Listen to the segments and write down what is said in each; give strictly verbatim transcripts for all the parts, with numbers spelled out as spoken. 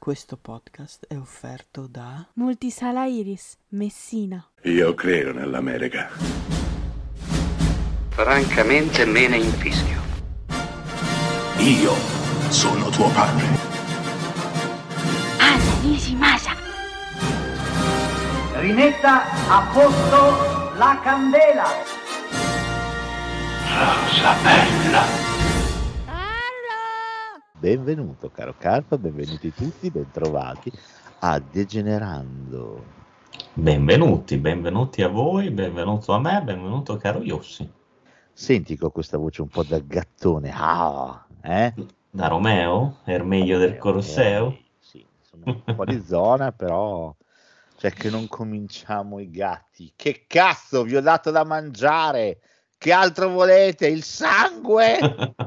Questo podcast è offerto da Multisala Iris, Messina. Io credo nell'America. Francamente me ne infischio. Io sono tuo padre. Anna Nishimasa. Rimetta a posto la candela. Rosa bella. Benvenuto caro Carpa, benvenuti tutti, bentrovati a Degenerando. Benvenuti, benvenuti a voi, benvenuto a me, benvenuto caro Iossi. Senti con questa voce un po' da gattone, ah, eh? Da Romeo, Ermeglio del Colosseo. Eh, sì, sono un po' di zona, però cioè che non cominciamo i gatti. Che cazzo, vi ho dato da mangiare, che altro volete, il sangue?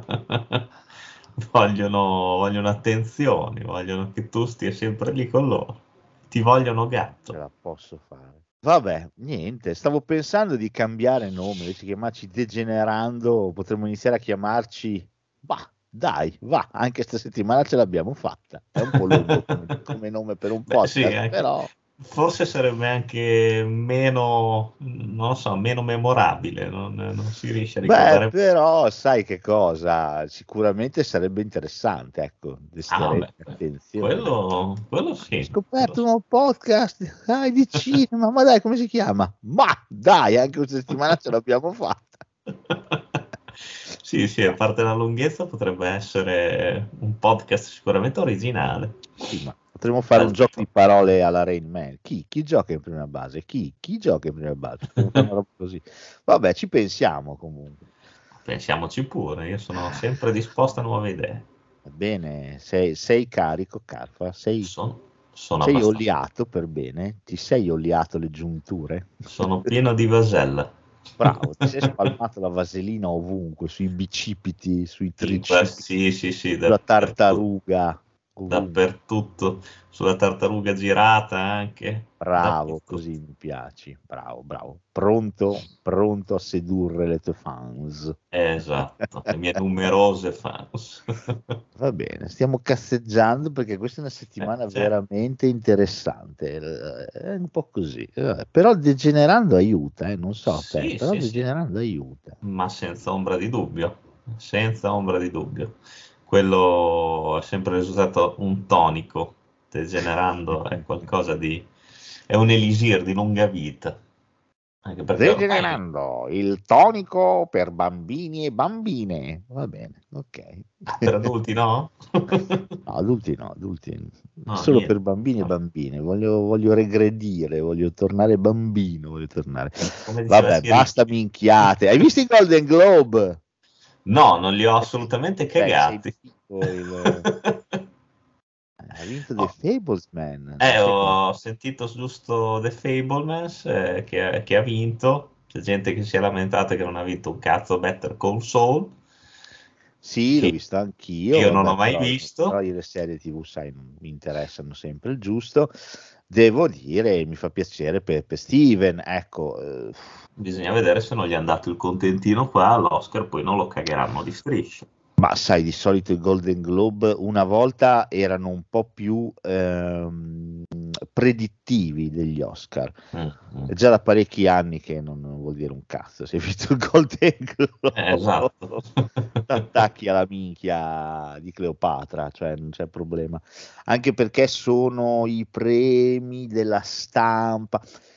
Vogliono, vogliono attenzioni, vogliono che tu stia sempre lì con loro, ti vogliono gatto. Ce la posso fare. Vabbè, niente, stavo pensando di cambiare nome, invece di chiamarci Degenerando, potremmo iniziare a chiamarci, bah, dai, va, anche questa settimana ce l'abbiamo fatta, è un po' lungo come, come nome per un podcast, Beh, sì, anche, però... Forse sarebbe anche meno, non lo so, meno memorabile, non, non si riesce a ricordare. Beh, però sai che cosa, sicuramente sarebbe interessante, ecco, ah, attenzione. Quello, quello sì. Ho scoperto un nuovo podcast dai, di cinema, ma dai, come si chiama? Ma dai, anche questa settimana ce l'abbiamo fatta. Sì, sì, a parte la lunghezza potrebbe essere un podcast sicuramente originale. Sì, ma potremmo fare un gioco di parole alla Rain Man. Chi? Chi gioca in prima base? Chi? Chi gioca in prima base? Una roba così. Vabbè, ci pensiamo comunque. Pensiamoci pure, io sono sempre disposto a nuove idee. Va bene, sei, sei carico, Carfa? Sei, sono, sono sei abbastanza... oliato per bene? Ti sei oliato le giunture? Sono pieno di vasella. Bravo, ti sei spalmato la vaselina ovunque, sui bicipiti, sui tricipiti, sì, sì, sì, sulla tartaruga. Dappertutto, sulla tartaruga girata anche. Bravo, così mi piaci, bravo, bravo. Pronto, pronto a sedurre le tue fans. Esatto, le mie numerose fans. Va bene, stiamo cazzeggiando perché questa è una settimana eh, veramente interessante, è un po' così. Però Degenerando aiuta, eh? Non so te, sì, però sì, Degenerando sì. aiuta. Ma senza ombra di dubbio, senza ombra di dubbio. Quello è sempre risultato un tonico, Degenerando è qualcosa di... è un elisir di lunga vita. Anche perché Degenerando, ormai... il tonico per bambini e bambine, va bene, ok. Ah, per adulti no? No, adulti no, adulti no, solo niente. Per bambini e bambine, voglio, voglio regredire, voglio tornare bambino, voglio tornare. Vabbè, basta minchiate, hai visto i Golden Globe? No, non li ho assolutamente cagati. Beh, il... ha vinto The oh. Fablesman. Eh, ho sentito giusto The Fablemans eh, che, che ha vinto. C'è gente che si è lamentata che non ha vinto un cazzo Better Call Saul. Sì, l'ho visto anch'io. Io vabbè, non ho mai però, visto. Però le serie tivù, sai, non mi interessano sempre il giusto. Devo dire, mi fa piacere per, per Steven, ecco. Eh. Bisogna vedere se non gli hanno dato il contentino qua all'Oscar, poi non lo cagheranno di striscia. Ma sai, di solito i Golden Globe una volta erano un po' più ehm, predittivi degli Oscar. Mm-hmm. È già da parecchi anni che non, non vuol dire un cazzo. Se hai visto il Golden Globe, eh, esatto. attacchi alla minchia di Cleopatra, cioè non c'è problema. Anche perché sono i premi della stampa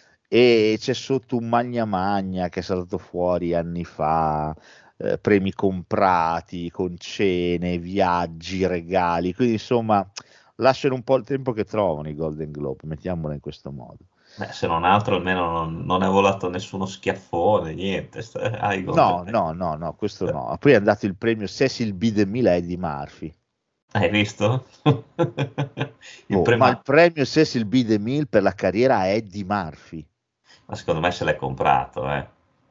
e c'è sotto un magna magna che è saltato fuori anni fa. Eh, premi comprati con cene, viaggi, regali, quindi insomma lasciano un po' il tempo che trovano i Golden Globe, mettiamola in questo modo. Beh, se non altro almeno non, non è volato nessuno schiaffone, niente. Ah, no, no, no, no, questo no. Poi è andato il premio Cecil B. DeMille a Eddie Murphy. Hai visto? il oh, premio... Ma il premio Cecil B. DeMille per la carriera a Eddie Murphy. Ma secondo me se l'è comprato, eh.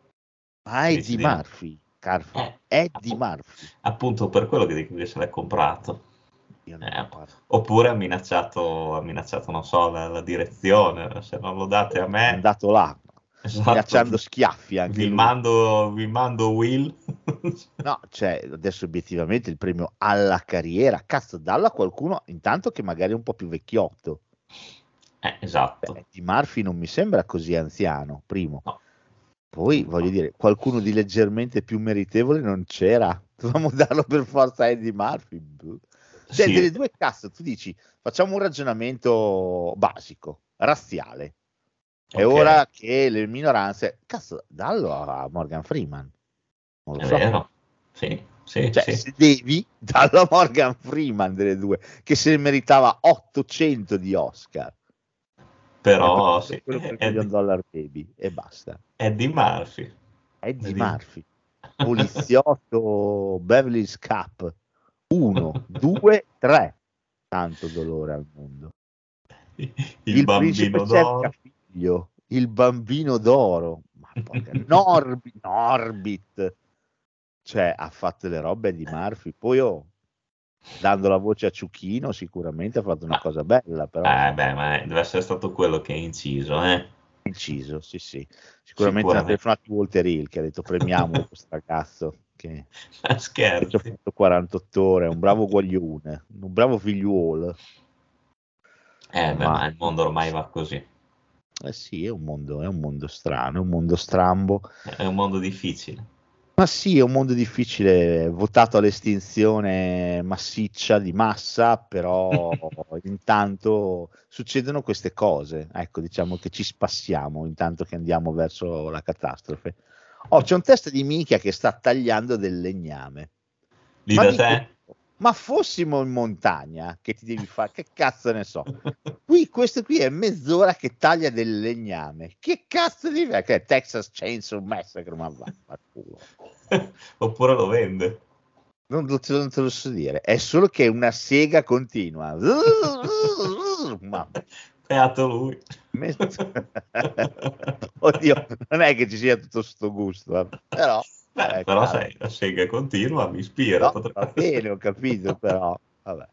Ma Eddie Murphy? Carfo, eh, Eddie appunto, Murphy. Appunto per quello che dico che se l'è comprato. Eh, oppure ha minacciato, ha minacciato, non so, la, la direzione, se non lo date a me. È andato là, esatto, minacciando schiaffi anche vi lui. Mando, vi mando Will. No, cioè, adesso obiettivamente il premio alla carriera, cazzo, dallo a qualcuno intanto che magari è un po' più vecchiotto. Eh, esatto. Beh, di Murphy non mi sembra così anziano, primo. No. Poi, voglio dire, qualcuno di leggermente più meritevole non c'era. Dovevamo darlo per forza a Eddie Murphy. Cioè, Sì. delle due cazzo, tu dici, facciamo un ragionamento basico, razziale. È Ok. ora che le minoranze... Cazzo, dallo a Morgan Freeman. Non lo È so. vero. Sì, sì, Cioè, sì. se devi, dallo a Morgan Freeman delle due, che se ne meritava ottocento di Oscar. Però Eh, sì, quello per Eddie, Million Dollar Baby e basta. Eddie Murphy. Eddie Eddie- Murphy, poliziotto Beverly's Cup, uno, due, tre. Tanto dolore al mondo. Il, Il bambino principe cerca d'oro. figlio, il bambino d'oro. Ma porca, Norbit, Norbit. Cioè, ha fatto le robe di Murphy. Poi, oh, dando la voce a Ciuchino, sicuramente ha fatto una Ah. cosa bella, però. Eh beh, ma deve essere stato quello che ha inciso, eh? Inciso, sì, sì. Sicuramente, Sicuramente. ha telefonato Walter Hill che ha detto premiamo questo ragazzo che, Ma che ci ha scherzi. fatto quarantotto ore, è un bravo guaglione, un bravo figliuolo. Eh beh, Ma- ma il mondo ormai va così. Eh sì, è un mondo, è un mondo strano, è un mondo strambo. È un mondo difficile. Ma sì, è un mondo difficile, votato all'estinzione massiccia di massa, però intanto succedono queste cose. Ecco, diciamo che ci spassiamo intanto che andiamo verso la catastrofe. Oh, c'è un testa di minchia che sta tagliando del legname. Lì Ma da dico, te? ma fossimo in montagna, che ti devi fare? Che cazzo ne so? Qui, questo qui è mezz'ora che taglia del legname. Che cazzo di fare? Che è Texas Chainsaw Massacre, ma va, va culo. Oppure lo vende. Non, lo- non te lo so dire, è solo che è una sega continua. Ma Beato lui. me- Oddio, non è che ci sia tutto sto gusto, eh. Però, Beh, eh, però cavolo. sai, la sega continua mi ispira. No, potrebbe va essere. bene, ho capito, però vabbè.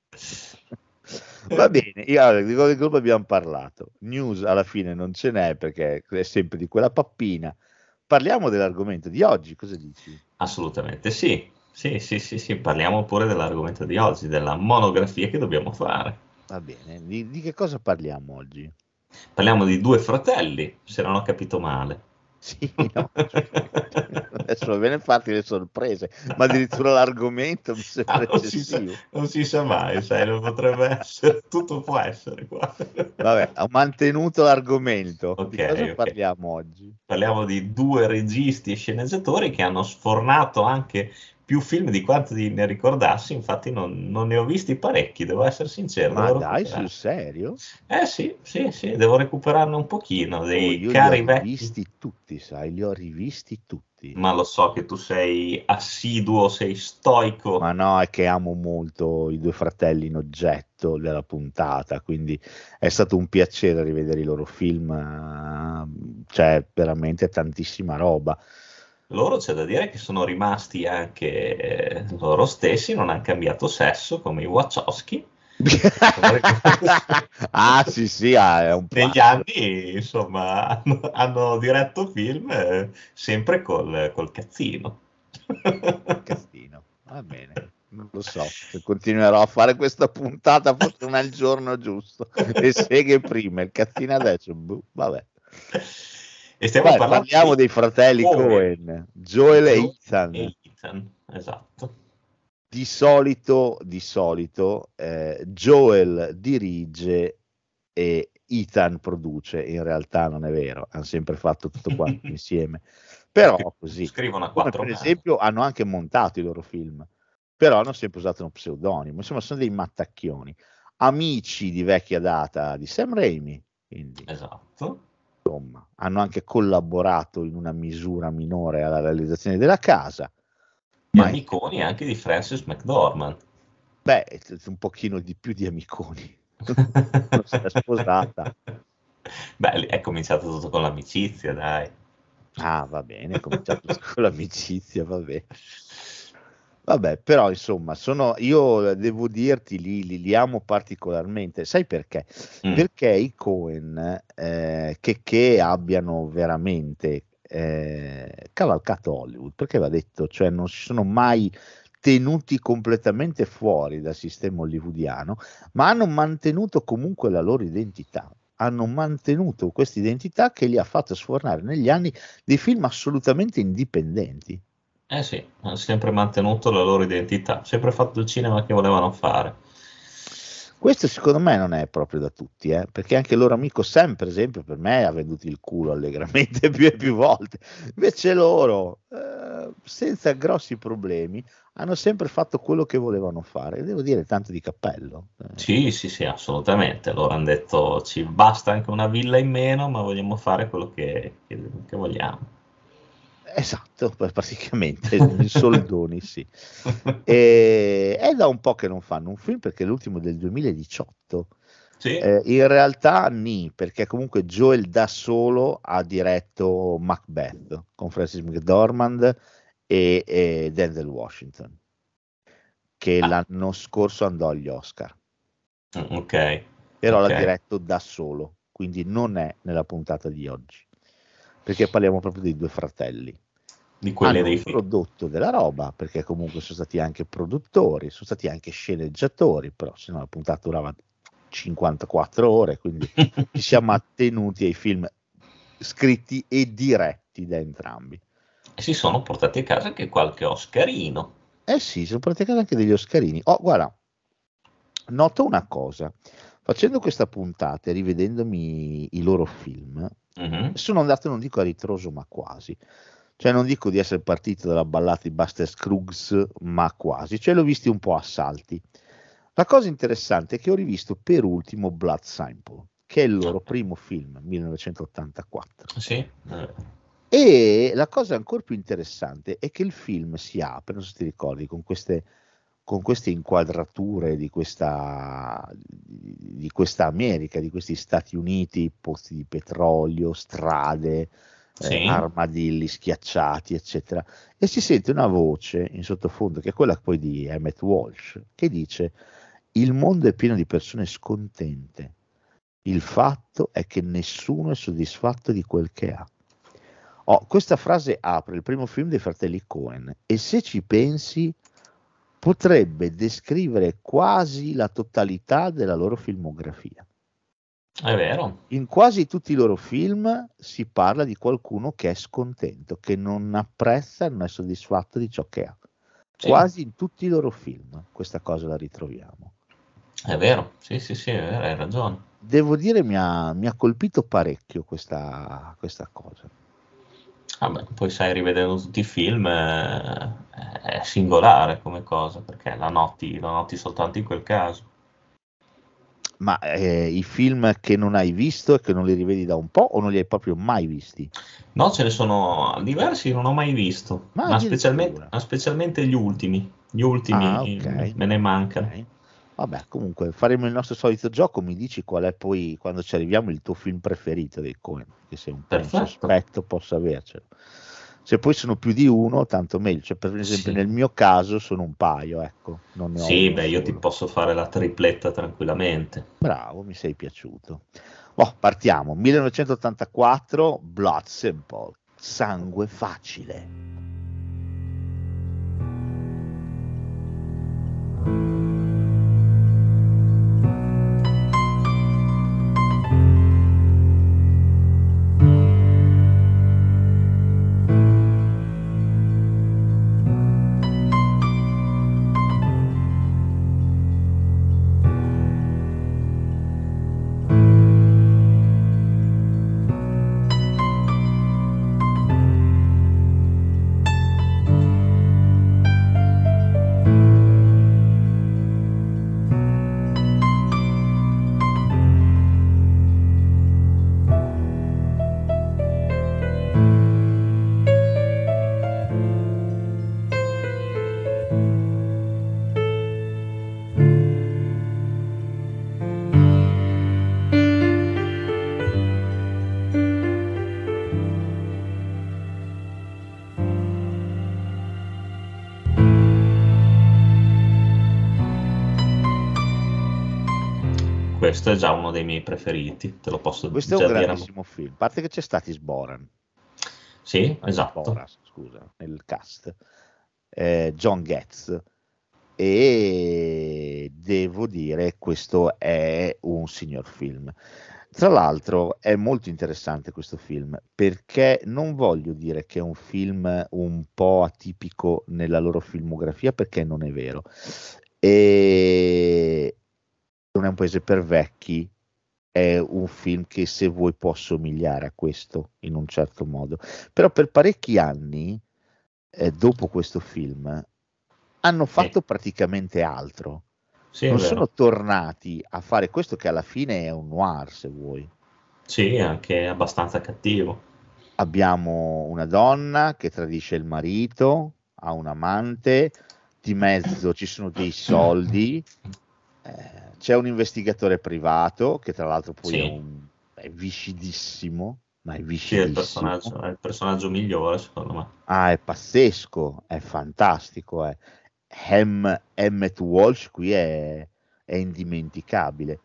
Va bene, io, allora, di Golden Globe abbiamo parlato. News alla fine non ce n'è perché è sempre di quella pappina. Parliamo dell'argomento di oggi, cosa dici? Assolutamente sì. Sì, sì, sì, sì. Parliamo pure dell'argomento di oggi, della monografia che dobbiamo fare. Va bene, di, di che cosa parliamo oggi? Parliamo di due fratelli, se non ho capito male. Sì, no, adesso va bene farti le sorprese, ma addirittura l'argomento mi Ah, sembra non, si sa, eccessivo. non si sa mai, sai, non potrebbe essere, tutto può essere qua. Vabbè, ho mantenuto l'argomento. Ok, Di cosa ok. parliamo oggi? Parliamo di due registi e sceneggiatori che hanno sfornato anche più film di quanti ne ricordassi, infatti non, non ne ho visti parecchi, devo essere sincero. Ma devo dai, recuperare. sul serio? Eh sì, sì, sì, devo recuperarne un pochino, Oh, dei io li ho cari vecchi. rivisti tutti, sai, li ho rivisti tutti. Ma lo so che tu sei assiduo, sei stoico. Ma no, è che amo molto i due fratelli in oggetto della puntata, quindi è stato un piacere rivedere i loro film, eh, c'è veramente tantissima roba. Loro c'è da dire che sono rimasti anche eh, loro stessi, non hanno cambiato sesso come i Wachowski. Ah sì sì, ah, è un Negli pazzo. anni, insomma, hanno, hanno diretto film eh, sempre col, col cazzino. Castino, va bene, non lo so, se continuerò a fare questa puntata forse non è il giorno giusto, le seghe prima, il cazzino adesso, boh, vabbè. E stiamo Beh, parlando parliamo di dei fratelli Coen. Coen, Joel e Joe Ethan. e Ethan, esatto. Di solito, di solito eh, Joel dirige e Ethan produce, in realtà non è vero, hanno sempre fatto tutto quanto insieme, però così, Scrivono a come quattro per mani. esempio hanno anche montato i loro film, però hanno sempre usato uno pseudonimo, insomma sono dei mattacchioni, amici di vecchia data di Sam Raimi, quindi Esatto. insomma hanno anche collaborato in una misura minore alla realizzazione della casa. E Ma amiconi anche di Frances McDormand. beh, un pochino di più di amiconi. Non si è sposata. Beh, è cominciato tutto con l'amicizia, dai. Ah, va bene, è cominciato con l'amicizia, vabbè. Vabbè, però insomma, sono, io devo dirti, li, li, li amo particolarmente. Sai perché? Mm. Perché i Coen, eh, che, che abbiano veramente eh, cavalcato Hollywood, perché va detto, cioè non si sono mai tenuti completamente fuori dal sistema hollywoodiano, ma hanno mantenuto comunque la loro identità, hanno mantenuto questa identità che li ha fatto sfornare negli anni dei film assolutamente indipendenti. Eh sì, hanno sempre mantenuto la loro identità, sempre fatto il cinema che volevano fare. Questo secondo me non è proprio da tutti, eh? Perché anche il loro amico Sam, per esempio, per me ha venduto il culo allegramente più e più volte. Invece loro, eh, senza grossi problemi, hanno sempre fatto quello che volevano fare. E devo dire tanto di cappello. Sì, sì, sì, assolutamente. Loro hanno detto ci basta anche una villa in meno, ma vogliamo fare quello che, che, che vogliamo. Esatto, praticamente, in soldoni, sì. E, è da un po' che non fanno un film, perché l'ultimo del duemiladiciotto. Sì. Eh, in realtà nì, perché comunque Joel da solo ha diretto Macbeth con Francis McDormand e, e Denzel Washington, che Ah. l'anno scorso andò agli Oscar. Mm, ok. Però okay. l'ha diretto da solo, quindi non è nella puntata di oggi, perché parliamo proprio dei due fratelli. Di quelli Hanno dei film. prodotto della roba, perché comunque sono stati anche produttori, sono stati anche sceneggiatori, però se no la puntata durava cinquantaquattro ore, quindi ci siamo attenuti ai film scritti e diretti da entrambi. E si sono portati a casa anche qualche Oscarino. Eh sì, sono portati a casa anche degli Oscarini. Oh, guarda, noto una cosa, facendo questa puntata e rivedendomi i loro film, Mm-hmm. sono andato, non dico a ritroso, ma quasi. Cioè non dico di essere partito dalla ballata di Buster Scruggs, ma quasi, cioè l'ho visti un po' a salti. La cosa interessante è che ho rivisto per ultimo Blood Simple, che è il loro primo film, millenovecentottantaquattro. Sì. Eh. E la cosa ancora più interessante è che il film si apre, non so se ti ricordi, con queste, con queste inquadrature di questa, di questa America, di questi Stati Uniti, pozzi di petrolio, strade, Sì. Eh, armadilli schiacciati, eccetera, e si sente una voce in sottofondo, che è quella poi di Emmett Walsh, che dice: il mondo è pieno di persone scontente, il fatto è che nessuno è soddisfatto di quel che ha. Oh, questa frase apre il primo film dei fratelli Coen e, se ci pensi, potrebbe descrivere quasi la totalità della loro filmografia. È vero. In quasi tutti i loro film si parla di qualcuno che è scontento, che non apprezza, non è soddisfatto di ciò che ha. Sì. Quasi in tutti i loro film questa cosa la ritroviamo. È vero, sì, sì, sì, è vero, hai ragione. Devo dire, mi ha, mi ha colpito parecchio questa, questa cosa. Vabbè, poi sai, rivedendo tutti i film eh, è singolare come cosa, perché la noti, la noti soltanto in quel caso. Ma eh, i film che non hai visto e che non li rivedi da un po', o non li hai proprio mai visti? No, ce ne sono diversi che non ho mai visto, Ma ma, addirittura. specialmente, ma specialmente gli ultimi. Gli ultimi Ah, ok. me ne mancano. Ok. Vabbè, comunque faremo il nostro solito gioco. Mi dici qual è poi, quando ci arriviamo, il tuo film preferito dei Coen, che sei un po' un Perfetto. sospetto possa avercelo. Se poi sono più di uno, tanto meglio. Cioè, per esempio, Sì. nel mio caso sono un paio, ecco. Non ne ho Sì, uno beh, io ti solo. posso fare la tripletta tranquillamente. Bravo, mi sei piaciuto. Oh, partiamo. millenovecentottantaquattro, Blood Simple, sangue facile. Questo è già uno dei miei preferiti, te lo posso Questo è già un dire. grandissimo film, a parte che c'è Statis Boran. Sì, anzi, esatto. Boras, scusa, nel cast, eh, John Getz, e devo dire questo è un signor film. Tra l'altro è molto interessante questo film perché non voglio dire che è un film un po' atipico nella loro filmografia, perché non è vero, e non è un paese per vecchi, è un film che se vuoi può somigliare a questo in un certo modo, però per parecchi anni eh, dopo questo film hanno fatto Sì, praticamente altro, sì, è non vero. sono tornati a fare questo che alla fine è un noir, se vuoi. Sì, è anche abbastanza cattivo. Abbiamo una donna che tradisce il marito, ha un amante, di mezzo ci sono dei soldi, eh, c'è un investigatore privato che tra l'altro poi è, Sì, un, è viscidissimo, ma è sì, è il viscidissimo. personaggio, è il personaggio migliore, secondo me. Ah, è pazzesco, è fantastico. È. Hem, Emmett Walsh qui è, è indimenticabile.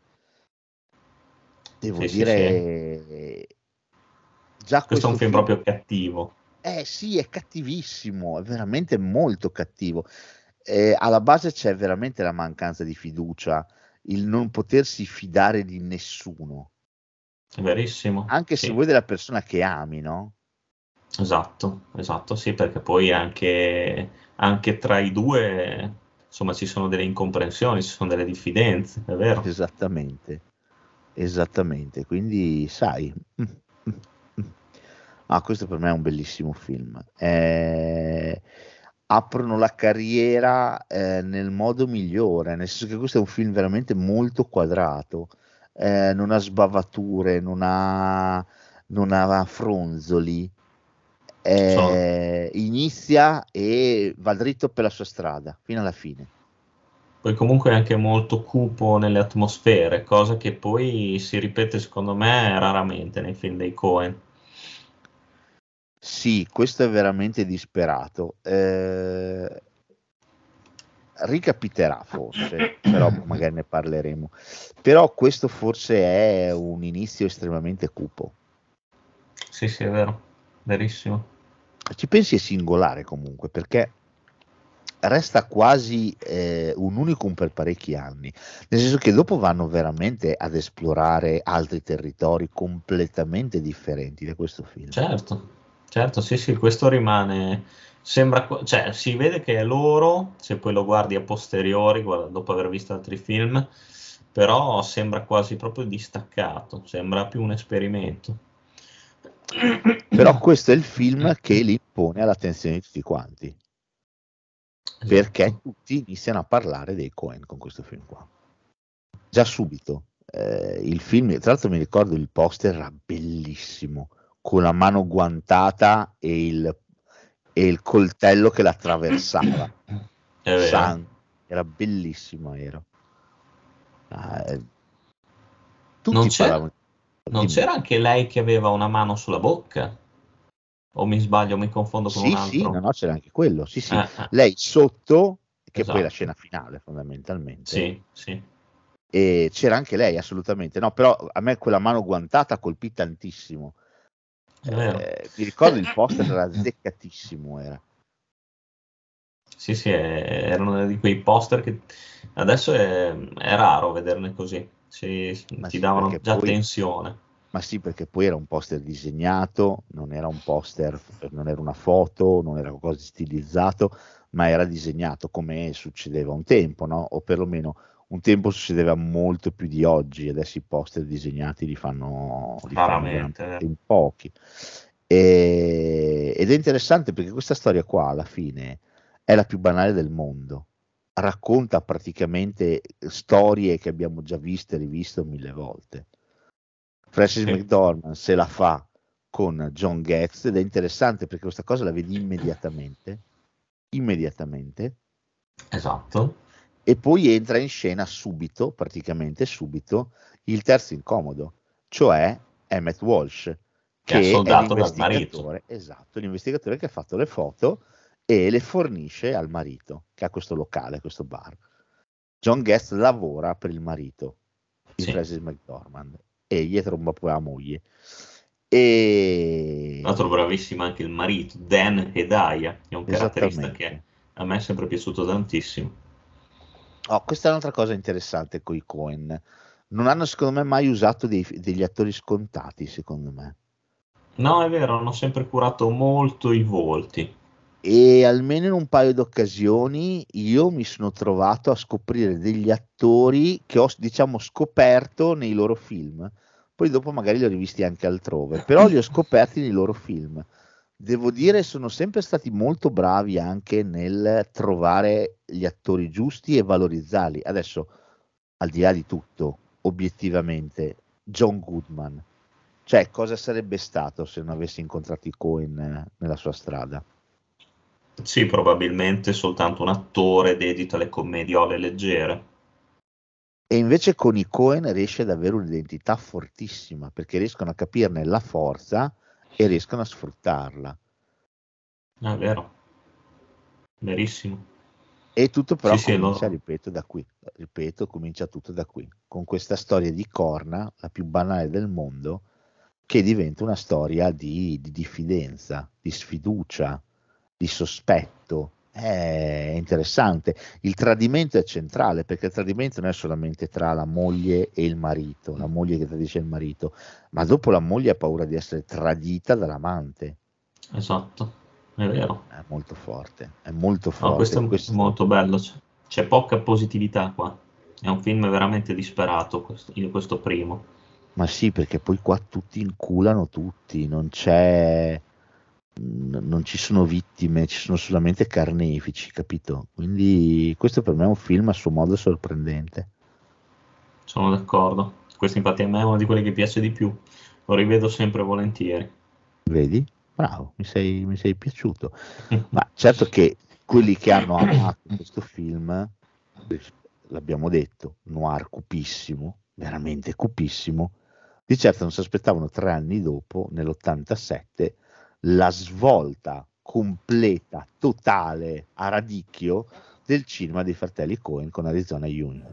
Devo Sì, sì, sì. dire, già Questo è un questo film film, proprio cattivo. eh sì, è cattivissimo, è veramente molto cattivo. Eh, alla base c'è veramente la mancanza di fiducia, il non potersi fidare di nessuno, È verissimo. anche se Sì, vuoi della persona che ami, no? esatto, esatto, sì, perché poi anche, anche tra i due, insomma, ci sono delle incomprensioni, ci sono delle diffidenze, è vero. Esattamente, esattamente. Quindi, sai, mm, mm, mm. Ah, questo per me è un bellissimo film. Eh, aprono la carriera eh, nel modo migliore, nel senso che questo è un film veramente molto quadrato, eh, non ha sbavature, non ha, non ha fronzoli, Sono- eh, inizia e va dritto per la sua strada fino alla fine. Poi comunque è anche molto cupo nelle atmosfere, cosa che poi si ripete secondo me raramente nei film dei Coen. Sì, questo è veramente disperato. Eh, ricapiterà forse, però magari ne parleremo. Però questo forse è un inizio estremamente cupo. Sì, sì, è vero, verissimo. Ci pensi è singolare comunque, perché resta quasi eh, un unicum per parecchi anni, nel senso che dopo vanno veramente ad esplorare altri territori completamente differenti da questo film. Certo, certo, sì, sì, questo rimane, sembra, qua- cioè si vede che è loro, se poi lo guardi a posteriori, guarda, dopo aver visto altri film, però sembra quasi proprio distaccato, sembra più un esperimento. Però questo è il film che li impone all'attenzione di tutti quanti, perché Esatto, tutti iniziano a parlare dei Coen con questo film qua. Già subito. Eh, il film, tra l'altro mi ricordo il poster era bellissimo, con la mano guantata e il, e il coltello che l'attraversava. è vero. Sangue, era bellissimo, era. Ah, eh, Non tutti c'era, parlavano. non Dimmi. c'era anche lei che aveva una mano sulla bocca? O mi sbaglio, mi confondo con un Sì, sì, no, altro? no, c'era anche quello. Sì, sì. Eh, eh, Lei sotto, che poi è la esatto, scena finale fondamentalmente, sì, sì, e c'era anche lei assolutamente. No, però a me quella mano guantata colpì tantissimo. è vero. Eh, mi ricordo il poster era azzeccatissimo, era. Sì, sì, è- erano di quei poster che adesso è, è raro vederne così, si- Ma ti sì, davano perché già poi, tensione. ma sì, perché poi era un poster disegnato, non era un poster, non era una foto, non era qualcosa di stilizzato, ma era disegnato come succedeva un tempo, no? O perlomeno un tempo succedeva molto più di oggi, adesso i poster disegnati li fanno, li fanno Raramente, veramente eh. in pochi. E- ed è interessante perché questa storia qua alla fine è la più banale del mondo, racconta praticamente storie che abbiamo già viste e rivisto mille volte. Francis Sì, McDormand se la fa con John Getz ed è interessante perché questa cosa la vedi immediatamente, immediatamente, esatto, e poi entra in scena subito, praticamente subito, il terzo incomodo, cioè Emmett Walsh, che è che è soldato dal marito. l'investigatore, esatto, l'investigatore che ha fatto le foto e le fornisce al marito, che ha questo locale, questo bar. John Guest lavora per il marito di Sì, Francis McDormand e gli tromba poi la moglie. E Tra l'altro bravissimo anche il marito, Dan Hedaya, che è un caratterista che esattamente. a me è sempre piaciuto tantissimo. Oh, questa è un'altra cosa interessante con i Coen. Non hanno secondo me mai usato dei- degli attori scontati, secondo me. No, è vero, hanno sempre curato molto i volti. E almeno in un paio d'occasioni io mi sono trovato a scoprire degli attori che ho, diciamo, scoperto nei loro film. Poi dopo magari li ho rivisti anche altrove, però li ho scoperti nei loro film. Devo dire, sono sempre stati molto bravi anche nel trovare gli attori giusti e valorizzarli. Adesso, al di là di tutto, obiettivamente, John Goodman, cioè cosa sarebbe stato se non avessi incontrato i Coen eh, nella sua strada? Sì, probabilmente soltanto un attore dedito alle commediole leggere. E invece con i Coen riesce ad avere un'identità fortissima, perché riescono a capirne la forza e riescono a sfruttarla. È vero, verissimo. E tutto però Sì, sì, comincia, lo- ripeto, da qui. Ripeto, comincia tutto da qui, con questa storia di Corna, la più banale del mondo, che diventa una storia di, di diffidenza, di sfiducia, di sospetto. È interessante. Il tradimento è centrale, perché il tradimento non è solamente tra la moglie e il marito, la moglie che tradisce il marito, ma dopo la moglie ha paura di essere tradita dall'amante. Esatto, è vero. È molto forte, è molto No, questo forte. è Questo, molto bello, c'è, c'è poca positività qua. È un film veramente disperato, questo, io questo primo. ma sì, perché poi qua tutti inculano tutti, non c'è, n- non ci sono vittime, ci sono solamente carnefici, capito? Quindi questo per me è un film a suo modo sorprendente. Sono d'accordo. Questo infatti a me è uno di quelli che piace di più. Lo rivedo sempre volentieri. Vedi? Bravo, mi sei, mi sei piaciuto. Ma certo che quelli che hanno amato questo film, l'abbiamo detto, noir cupissimo, veramente cupissimo, di certo non si aspettavano tre anni dopo, nell'ottantasette, la svolta completa, totale, a radicchio del cinema dei fratelli Coen con Arizona Junior.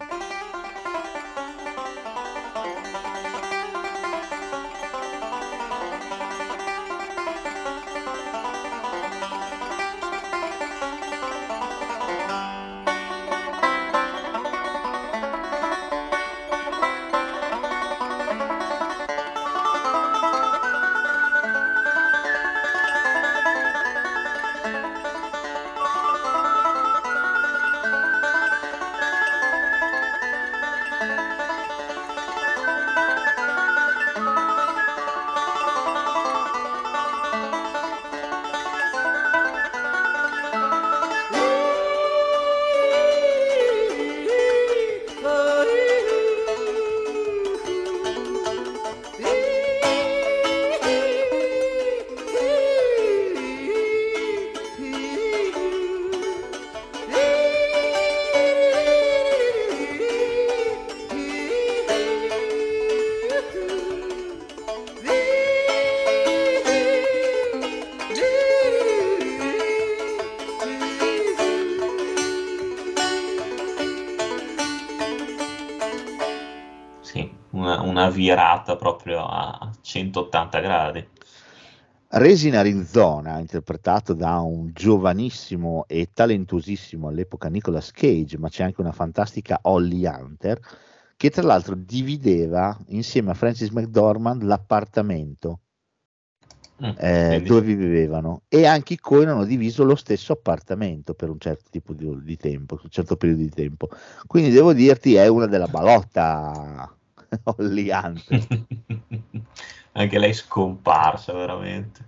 Sì, una, una virata proprio a centottanta gradi. Resi in Arizona, interpretato da un giovanissimo e talentuosissimo all'epoca Nicolas Cage, ma c'è anche una fantastica Holly Hunter, che tra l'altro divideva insieme a Francis McDormand l'appartamento Mm, eh, quindi dove vivevano, e anche i Coen hanno diviso lo stesso appartamento per un certo tipo di, di tempo, un certo periodo di tempo. Quindi devo dirti, è una della balotta Holly Hunter. anche lei scomparsa veramente.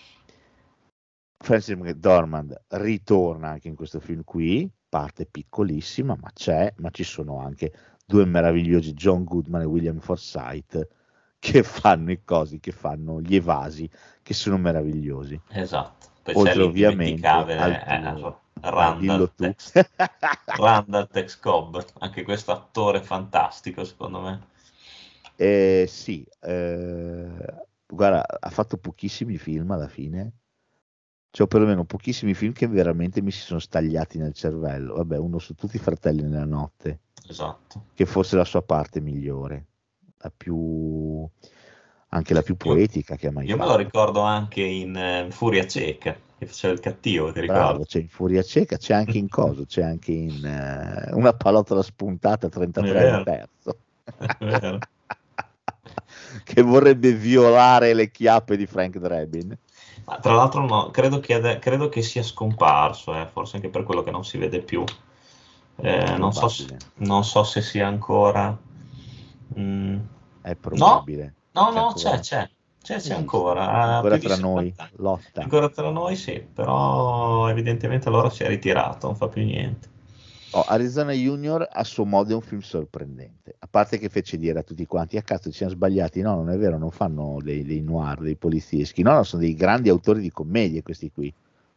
Francis McDormand ritorna anche in questo film qui, parte piccolissima, ma c'è, ma ci sono anche due meravigliosi John Goodman e William Forsythe che fanno i cosi, che fanno gli evasi, che sono meravigliosi. Esatto. Poi c'è Oltre ovviamente l'indimenticabile al eh, tuo, vai, Randall dillo tu. Tex, Randall Tex Cobb, anche questo attore fantastico secondo me. Eh, sì, eh, guarda, ha fatto pochissimi film alla fine, cioè perlomeno pochissimi film che veramente mi si sono stagliati nel cervello. Vabbè, uno su tutti i Fratelli nella notte, Esatto. che fosse la sua parte migliore, la più, anche la più Io, poetica che ha mai io me lo fatto. ricordo anche in eh, Furia Cieca, che faceva il cattivo, ti Bravo, ricordi? c'è in Furia Cieca, c'è anche in Coso, c'è anche in eh, Una pallottola spuntata È trentatré un vero, terzo. è vero. Che vorrebbe violare le chiappe di Frank Drebin. Ma tra l'altro no, credo che, ade- credo che sia scomparso, eh, forse anche per quello che non si vede più. Eh, non so se, Probabile, non so se sia ancora... Mm, è no, probabile. no, C'è no, c'è, ancora, c'è, c'è, c'è esiste, ancora, ha ancora più di tra noi, settanta anni. lotta. Ancora tra noi sì, però evidentemente allora si è ritirato, non fa più niente. Oh, Arizona Junior a suo modo è un film sorprendente, a parte che fece dire a tutti quanti, a cazzo ci siamo sbagliati, no, non è vero, non fanno dei, dei noir, dei polizieschi, no, no, sono dei grandi autori di commedie questi qui.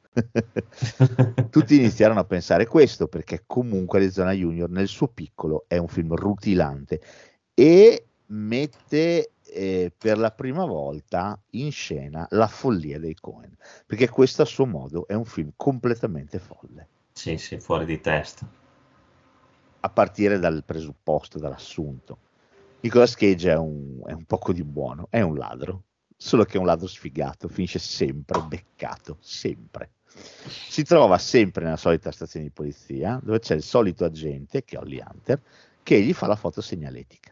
Tutti iniziarono a pensare questo, perché comunque Arizona Junior nel suo piccolo è un film rutilante e mette eh, per la prima volta in scena la follia dei Coen, perché questo a suo modo è un film completamente folle. Sì, sì, fuori di testa. A partire dal presupposto, dall'assunto. Nicolas Cage è un, è un poco di buono, è un ladro, solo che è un ladro sfigato, finisce sempre beccato, sempre. Si trova sempre nella solita stazione di polizia, dove c'è il solito agente, che è Holly Hunter, che gli fa la foto segnaletica.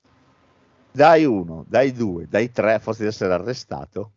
Dai uno, dai due, dai tre, a forza di essere arrestato,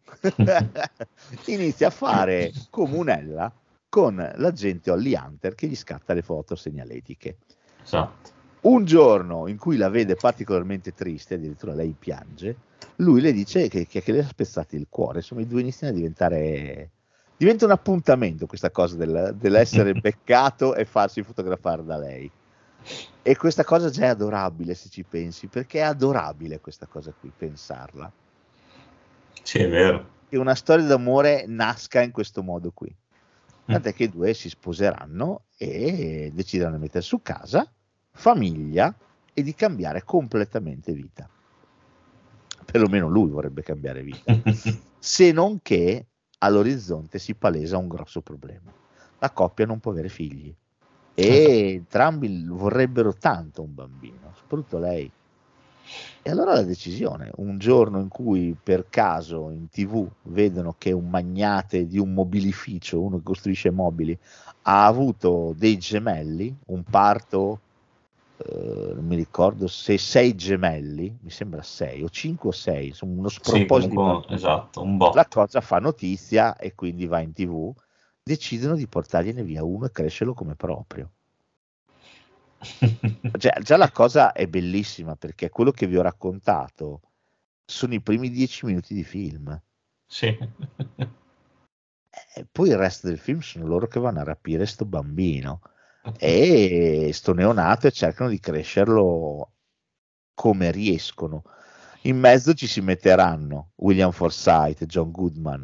inizia a fare comunella con l'agente Holly Hunter che gli scatta le foto segnaletiche. Esatto. Un giorno in cui la vede particolarmente triste, addirittura lei piange, lui le dice che, che, che le ha spezzato il cuore. Insomma, i due iniziano a diventare... Diventa un appuntamento questa cosa del, dell'essere beccato e farsi fotografare da lei. E questa cosa già è adorabile se ci pensi, perché è adorabile questa cosa qui, pensarla. Sì, è vero. Che una storia d'amore nasca in questo modo qui. Tant'è che i due si sposeranno e decideranno di mettere su casa, famiglia e di cambiare completamente vita. Perlomeno lui vorrebbe cambiare vita. Se non che all'orizzonte si palesa un grosso problema. La coppia non può avere figli e entrambi vorrebbero tanto un bambino, soprattutto lei. E allora la decisione, un giorno in cui per caso in tv vedono che un magnate di un mobilificio, uno che costruisce mobili, ha avuto dei gemelli, un parto, eh, non mi ricordo se sei gemelli, mi sembra sei o cinque o sei, insomma uno sproposito. Sì, comunque, esatto, un botto. La cosa fa notizia e quindi va in tv, decidono di portargliene via uno e crescerlo come proprio. Già, già la cosa è bellissima, perché quello che vi ho raccontato sono i primi dieci minuti di film. Sì. E poi il resto del film sono loro che vanno a rapire sto bambino e sto neonato e cercano di crescerlo come riescono. In mezzo ci si metteranno William Forsythe e John Goodman,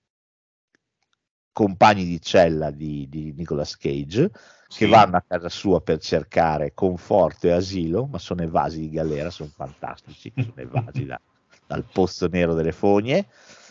compagni di cella di, di Nicolas Cage, che Sì. vanno a casa sua per cercare conforto e asilo, ma sono evasi di galera, sono fantastici, sono evasi da, dal pozzo nero delle fogne,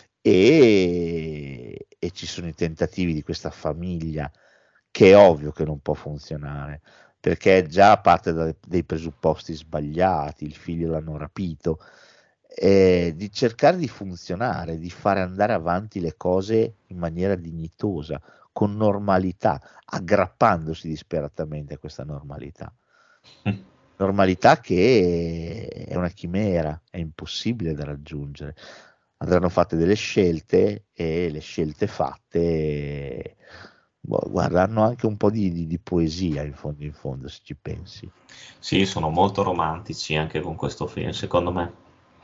e, e ci sono i tentativi di questa famiglia che è ovvio che non può funzionare, perché già parte da dei presupposti sbagliati, il figlio l'hanno rapito, eh, di cercare di funzionare, di fare andare avanti le cose in maniera dignitosa, con normalità, aggrappandosi disperatamente a questa normalità. Normalità che è una chimera, è impossibile da raggiungere. Andranno fatte delle scelte e le scelte fatte, guarda, hanno anche un po' di, di, di poesia in fondo in fondo, se ci pensi. Sì, sono molto romantici anche con questo film, secondo me.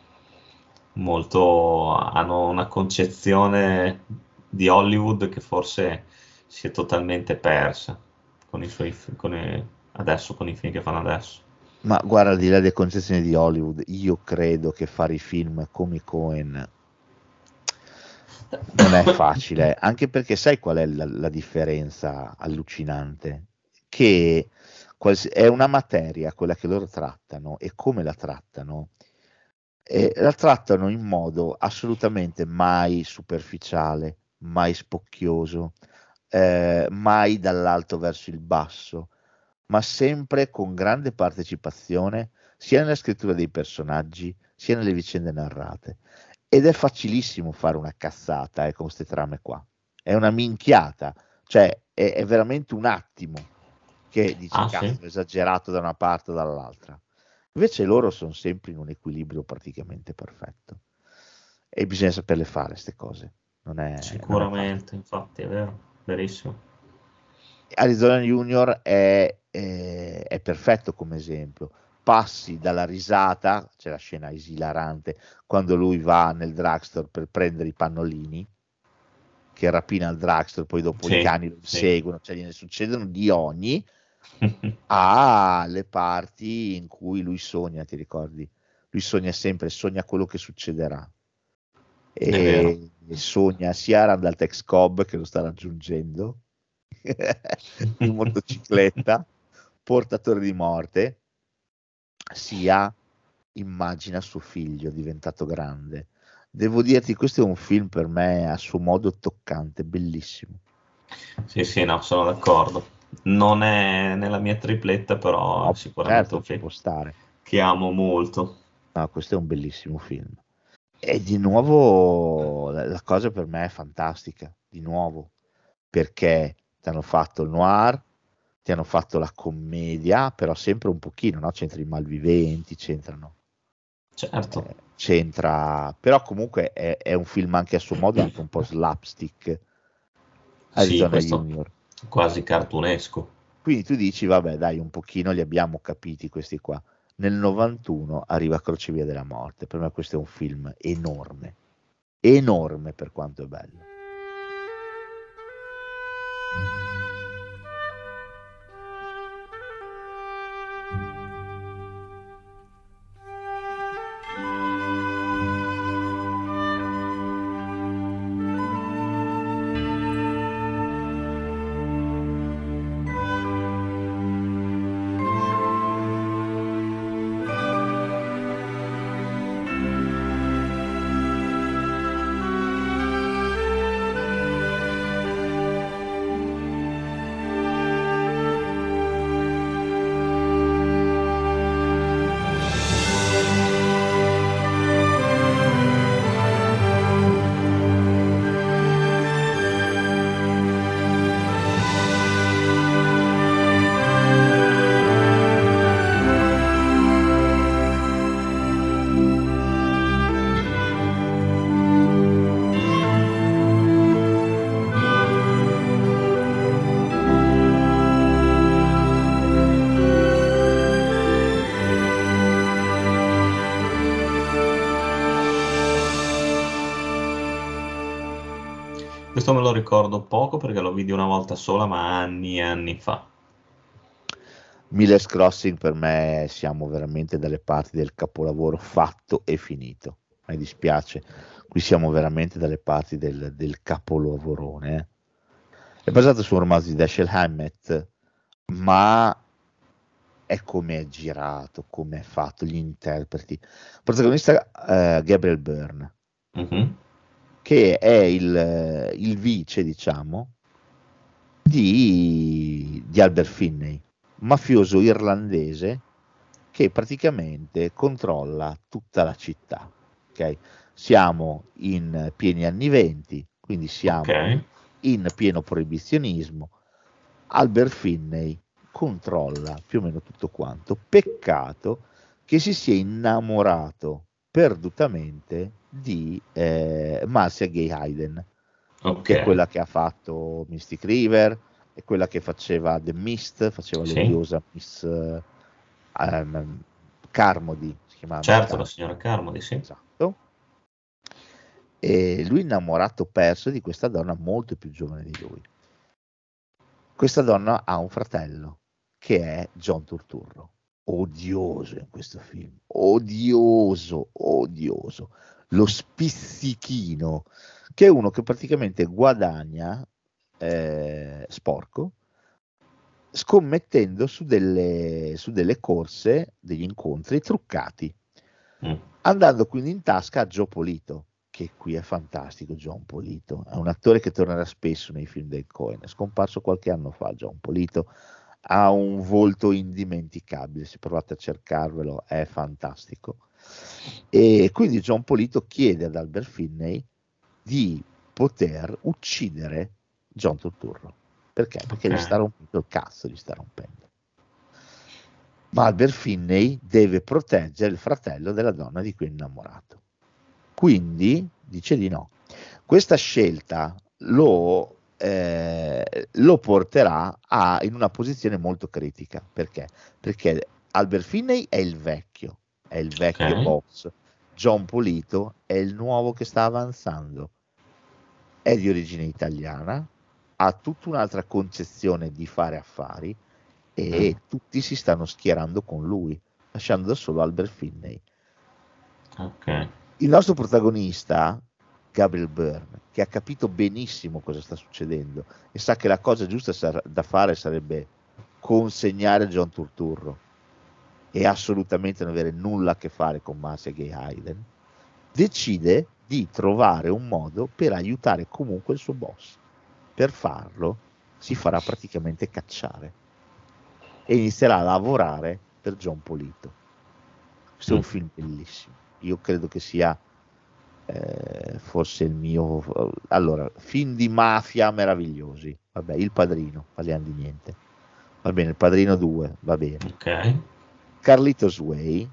Molto, hanno una concezione di Hollywood che forse si è totalmente persa con i suoi con i, adesso con i film che fanno adesso. Ma guarda, al di là delle concezioni di Hollywood, io credo che fare i film come i Coen non è facile, anche perché sai qual è la, la differenza allucinante? Che è una materia quella che loro trattano, e come la trattano, eh, la trattano in modo assolutamente mai superficiale, mai spocchioso, eh, mai dall'alto verso il basso, ma sempre con grande partecipazione sia nella scrittura dei personaggi sia nelle vicende narrate. ed è facilissimo fare una cazzata eh, con queste trame qua, è una minchiata, cioè è, è veramente un attimo che dici Ah, cazzo, sì? esagerato da una parte o dall'altra, invece loro sono sempre in un equilibrio praticamente perfetto e bisogna saperle fare queste cose, non è, non è facile. Sicuramente, infatti, è vero, verissimo. Arizona Junior è, è, è perfetto come esempio, passi dalla risata, c'è la scena esilarante quando lui va nel drugstore per prendere i pannolini, che rapina il drugstore, poi dopo Sì, i cani lo sì. seguono, cioè gliene succedono di ogni, alle parti in cui lui sogna, ti ricordi? Lui sogna sempre, sogna quello che succederà. È vero. E, e sogna sia Randall Tex Cobb che lo sta raggiungendo in motocicletta, portatore di morte, sia immagina suo figlio diventato grande. Devo dirti, questo è un film per me a suo modo toccante, bellissimo. Sì, sì, no, sono d'accordo. Non è nella mia tripletta, però No, è sicuramente certo, un ci film può stare. che amo molto. No, questo è un bellissimo film. E di nuovo la, la cosa per me è fantastica, di nuovo, perché ti hanno fatto il noir, ti hanno fatto la commedia, però sempre un pochino, no? C'entra i malviventi, c'entrano. Certo. Eh, c'entra, però comunque è, è un film anche a suo modo, anche un po' slapstick, Sì, Arizona questo Junior. quasi cartunesco. Quindi tu dici, vabbè, dai, un pochino li abbiamo capiti questi qua. Nel novantuno arriva Crocevia della Morte. Per me questo è un film enorme, enorme per quanto è bello. Questo me lo ricordo poco perché lo vidi una volta sola, ma anni e anni fa. Miller's Crossing per me siamo veramente dalle parti del capolavoro fatto e finito. Mi dispiace, qui siamo veramente dalle parti del, del capolavorone. Eh. È basato su un romanzo di Dashiell Hammett, ma è come è girato, come è fatto, gli interpreti. Il protagonista eh, Gabriel Byrne, Mm-hmm. che è il, il vice, diciamo, di, di Albert Finney, mafioso irlandese che praticamente controlla tutta la città. Okay? Siamo in pieni anni venti, quindi siamo Ok. in pieno proibizionismo. Albert Finney controlla più o meno tutto quanto. Peccato che si sia innamorato perdutamente di eh, Marcia Gay Hayden, Ok. che è quella che ha fatto Mystic River, è quella che faceva The Mist, faceva Sì. l'odiosa Miss eh, um, Carmody, si chiamava Miss Certo, la Carmody. signora Carmody, sì. Esatto. E lui innamorato perso di questa donna molto più giovane di lui. Questa donna ha un fratello che è John Turturro, odioso in questo film, odioso, odioso, lo spizzichino, che è uno che praticamente guadagna eh, sporco scommettendo su delle, su delle corse, degli incontri truccati, Mm. andando quindi in tasca a Joe Polito, che qui è fantastico. John Polito è un attore che tornerà spesso nei film del Coen, è scomparso qualche anno fa. John Polito ha un volto indimenticabile, se provate a cercarvelo è fantastico. E quindi John Polito chiede ad Albert Finney di poter uccidere John Turturro. Perché? Perché Ok. gli sta rompendo il cazzo, gli sta rompendo. Ma Albert Finney deve proteggere il fratello della donna di cui è innamorato. Quindi dice di no. Questa scelta lo, eh, lo porterà a, in una posizione molto critica. Perché? Perché Albert Finney è il vecchio, è il vecchio Ok. boss. John Polito è il nuovo che sta avanzando. È di origine italiana, ha tutta un'altra concezione di fare affari e Mm. tutti si stanno schierando con lui, lasciando da solo Albert Finney. Ok. Il nostro protagonista, Gabriel Byrne, che ha capito benissimo cosa sta succedendo e sa che la cosa giusta sar- da fare sarebbe consegnare John Turturro e assolutamente non avere nulla a che fare con Marcia Gay Hayden, decide di trovare un modo per aiutare comunque il suo boss. Per farlo si farà praticamente cacciare e inizierà a lavorare per John Polito. Questo è un Mm. film bellissimo. Io credo che sia eh, forse il mio... Allora, film di mafia meravigliosi. Vabbè, Il Padrino, parliamo di niente. Va bene, Il Padrino due, va bene. Ok. Carlitos Way,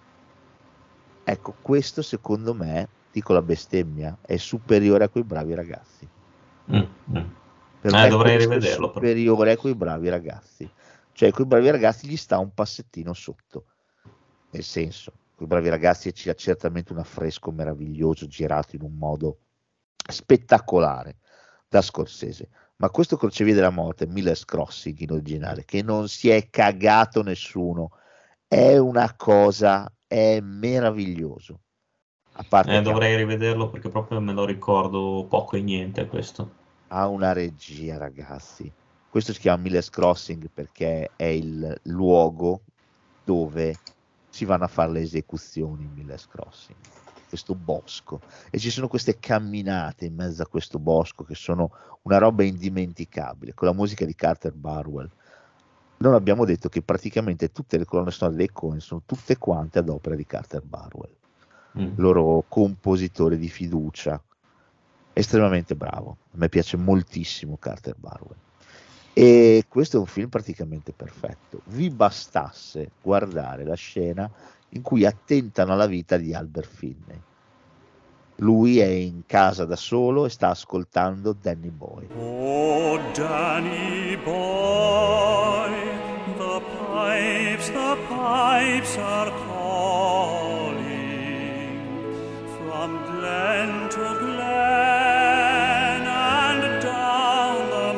ecco, questo secondo me, dico la bestemmia, è superiore a quei bravi ragazzi. Mm, mm. Per Eh, me dovrei questo è rivederlo, però. superiore a quei bravi ragazzi. Cioè, quei bravi ragazzi gli sta un passettino sotto. Nel senso, quei bravi ragazzi ci ha certamente un affresco meraviglioso girato in un modo spettacolare da Scorsese. Ma questo Crocevia della Morte, Miller's Crossing in originale, che non si è cagato nessuno, è una cosa, è meraviglioso. A parte Eh, che dovrei rivederlo perché proprio me lo ricordo poco e niente questo. ha una regia, ragazzi. Questo si chiama Miller's Crossing perché è il luogo dove si vanno a fare le esecuzioni in Miller's Crossing, questo bosco, e ci sono queste camminate in mezzo a questo bosco che sono una roba indimenticabile, con la musica di Carter Barwell. Non abbiamo detto che praticamente tutte le colonne sonore dei Coen sono tutte quante ad opera di Carter Barwell, Mm. loro compositore di fiducia, estremamente bravo. A me piace moltissimo Carter Barwell. E questo è un film praticamente perfetto. Vi bastasse guardare la scena in cui attentano alla vita di Albert Finney. Lui è in casa da solo e sta ascoltando Danny Boy. Oh, Danny boy, the pipes, the pipes are calling from glen to glen and down the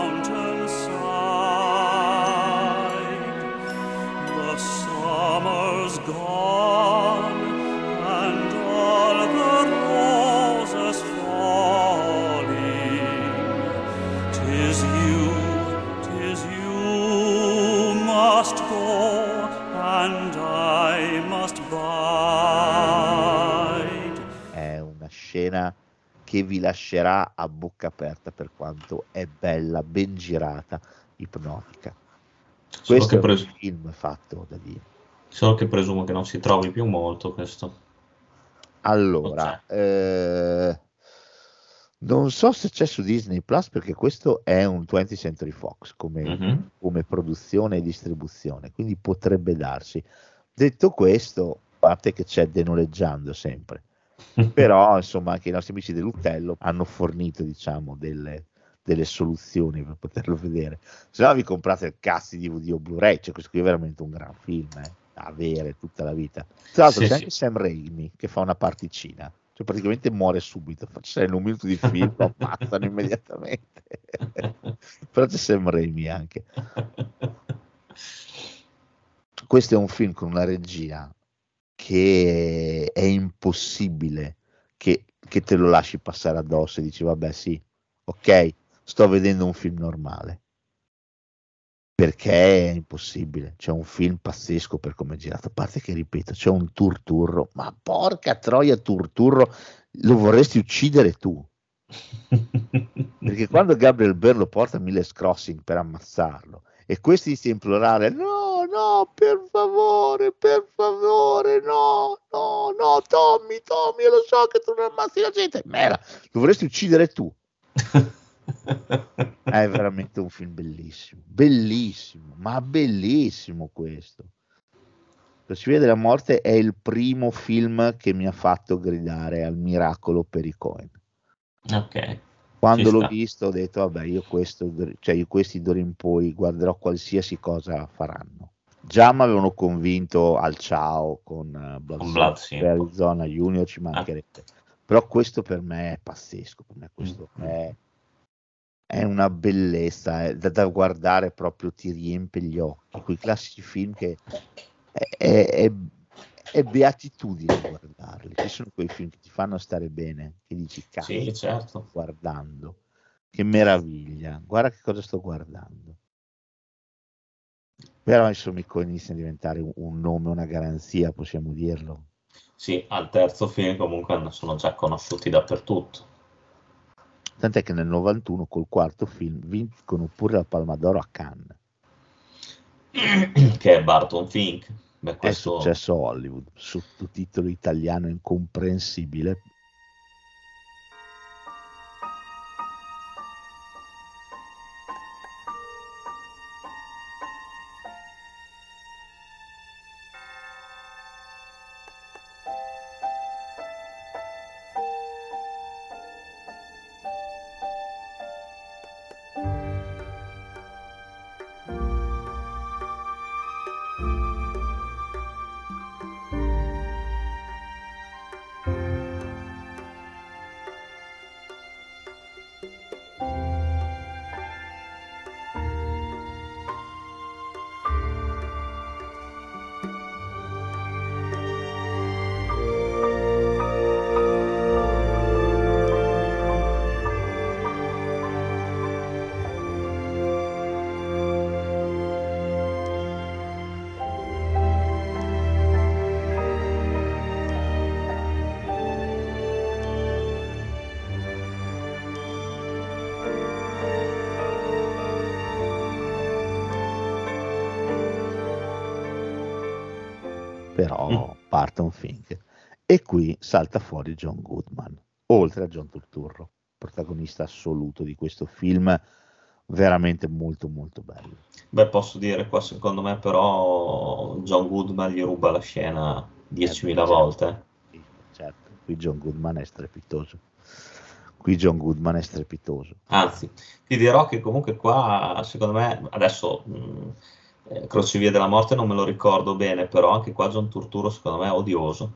mountainside. The summer's gone and all the roses falling. 'Tis you, 'tis you must go and I must bide. È una scena che vi lascerà a bocca aperta per quanto è bella, ben girata, ipnotica. Solo Questo che, è un pres- film fatto da Dio. solo che presumo che non si trovi più molto questo. Allora, eh, non so se c'è su Disney Plus perché questo è un twentieth Century Fox come, Mhm. come produzione e distribuzione, quindi potrebbe darsi. Detto questo, a parte che c'è denoleggiando sempre, però insomma anche i nostri amici dell'Utello hanno fornito, diciamo, delle, delle soluzioni per poterlo vedere. Se no vi comprate il cazzo di D V D o Blu-ray, cioè questo qui è veramente un gran film, eh, da avere tutta la vita. Tra l'altro Sì, c'è sì. anche Sam Raimi che fa una particina, cioè praticamente muore subito, c'è in un minuto di film, lo ammazzano immediatamente. Però c'è Sam Raimi anche. Questo è un film con una regia che è impossibile che, che te lo lasci passare addosso e dici vabbè sì, ok, sto vedendo un film normale, perché è impossibile. C'è un film pazzesco per come è girato, a parte che ripeto c'è un Turturro, ma porca troia, Turturro lo vorresti uccidere tu, perché quando Gabriel Byrne lo porta a Miller's Crossing per ammazzarlo e questi inizia a implorare no no, no, per favore, per favore, no, no, no, Tommy, Tommy, io lo so che tu non ammazzi la gente, mera, dovresti uccidere tu. È veramente un film bellissimo, bellissimo, ma bellissimo questo. Crociera della morte è il primo film che mi ha fatto gridare al miracolo per i Coen. Ok. Quando Ci l'ho sta. visto ho detto vabbè, io questo, cioè io questi d'ora in poi guarderò qualsiasi cosa faranno. Già mi avevano convinto al ciao con uh, Blood, Con Blood Simple, Simple. Arizona Junior, ci mancherebbe. Però questo per me è pazzesco, per me questo Mm. è, è una bellezza, è da, da guardare proprio, ti riempie gli occhi, quei classici film che è, è, è, è beatitudine guardarli. Ci sono quei film che ti fanno stare bene, che dici cazzo, Sì, certo. guardando, che meraviglia, guarda che cosa sto guardando. Però insomma i Coen iniziano a diventare un, un nome, una garanzia, possiamo dirlo. Sì, al terzo film comunque sono già conosciuti dappertutto. Tant'è che nel novantuno col quarto film vincono pure la Palma d'Oro a Cannes. Che è Barton Fink. Beh, È questo... successo a Hollywood, sottotitolo italiano incomprensibile. Però Barton Fink, e qui salta fuori John Goodman, oltre a John Turturro, protagonista assoluto di questo film, veramente molto molto bello. Beh, posso dire qua, secondo me però John Goodman gli ruba la scena diecimila Eh, certo, volte. sì, certo, qui John Goodman è strepitoso. Qui John Goodman è strepitoso. Anzi, ti dirò che comunque qua, secondo me, adesso mh, eh, Crocevia della morte non me lo ricordo bene, però anche qua John Turturro secondo me è odioso.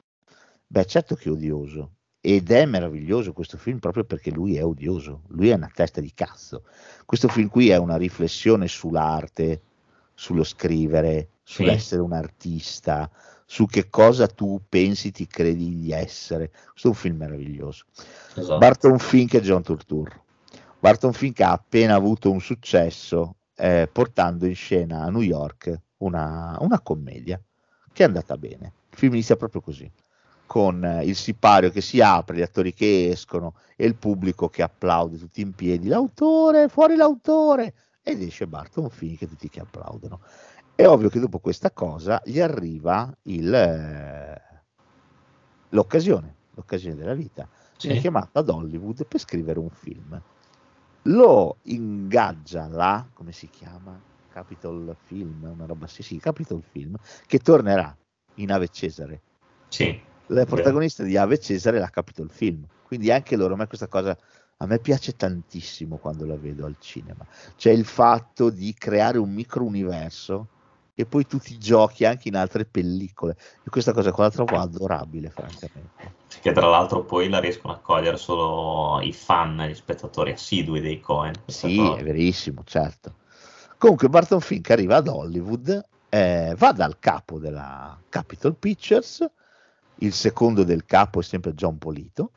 Beh, certo che è odioso, ed è meraviglioso questo film proprio perché lui è odioso, lui è una testa di cazzo. Questo film qui è una riflessione sull'arte, sullo scrivere, Sì. sull'essere un artista, su che cosa tu pensi, ti credi di essere. Questo è un film meraviglioso. Esatto. Barton Fink e John Turturro. Barton Fink ha appena avuto un successo eh, portando in scena a New York una, una commedia che è andata bene. Il film inizia proprio così, con eh, il sipario che si apre, gli attori che escono e il pubblico che applaude tutti in piedi, l'autore, fuori l'autore, ed esce Barton Fink e tutti che applaudono. È ovvio che dopo questa cosa gli arriva il, eh, l'occasione, l'occasione della vita. Sì. Viene chiamato ad Hollywood per scrivere un film. Lo ingaggia là, come si chiama? Capitol Film, una roba sì, sì, Capitol Film, che tornerà in Ave Cesare. Sì. La protagonista di Ave Cesare è la Capitol Film, quindi anche loro, a me questa cosa, a me piace tantissimo quando la vedo al cinema, cioè il fatto di creare un micro universo e poi tu ti giochi anche in altre pellicole, e questa cosa qua la trovo adorabile, francamente. Che tra l'altro poi la riescono a cogliere solo i fan, gli spettatori assidui dei Coen. Sì, cosa. è verissimo, certo. Comunque Barton Fink arriva ad Hollywood, eh, va dal capo della Capitol Pictures, il secondo del capo è sempre John Polito,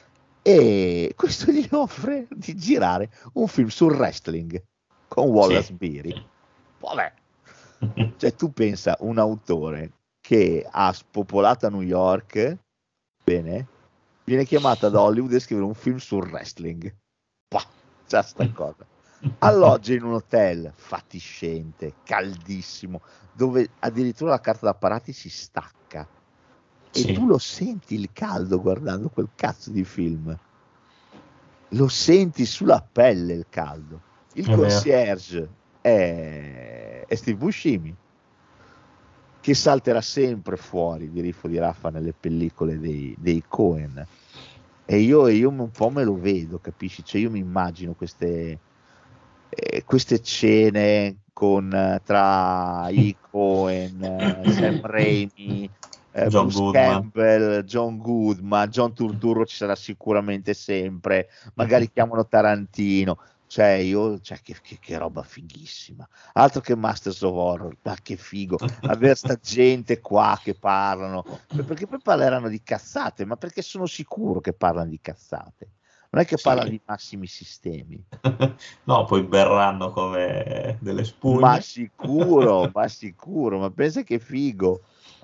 e questo gli offre di girare un film sul wrestling con Wallace Sì. Beery. Vabbè, cioè tu pensa un autore che ha spopolato a New York, bene, viene chiamato ad Hollywood a scrivere un film sul wrestling. Pah, c'è sta cosa. alloggia in un hotel fatiscente, caldissimo, dove addirittura la carta d'apparati si stacca e Sì. tu lo senti il caldo guardando quel cazzo di film, lo senti sulla pelle il caldo. Il È vero. concierge è, è Steve Buscemi, che salterà sempre fuori di Riffo di Raffa nelle pellicole dei, dei Coen, e io, io un po' me lo vedo, capisci? Cioè io mi immagino queste eh, queste scene con eh, tra i Coen, eh, Sam Raimi, eh, John Bruce Goodman. Campbell, John Goodman, John Turturro ci sarà sicuramente sempre, magari chiamano Tarantino, cioè io, cioè che, che, che roba fighissima, altro che Masters of Horror, ma che figo avere sta gente qua che parlano, perché poi parleranno di cazzate, ma perché sono sicuro che parlano di cazzate, non è che Sì. parlano di massimi sistemi. No, poi berranno come delle spugne. Ma sicuro, ma sicuro, ma pensa che figo.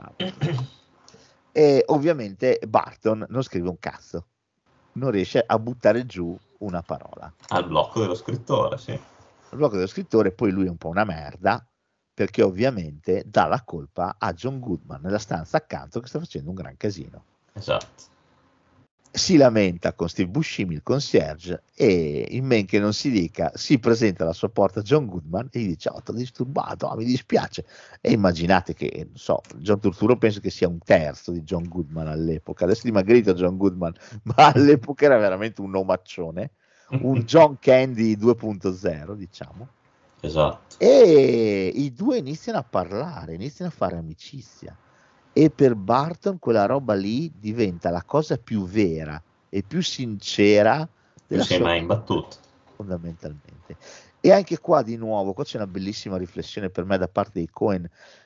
E ovviamente Barton non scrive un cazzo, non riesce a buttare giù una parola. Al blocco dello scrittore, sì. Il blocco dello scrittore, poi lui è un po' una merda, perché ovviamente dà la colpa a John Goodman nella stanza accanto che sta facendo un gran casino. Esatto. Si lamenta con Steve Buscemi, il concierge, e in men che non si dica si presenta alla sua porta John Goodman e gli dice: oh, ti ho disturbato, oh, mi dispiace. E immaginate che, non so, John Turturro penso che sia un terzo di John Goodman all'epoca, adesso è dimagrito John Goodman, ma all'epoca era veramente un omaccione, un John Candy due punto zero, diciamo. Esatto. E i due iniziano a parlare, iniziano a fare amicizia. E per Barton quella roba lì diventa la cosa più vera e più sincera della Non sei sua mai vita, imbattuto. fondamentalmente. E anche qua di nuovo, qua c'è una bellissima riflessione per me da parte dei Coen,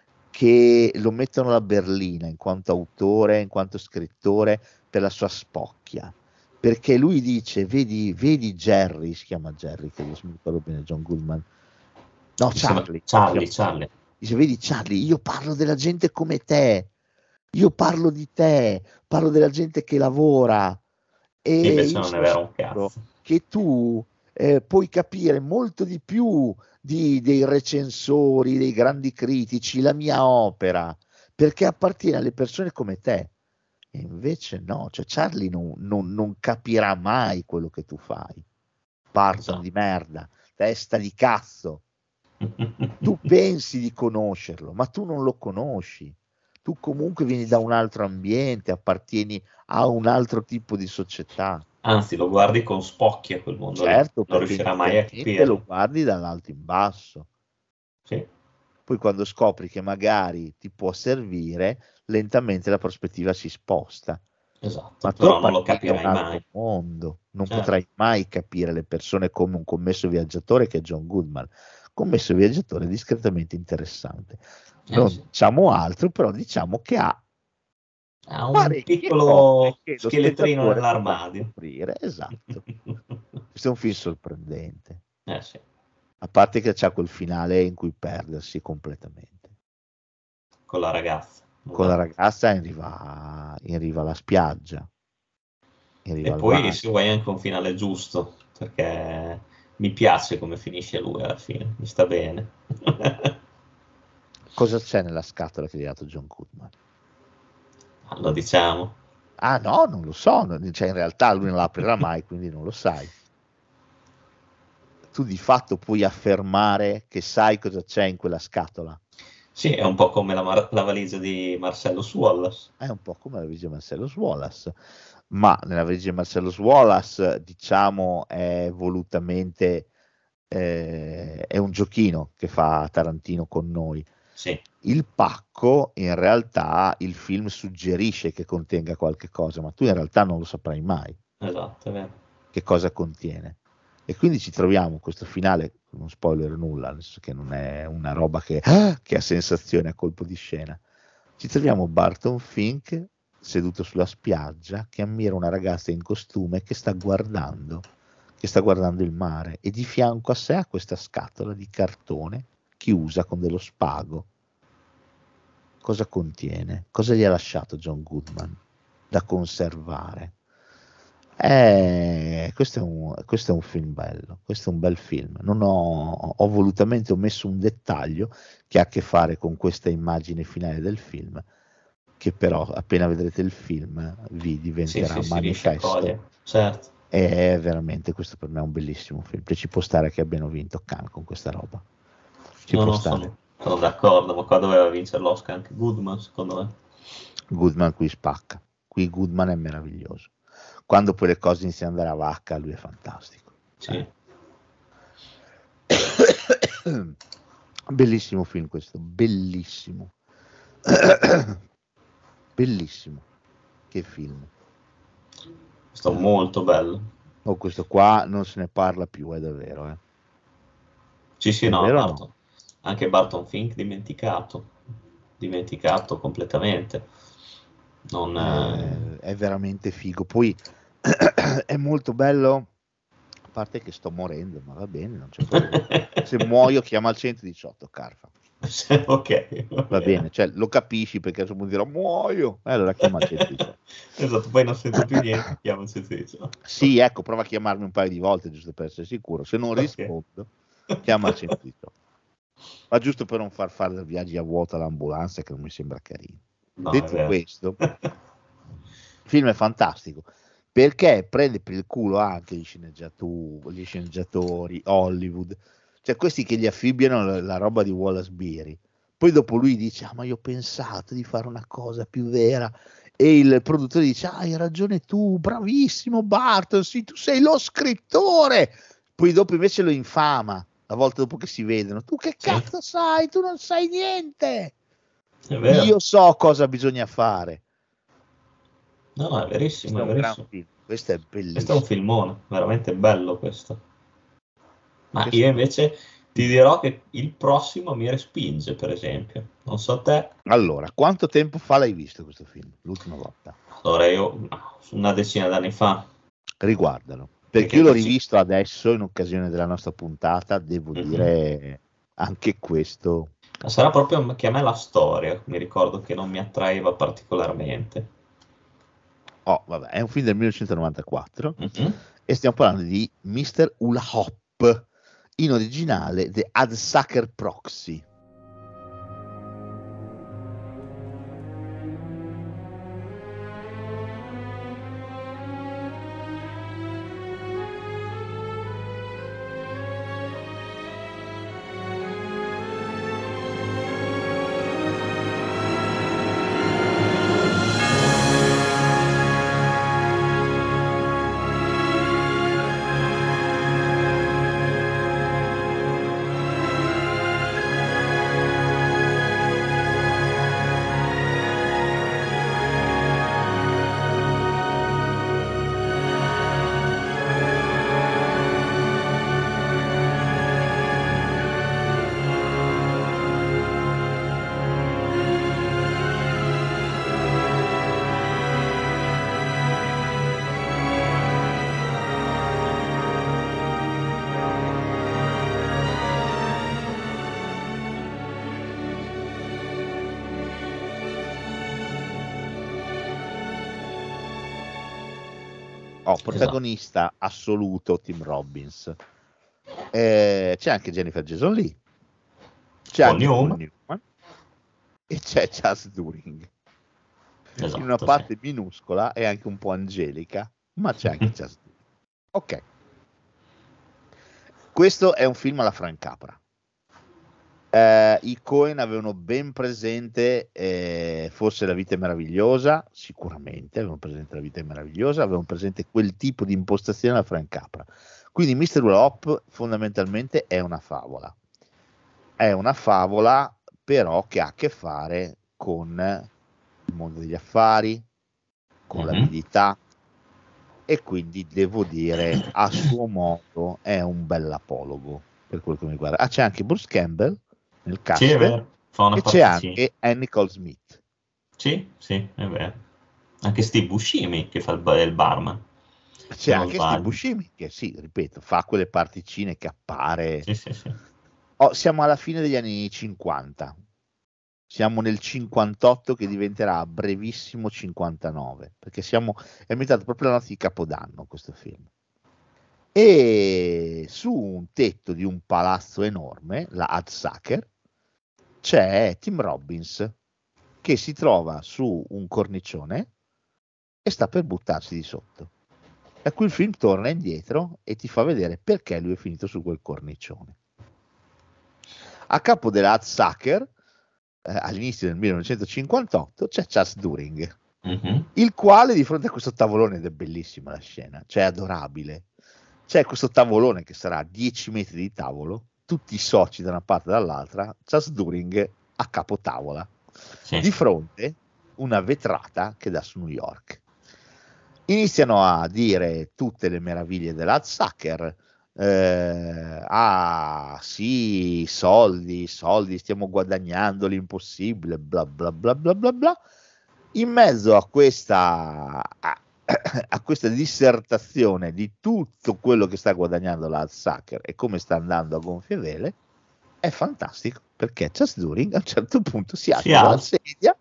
che lo mettono alla berlina in quanto autore, in quanto scrittore, per la sua spocchia, perché lui dice: vedi, vedi Jerry, si chiama Jerry, che io mi ricordo bene, John Goodman, no, Charlie, Charlie, Charlie. dice: vedi Charlie, io parlo della gente come te, io parlo di te, parlo della gente che lavora, e Invece io non è sono vero un sicuro cazzo. che tu eh, puoi capire molto di più di, dei recensori, dei grandi critici, la mia opera, perché appartiene alle persone come te. E invece no, cioè Charlie non, non, non capirà mai quello che tu fai. Barton Esatto. di merda, testa di cazzo. Tu pensi di conoscerlo, ma tu non lo conosci. Tu comunque vieni da un altro ambiente, appartieni a un altro tipo di società. Anzi, lo guardi con spocchi a quel mondo lì. Certo, Non perché riuscirà mai a inizialmente capirlo. lo guardi dall'alto in basso. Sì. Poi quando scopri che magari ti può servire, lentamente la prospettiva si sposta. Esatto, Ma tu però non lo appartieni a capirai un altro mai. mondo, non Certo. potrai mai capire le persone come un commesso viaggiatore che è John Goodman, commesso viaggiatore discretamente interessante. Eh, Non sì. diciamo altro, però diciamo che ha Ha un parecchie piccolo cose che lo scheletrino spettatore nell'armadio. potrà scoprire. Esatto. Questo è un film sorprendente, Eh sì. a parte che c'ha quel finale in cui perdersi completamente. Con la ragazza. Con la Esatto. ragazza in riva, in riva alla spiaggia. In riva E al poi mare. se vuoi anche un finale giusto, perché mi piace come finisce lui alla fine, mi sta bene. Cosa c'è nella scatola che gli ha dato John Goodman? Lo diciamo. Ah no, non lo so, non- cioè in realtà lui non l'aprirà mai, quindi non lo sai. Tu di fatto puoi affermare che sai cosa c'è in quella scatola. Sì, è un po' come la, mar- la valigia di Marcellus Wallace. È un po' come la valigia di Marcellus Wallace, ma nella valigia di Marcellus Wallace, diciamo, è volutamente eh, è un giochino che fa Tarantino con noi. Sì, Il pacco, in realtà, il film suggerisce che contenga qualche cosa, ma tu in realtà non lo saprai mai esatto, è vero. che cosa contiene. E quindi ci troviamo questo finale, non spoiler nulla, nel senso che non è una roba che, ah, che ha sensazione a colpo di scena. Ci troviamo Barton Fink seduto sulla spiaggia che ammira una ragazza in costume che sta guardando, che sta guardando il mare, e di fianco a sé ha questa scatola di cartone chiusa con dello spago. Cosa contiene? Cosa gli ha lasciato John Goodman da conservare? Eh, questo, è un, questo è un film bello, questo è un bel film. Non ho, ho volutamente omesso un dettaglio che ha a che fare con questa immagine finale del film, che però appena vedrete il film vi diventerà sì, sì, manifesto. Certo. È veramente, questo per me è un bellissimo film. Cioè, ci può stare che abbiano vinto Cannes con questa roba. Ci no, può no, stare. Sono, sono d'accordo, ma qua doveva vincere l'Oscar anche Goodman, secondo me. Goodman qui spacca. Qui Goodman è meraviglioso. Quando poi le cose iniziano ad andare a vacca, lui è fantastico. Sì. Eh. Bellissimo film questo, bellissimo. Bellissimo. Che film. Questo è molto bello. Oh, questo qua non se ne parla più, è davvero. Eh. Sì, sì, è no, vero, Barton. no? Anche Barton Fink dimenticato. Dimenticato completamente. Non, eh, è veramente figo. Poi è molto bello, a parte che sto morendo, ma va bene, non c'è problema. Se muoio chiama il centodiciotto, Carfa. Ok, va, va bene, cioè lo capisci perché a un punto dirò muoio, eh, allora chiama il centodiciotto. Esatto, poi non sento più niente, chiama il centodiciotto. Sì, ecco, prova a chiamarmi un paio di volte giusto per essere sicuro. Se non okay. rispondo, chiama il centodiciotto. Ma giusto per non far fare viaggi a vuoto all'ambulanza, che non mi sembra carino. No, detto questo, il film è fantastico perché prende per il culo anche gli sceneggiatori, gli sceneggiatori Hollywood, cioè questi che gli affibbiano la, la roba di Wallace Beery. Poi dopo lui dice: ah, ma io ho pensato di fare una cosa più vera, e il produttore dice: ah, hai ragione tu, bravissimo Barton, sì, tu sei lo scrittore. Poi dopo invece lo infama la volta dopo che si vedono: tu che cazzo sì. sai, tu non sai niente. Io so cosa bisogna fare. No, no, è verissimo. Questo è, è un verissimo. gran film. Questo è bellissimo. Questo è un filmone, veramente bello questo. Ma questo io invece ti dirò che il prossimo mi respinge, per esempio. Non so te. Allora, quanto tempo fa l'hai visto questo film? L'ultima volta? Allora, io una decina d'anni fa. Riguardalo. Perché, perché io l'ho rivisto adesso in occasione della nostra puntata, devo mm-hmm. dire anche questo. Sarà proprio che a me la storia, mi ricordo che non mi attraeva particolarmente. Oh, vabbè, è un film del millenovecentonovantaquattro mm-hmm. e stiamo parlando di mister Hula Hoop, in originale The Adsucker Proxy. Oh, protagonista esatto. assoluto Tim Robbins. Eh, c'è anche Jennifer Jason Leigh, c'è Paul anche Paul Newman e c'è Charles During. Esatto, in una parte sì. minuscola e anche un po' angelica, ma c'è anche Charles During. Ok. Questo è un film alla Frank Capra. Eh, I Coen avevano ben presente eh, forse La vita è meravigliosa, sicuramente avevano presente La vita è meravigliosa, avevano presente quel tipo di impostazione alla Frank Capra. Quindi mister Hula Hoop fondamentalmente è una favola, è una favola però che ha a che fare con il mondo degli affari, con mm-hmm. l'abilità, e quindi devo dire a suo modo è un bell'apologo per quello che mi riguarda. Ah, c'è anche Bruce Campbell nel cast, sì, è vero. Fa una e c'è anche Annie Cole Smith. Sì, sì, è vero. Anche Steve Buscemi che fa il, il barman. C'è anche sbaglio. Steve Buscemi che, sì, ripeto, fa quelle particine che appare. Sì, sì, sì. Oh, siamo alla fine degli anni cinquanta. Siamo nel cinquantotto che diventerà a brevissimo cinquantanove, perché siamo, è ambientato proprio la notte di Capodanno questo film. E su un tetto di un palazzo enorme, la Hudsucker, c'è Tim Robbins che si trova su un cornicione e sta per buttarsi di sotto. Da cui il film torna indietro e ti fa vedere perché lui è finito su quel cornicione. A capo della Hudsucker, eh, all'inizio del millenovecentocinquantotto, c'è Chas During, mm-hmm. il quale di fronte a questo tavolone, ed è bellissima la scena, cioè adorabile, c'è questo tavolone che sarà dieci metri di tavolo, tutti i soci da una parte e dall'altra, Chas During a capo tavola, sì. Di fronte una vetrata che dà su New York. Iniziano a dire tutte le meraviglie della Hudsucker, eh, ah sì, soldi, soldi, stiamo guadagnando l'impossibile, bla bla bla bla bla bla. In mezzo a questa... A, a questa dissertazione di tutto quello che sta guadagnando la Hudsucker e come sta andando a gonfie vele, è fantastico perché Chas During a un certo punto si alza dalla sedia,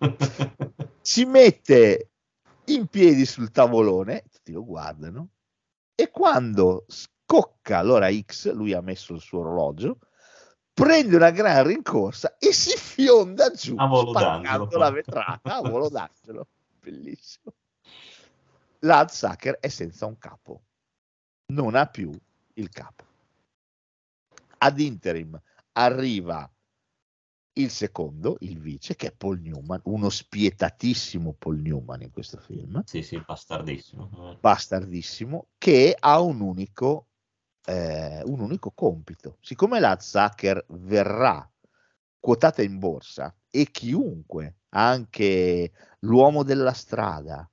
si mette in piedi sul tavolone, tutti lo guardano, e quando scocca l'ora X, lui ha messo il suo orologio, prende una gran rincorsa e si fionda giù spaccando la vetrata a volo d'angelo. Bellissimo. La Hudsucker è senza un capo, non ha più il capo. Ad interim arriva il secondo, il vice, che è Paul Newman, uno spietatissimo Paul Newman in questo film. Sì, sì, bastardissimo. Bastardissimo, che ha un unico, eh, un unico compito. Siccome la Hudsucker verrà quotata in borsa e chiunque, anche l'uomo della strada,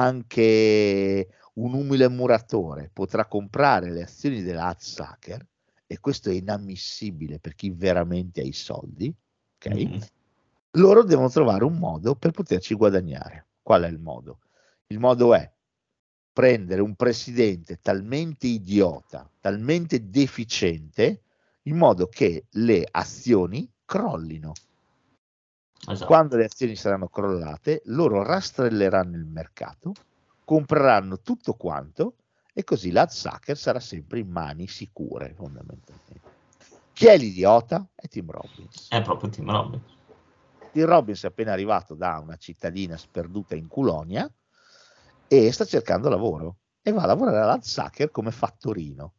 anche un umile muratore potrà comprare le azioni della Hudsucker, e questo è inammissibile per chi veramente ha i soldi, ok? Mm-hmm. Loro devono trovare un modo per poterci guadagnare. Qual è il modo? Il modo è prendere un presidente talmente idiota, talmente deficiente, in modo che le azioni crollino. Esatto. Quando le azioni saranno crollate, loro rastrelleranno il mercato, compreranno tutto quanto, e così la Hudsucker sarà sempre in mani sicure, fondamentalmente. Chi è l'idiota? È Tim Robbins. È proprio Tim Robbins. Tim Robbins è appena arrivato da una cittadina sperduta in Culonia e sta cercando lavoro e va a lavorare alla Hudsucker come fattorino.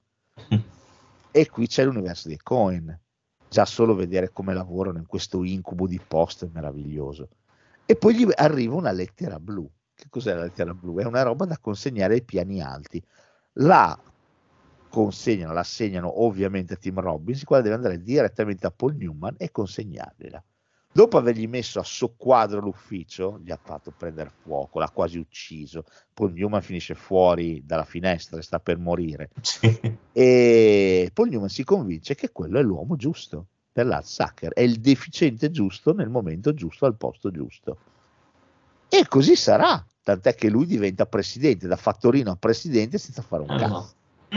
E qui c'è l'universo dei Coen. Già solo vedere come lavorano in questo incubo di post è meraviglioso. E poi gli arriva una lettera blu. Che cos'è la lettera blu? È una roba da consegnare ai piani alti. La consegnano, la assegnano ovviamente a Tim Robbins, il quale deve andare direttamente a Paul Newman e consegnargliela. Dopo avergli messo a soqquadro l'ufficio, gli ha fatto prendere fuoco, l'ha quasi ucciso. Paul Newman finisce fuori dalla finestra e sta per morire. Sì. E Paul Newman si convince che quello è l'uomo giusto per la Hudsucker, è il deficiente giusto nel momento giusto al posto giusto. E così sarà, tant'è che lui diventa presidente, da fattorino a presidente senza fare un cazzo.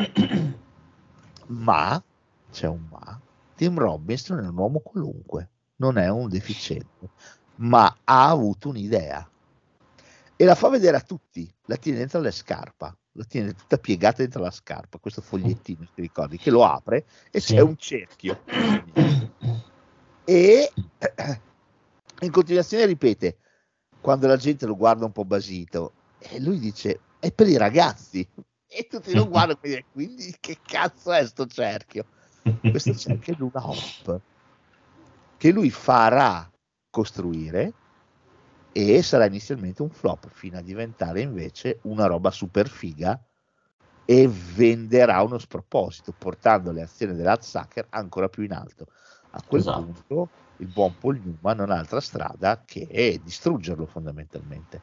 Ma, c'è un ma, Tim Robbins non è un uomo qualunque. Non è un deficiente, ma ha avuto un'idea e la fa vedere a tutti, la tiene dentro le scarpe, la tiene tutta piegata dentro la scarpa, questo fogliettino, ti ricordi, che lo apre e sì. C'è un cerchio e in continuazione ripete, quando la gente lo guarda un po' basito, e lui dice, è per i ragazzi, e tutti lo guardano e dicono, quindi che cazzo è sto cerchio? Questo cerchio è Luna Hop, che lui farà costruire e sarà inizialmente un flop fino a diventare invece una roba super figa e venderà uno sproposito, portando le azioni della Hudsucker ancora più in alto. A quel esatto. punto il buon Paul Newman non ha altra strada che distruggerlo fondamentalmente,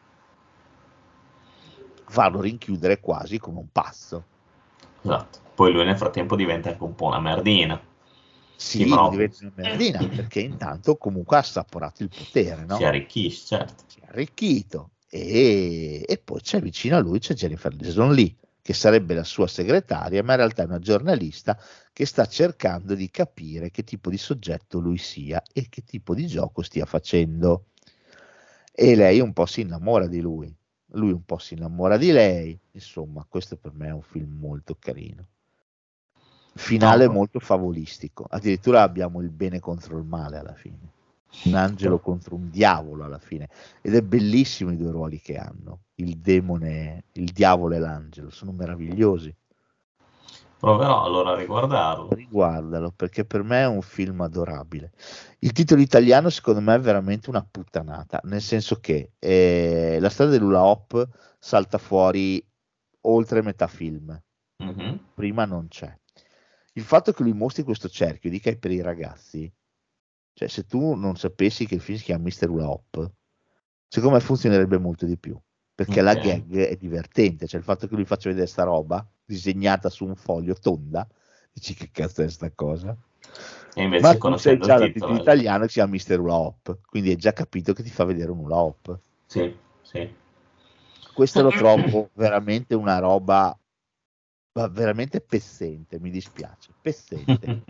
farlo rinchiudere quasi come un pazzo. Esatto. Poi lui nel frattempo diventa anche un po' una merdina. Sì, diventa una merdina perché intanto comunque ha assaporato il potere, no? Si arricchisce, certo. Si è arricchito e, e poi c'è vicino a lui c'è Jennifer Jason Leigh, che che sarebbe la sua segretaria, ma in realtà è una giornalista che sta cercando di capire che tipo di soggetto lui sia e che tipo di gioco stia facendo. E lei un po' si innamora di lui, lui un po' si innamora di lei, insomma questo per me è un film molto carino. Finale No. molto favolistico, addirittura abbiamo il bene contro il male alla fine, un angelo contro un diavolo alla fine, ed è bellissimo i due ruoli che hanno, il demone, il diavolo e l'angelo, sono meravigliosi. Proverò allora a riguardarlo. Riguardalo, perché per me è un film adorabile. Il titolo italiano secondo me è veramente una puttanata, nel senso che eh, la storia dell'hula hop salta fuori oltre metà film, Mm-hmm. prima non c'è. Il fatto che lui mostri questo cerchio, dica è per i ragazzi, cioè se tu non sapessi che il film si chiama mister Hula Hop, secondo me funzionerebbe molto di più, perché Okay. la gag è divertente, cioè il fatto che lui faccia vedere sta roba disegnata su un foglio tonda, dici che cazzo è sta cosa? E invece Ma tu sai conoscendo già il la titolo, titolo eh, italiano che si chiama mister Hula Hop, quindi hai già capito che ti fa vedere un hula hop. sì, sì. Questo lo trovo veramente una roba ma veramente pezzente, mi dispiace, pezzente.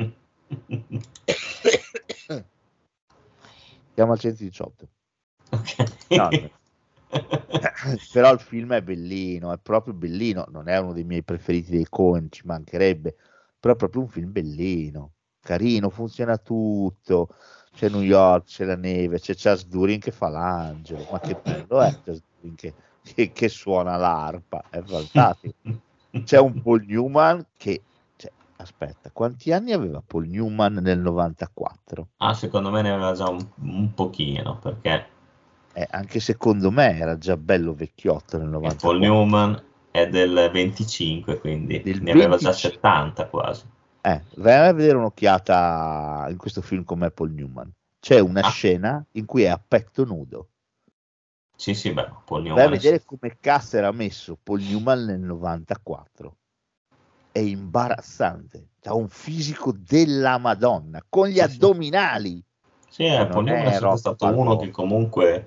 Siamo al centodiciotto. No, Ok. però il film è bellino, è proprio bellino, non è uno dei miei preferiti dei Coen, ci mancherebbe, però è proprio un film bellino, carino, funziona tutto, c'è New York, c'è la neve, c'è Charles Durin che fa l'angelo, ma che bello è Charles Durin che, che, che suona l'arpa, è fantastico. C'è un Paul Newman che, cioè, aspetta, quanti anni aveva Paul Newman nel novantaquattro? Ah, secondo me ne aveva già un, un pochino, perché Eh, anche secondo me era già bello vecchiotto nel e Paul novantaquattro. Newman è del venticinque, quindi Del ne aveva già venticinque. settanta quasi. Eh, vai a vedere un'occhiata in questo film con me Paul Newman. C'è una Ah, scena in cui è a petto nudo. sì, sì, beh, Paul Vai a Newman è vedere come cazzo era messo Paul Newman nel novantaquattro. È imbarazzante. Ha un fisico della Madonna, con gli sì, sì. addominali. Sì, eh, Paul Non Newman è è sempre Rocky stato uno che Balboa. comunque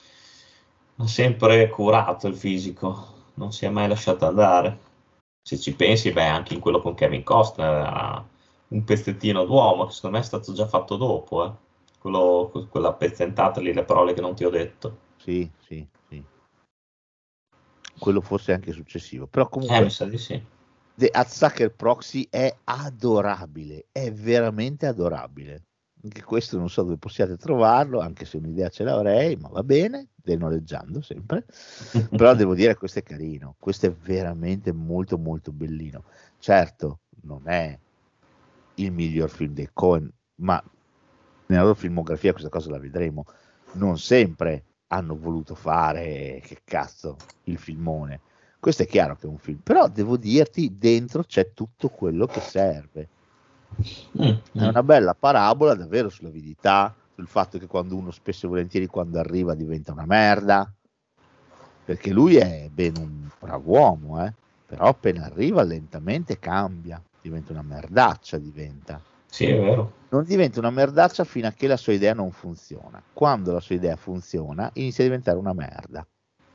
ha sempre curato il fisico, non si è mai lasciato andare. Se ci pensi, beh, anche in quello con Kevin Costner ha un pezzettino d'uomo, che secondo me è stato già fatto dopo, eh. Quello, quella pezzentata lì, le parole che non ti ho detto. Sì, sì, sì. Quello forse è anche successivo. Però Eh, mi comunque sa di sì. The Attacker Proxy è adorabile, è veramente adorabile. Anche questo non so dove possiate trovarlo, anche se un'idea ce l'avrei, ma va bene, denoleggiando sempre. Però devo dire che questo è carino, questo è veramente molto molto bellino. Certo, non è il miglior film dei Coen, ma nella loro filmografia questa cosa la vedremo. Non sempre hanno voluto fare, che cazzo, il filmone. Questo è chiaro che è un film, però devo dirti, dentro c'è tutto quello che serve. Mm, È mm. una bella parabola davvero sull'avidità, sul fatto che quando uno spesso e volentieri quando arriva diventa una merda, perché lui è ben un bravo uomo, eh? Però appena arriva lentamente cambia, diventa una merdaccia, diventa. Sì, è vero. Non diventa una merdaccia fino a che la sua idea non funziona. Quando la sua idea funziona, inizia a diventare una merda.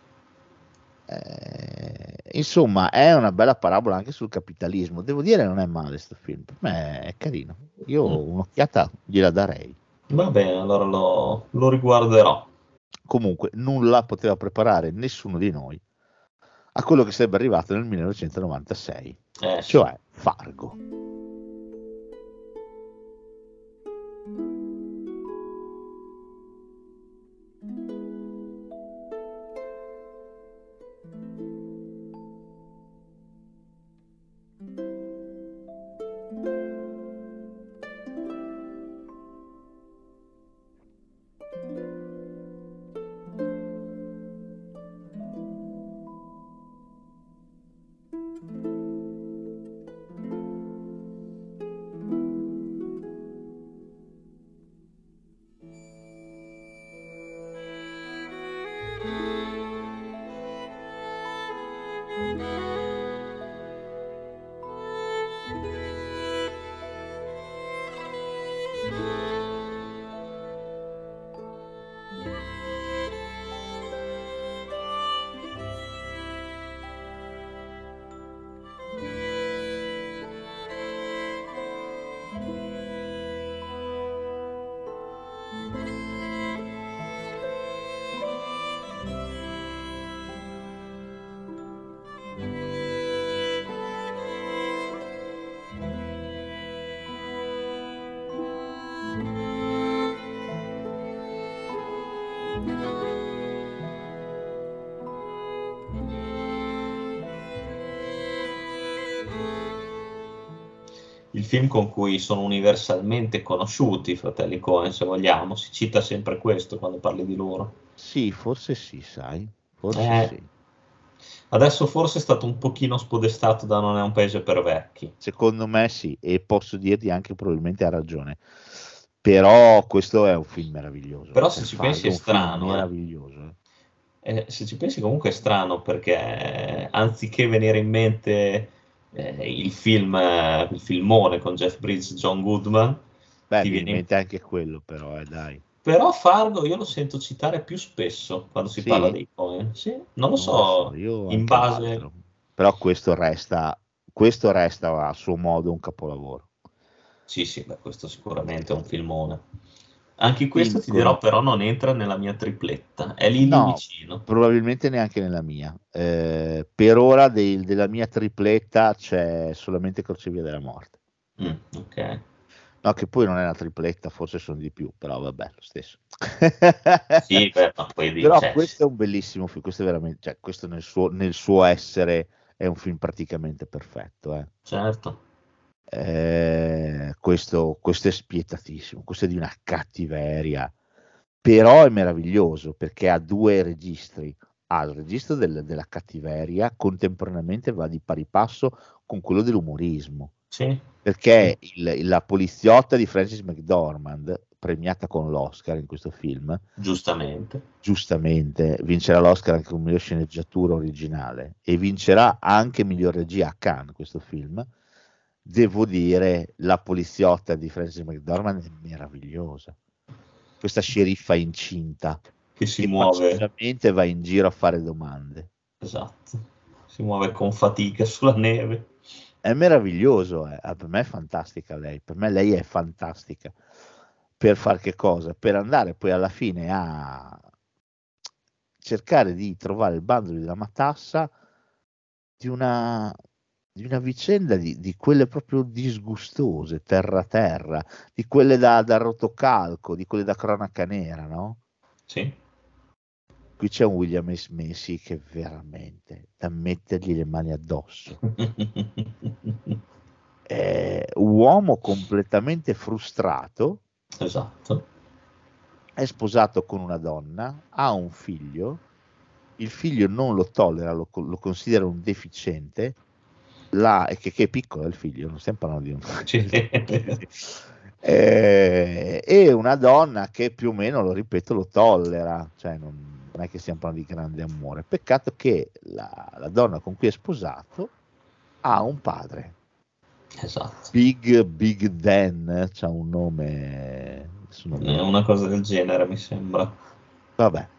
Eh, insomma, è una bella parabola anche sul capitalismo. Devo dire, non è male sto film. Per me è carino. Io Mm. un'occhiata gliela darei. Va bene, allora lo, lo riguarderò. Comunque, nulla poteva preparare nessuno di noi a quello che sarebbe arrivato nel millenovecentonovantasei, Eh sì. cioè Fargo. il film con cui sono universalmente conosciuti i fratelli Coen, se vogliamo, si cita sempre questo quando parli di loro. Sì, forse sì, sai, forse Eh, sì. Adesso forse è stato un pochino spodestato da Non è un paese per vecchi. Secondo me sì, e posso dirti anche probabilmente ha ragione. Però questo è un film meraviglioso. Però se Per ci farlo pensi è un film strano, eh. meraviglioso. eh. Eh, se ci pensi comunque è strano perché eh, anziché venire in mente eh, il film, eh, il filmone con Jeff Bridges e John Goodman, Beh, ti mi viene in- mente anche quello, però, eh, dai. però Fargo io lo sento citare più spesso quando si Sì? parla dei Coen. Sì, non lo Non lo so, so, io in anche base... l'altro. Però questo resta, questo resta a suo modo un capolavoro. Sì, sì, beh, questo sicuramente è un filmone. Anche questo ti Vincono. dirò però non entra nella mia tripletta, è lì lì No, vicino. probabilmente neanche nella mia. Eh, per ora dei- della mia tripletta c'è solamente Crocevia della Morte. Mm, ok. No, che poi non è una tripletta, forse sono di più, però vabbè, lo stesso. Sì, beh, ma poi di- Però cioè, questo è un bellissimo film, questo è veramente, cioè, questo nel suo, nel suo essere è un film praticamente perfetto. eh. certo. Eh, questo, questo è spietatissimo, questo è di una cattiveria, però è meraviglioso perché ha due registri. Ha il registro del- della cattiveria, contemporaneamente va di pari passo con quello dell'umorismo. Sì, Perché il- la poliziotta di Frances McDormand, premiata con l'Oscar in questo film, giustamente. giustamente vincerà l'Oscar anche con miglior sceneggiatura originale e vincerà anche miglior regia a Cannes questo film. Devo dire, la poliziotta di Frances McDormand è meravigliosa. Questa sceriffa incinta Che si che muove, pacificamente va in giro a fare domande. esatto, si muove con fatica sulla neve. È meraviglioso, eh. Ah, per me è fantastica lei, per me lei è fantastica. Per far che cosa? Per andare poi alla fine a cercare di trovare il bandolo della matassa di una, di una vicenda di, di quelle proprio disgustose, terra terra, di quelle da, da rotocalco, di quelle da cronaca nera, no? Sì, Qui c'è un William S. Macy che veramente da mettergli le mani addosso. È un uomo completamente frustrato, esatto. è sposato con una donna, ha un figlio, il figlio non lo tollera, lo, lo considera un deficiente, la, e che, che è piccolo è il figlio, non stiamo parlando di un... Sì. Eh, e una donna che più o meno, lo ripeto, lo tollera, cioè non, non è che stiamo parlando di grande amore. Peccato che la, la donna con cui è sposato ha un padre, Esatto. Big Big Dan, c'ha un nome, adesso non mi È una cosa del genere, mi sembra. Vabbè,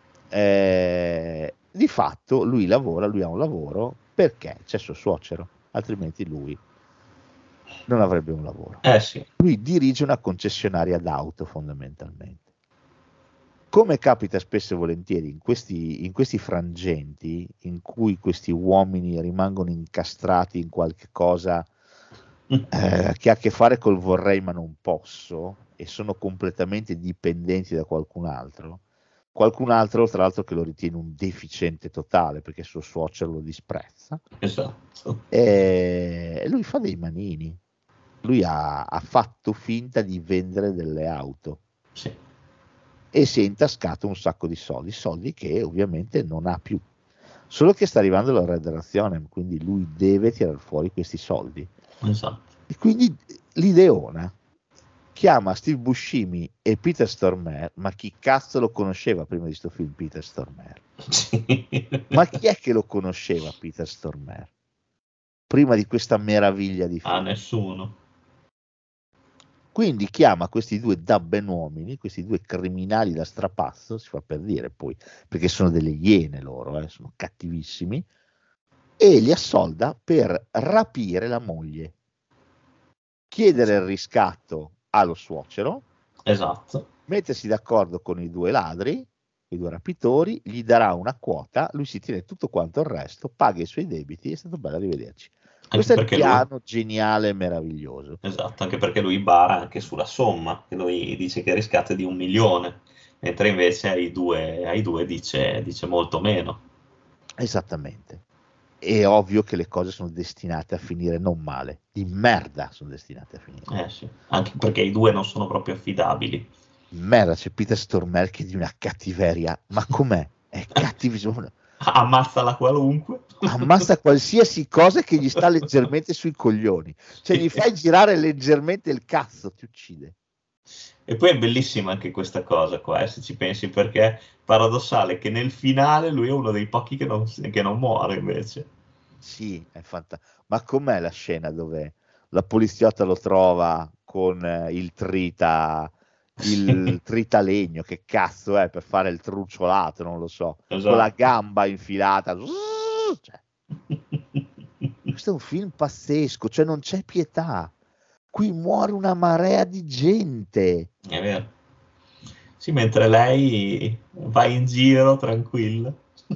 eh, di fatto lui lavora, lui ha un lavoro perché c'è suo suocero, altrimenti lui non avrebbe un lavoro. Eh sì, Lui dirige una concessionaria d'auto fondamentalmente. Come capita spesso e volentieri in questi, in questi frangenti in cui questi uomini rimangono incastrati in qualche cosa eh, che ha a che fare col vorrei ma non posso e sono completamente dipendenti da qualcun altro, qualcun altro tra l'altro che lo ritiene un deficiente totale perché suo suocero lo disprezza, esatto. e lui fa dei manini. Lui ha, ha fatto finta di vendere delle auto Sì, e si è intascato un sacco di soldi, soldi che ovviamente non ha più. Solo che sta arrivando la Red Razione, quindi lui deve tirar fuori questi soldi. esatto. E quindi l'ideona chiama Steve Buscemi e Peter Stormare, ma chi cazzo lo conosceva prima di sto film Peter Stormare? Sì. Ma chi è che lo conosceva Peter Stormare? Prima di questa meraviglia di film? Ah, nessuno. Quindi chiama questi due dabbenuomini, questi due criminali da strapazzo, si fa per dire poi, perché sono delle iene loro, eh, sono cattivissimi, e li assolda per rapire la moglie, chiedere il riscatto allo suocero, Esatto. mettersi d'accordo con i due ladri, i due rapitori, gli darà una quota, lui si tiene tutto quanto il resto, paga i suoi debiti, è stato bello arrivederci. Questo è il perché piano lui- geniale e meraviglioso. Esatto, anche perché lui bara anche sulla somma, che lui dice che il riscatto è di un milione, mentre invece ai due, ai due dice, dice molto meno. Esattamente. è ovvio che le cose sono destinate a finire non male, di merda sono destinate a finire. Eh sì, anche perché i due non sono proprio affidabili. Merda, c'è Peter Stormare che è di una cattiveria, ma com'è? È cattivissimo. Ammazza la qualunque. Ammazza qualsiasi cosa che gli sta leggermente sui coglioni, cioè gli fai girare leggermente il cazzo, ti uccide. E poi è bellissima anche questa cosa qua, eh, se ci pensi, perché è paradossale che nel finale lui è uno dei pochi che non, che non muore invece. Sì, è fantastico. Ma com'è la scena dove la poliziotta lo trova con eh, il trita, il tritalegno, che cazzo è, per fare il truciolato, non lo so, Esatto. con la gamba infilata. Cioè, questo è un film pazzesco, cioè non c'è pietà. Qui muore una marea di gente. È vero. Sì, mentre lei va in giro tranquilla.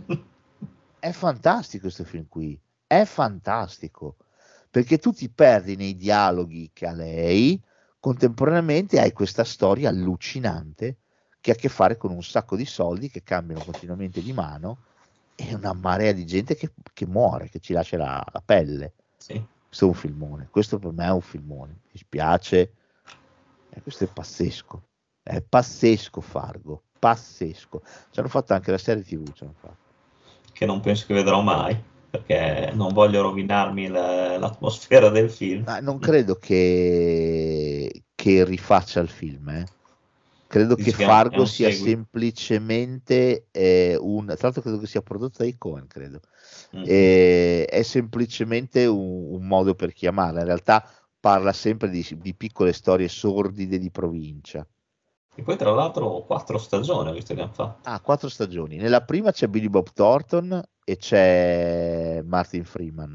È fantastico questo film qui, è fantastico, perché tu ti perdi nei dialoghi che ha lei, contemporaneamente hai questa storia allucinante che ha a che fare con un sacco di soldi che cambiano continuamente di mano e una marea di gente che, che muore, che ci lascia la, la pelle. Sì. Questo è un filmone, questo per me è un filmone, mi spiace, eh, questo è pazzesco, è pazzesco Fargo, pazzesco. Ci hanno fatto anche la serie tivù, ci hanno fatto. Che non penso che vedrò mai, perché non voglio rovinarmi la- l'atmosfera del film. Ma non credo che, che rifaccia il film, eh. Credo Dici che che è un- è Fargo un sia seguito. semplicemente eh, un, tra l'altro credo che sia prodotto dai Coen, credo. Mm. Eh, è semplicemente un, un modo per chiamarla, in realtà parla sempre di, di piccole storie sordide di provincia. E poi tra l'altro quattro stagioni ho visto che hanno fatto. Ah, quattro stagioni. Nella prima c'è Billy Bob Thornton e c'è Martin Freeman.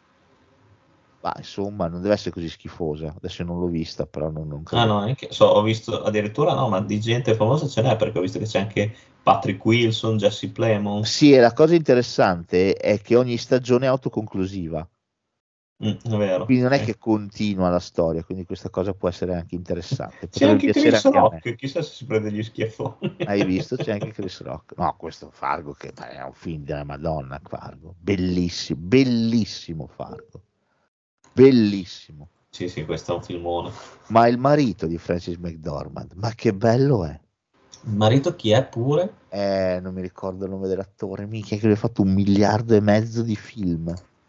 Ma insomma, non deve essere così schifosa. Adesso non l'ho vista, però non, non credo. Ah no, neanche- so, ho visto addirittura no, ma di gente famosa ce n'è, perché ho visto che c'è anche Patrick Wilson, Jesse Plemons. Sì, e la cosa interessante è che ogni stagione è autoconclusiva, Mm, è vero. quindi non è Eh. che continua la storia, quindi questa cosa può essere anche interessante. C'è Potrebbe anche piacere Chris anche a me. Rock, chissà se si prende gli schiaffoni. Hai visto? C'è anche Chris Rock. No, questo Fargo che ma è un film della Madonna, Fargo. Bellissimo, bellissimo Fargo. Bellissimo. Sì, sì, questo è un filmone. Ma il marito di Francis McDormand, ma che bello è. Il marito chi è pure? Eh, non mi ricordo il nome dell'attore, mica che lui ha fatto un miliardo e mezzo di film.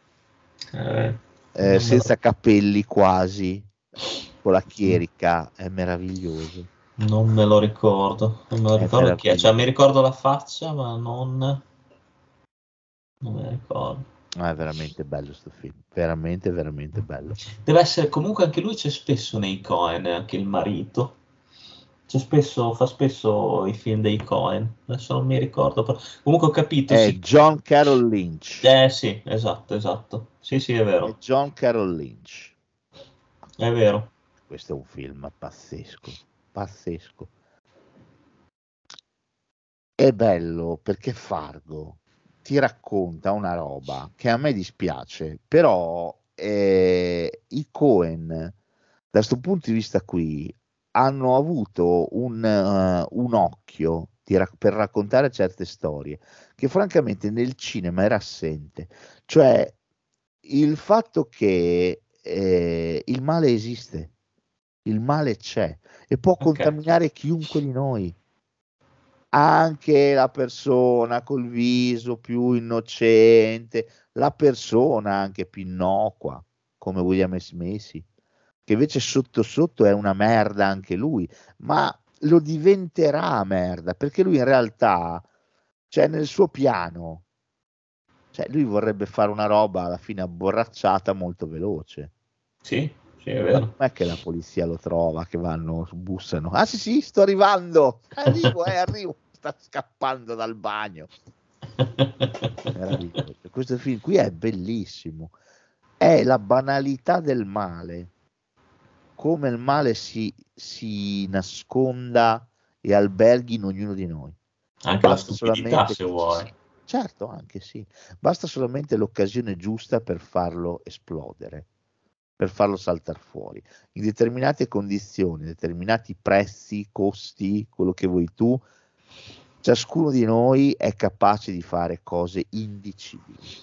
Eh, Eh, non me senza capelli quasi, con la chierica, è meraviglioso. lo, non me lo ricordo. Non me lo È ricordo chi è. Cioè, meraviglioso. mi ricordo la faccia, ma non... Non me la ricordo. Ah, è veramente bello sto film, veramente, veramente bello. Deve essere, comunque anche lui c'è spesso nei Coen, anche il marito. C'è spesso, fa spesso i film dei Coen. Adesso non mi ricordo. Però... Comunque ho capito, È sì. John Carroll Lynch. Eh sì, esatto, esatto. Sì, sì, è È vero. John Carroll Lynch. È vero. Questo è un film pazzesco, pazzesco. È bello perché Fargo ti racconta una roba che a me dispiace, però eh, i Coen, da questo punto di vista qui, hanno avuto un, uh, un occhio di rac- per raccontare certe storie che francamente nel cinema era assente. Cioè il fatto che eh, il male esiste, il male c'è e può Ok. contaminare chiunque di noi, anche la persona col viso più innocente, la persona anche più innocua come William S. Macy, che invece sotto sotto è una merda anche lui, ma lo diventerà merda perché lui in realtà, cioè nel suo piano, cioè lui vorrebbe fare una roba alla fine abborracciata molto veloce. Sì, sì, è Ma vero. com'è che la polizia lo trova, che vanno, bussano? Ah sì sì, sto arrivando, arrivo, eh, arrivo, sta scappando dal bagno. Meraviglioso. Questo film qui è bellissimo, è la banalità del male, come il male si, si nasconda e alberghi in ognuno di noi. Anche la Basta stupidità, solamente se che ci vuoi. sia- certo, anche sì, basta solamente l'occasione giusta per farlo esplodere, per farlo saltare fuori in determinate condizioni, determinati prezzi, costi, quello che vuoi tu. Ciascuno di noi è capace di fare cose indicibili.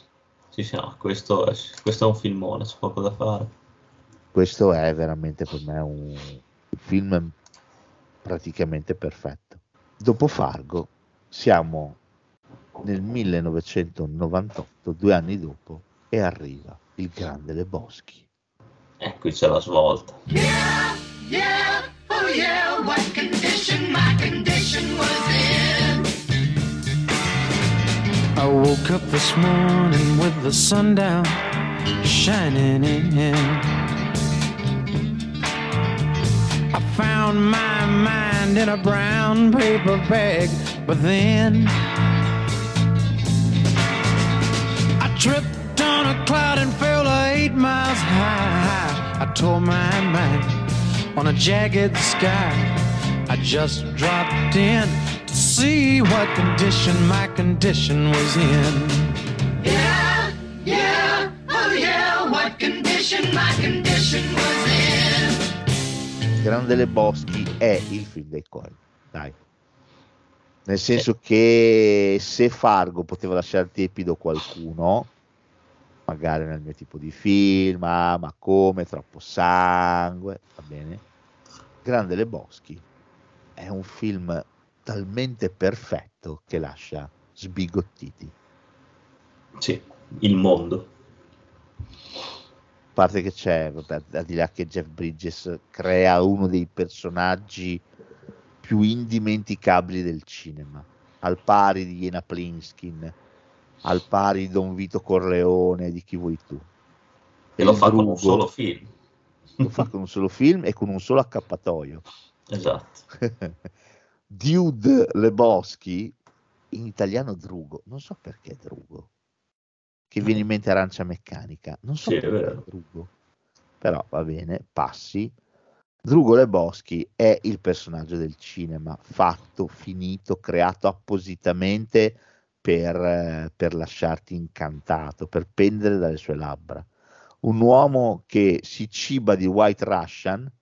Sì, sì, no, questo, è, questo è un filmone, c'è poco da fare. Questo è veramente per me un film praticamente perfetto. Dopo Fargo siamo nel millenovecentonovantotto, due anni dopo, e arriva Il Grande Lebowski. E qui c'è la svolta. Yeah, yeah, oh yeah, what condition my condition was in. I woke up this morning with the sun down shining in. I found my mind in a brown paper bag, but then I tripped on a cloud and fell eight miles high. I tore my mind on a jagged sky. I just dropped in to see what condition my condition was in. Yeah, yeah, oh yeah, what condition my condition was in. Grande Lebowski è il film dei Coen, dai. Nel senso che se Fargo poteva lasciare tiepido qualcuno, magari nel mio tipo di film, ah, ma come, troppo sangue, va bene. Grande Lebowski è un film talmente perfetto che lascia sbigottiti. Sì, il mondo. A parte che c'è, vabbè, al di là che Jeff Bridges crea uno dei personaggi più indimenticabili del cinema, al pari di Jena Plinskin, al pari di Don Vito Corleone, di chi vuoi tu. E lo fa con un solo film. Lo fa con un solo film e con un solo accappatoio. Esatto. Dude Lebowski, in italiano Drugo, non so perché Drugo, che viene in mente Arancia Meccanica, non so Sì, perché è vero. Drugo, però va bene, passi. Drugo Lebowski è il personaggio del cinema, fatto, finito, creato appositamente per, eh, per lasciarti incantato, per pendere dalle sue labbra. Un uomo che si ciba di White Russian,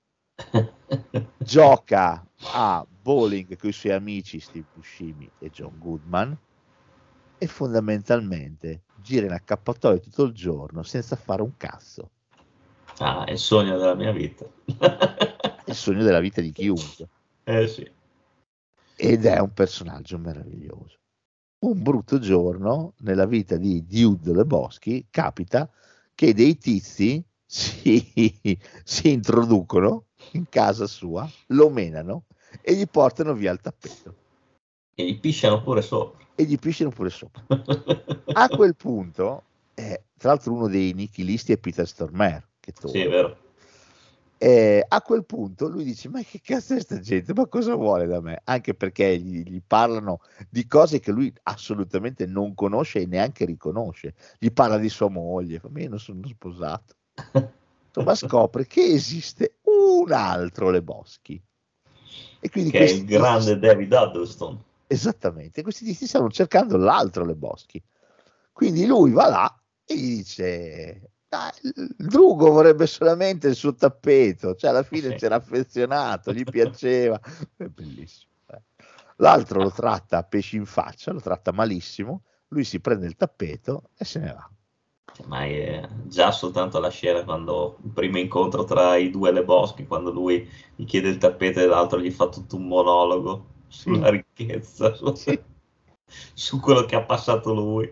gioca a bowling con i suoi amici Steve Buscemi e John Goodman e fondamentalmente gira in accappatoio tutto il giorno senza fare un cazzo. Ah, è il sogno della mia vita. Il sogno della vita di chiunque. Eh sì. Ed è un personaggio meraviglioso. Un brutto giorno nella vita di Dude Lebowski capita che dei tizi si, si introducono in casa sua, lo menano e gli portano via il tappeto. E gli pisciano pure sopra. E gli pisciano pure sopra. A quel punto, eh, tra l'altro uno dei nichilisti è Peter Stormare. Che sì, è vero. Eh, a quel punto lui dice: ma che cazzo è sta gente, ma cosa vuole da me? Anche perché gli, gli parlano di cose che lui assolutamente non conosce e neanche riconosce. Gli parla di sua moglie, ma io non sono sposato. Insomma, scopre che esiste un altro Lebowski, e quindi che è il grande tizi... David Huddleston. Esattamente, questi tizi stanno cercando l'altro Lebowski, quindi lui va là e gli dice: ah, il Drugo vorrebbe solamente il suo tappeto, cioè alla fine sì. c'era affezionato, gli piaceva, è bellissimo. L'altro lo tratta a pesci in faccia, lo tratta malissimo, lui si prende il tappeto e se ne va. Ma è già soltanto la scena, quando il primo incontro tra i due Lebowski, quando lui gli chiede il tappeto e l'altro gli fa tutto un monologo sulla sì. ricchezza, su, sì. su quello che ha passato lui.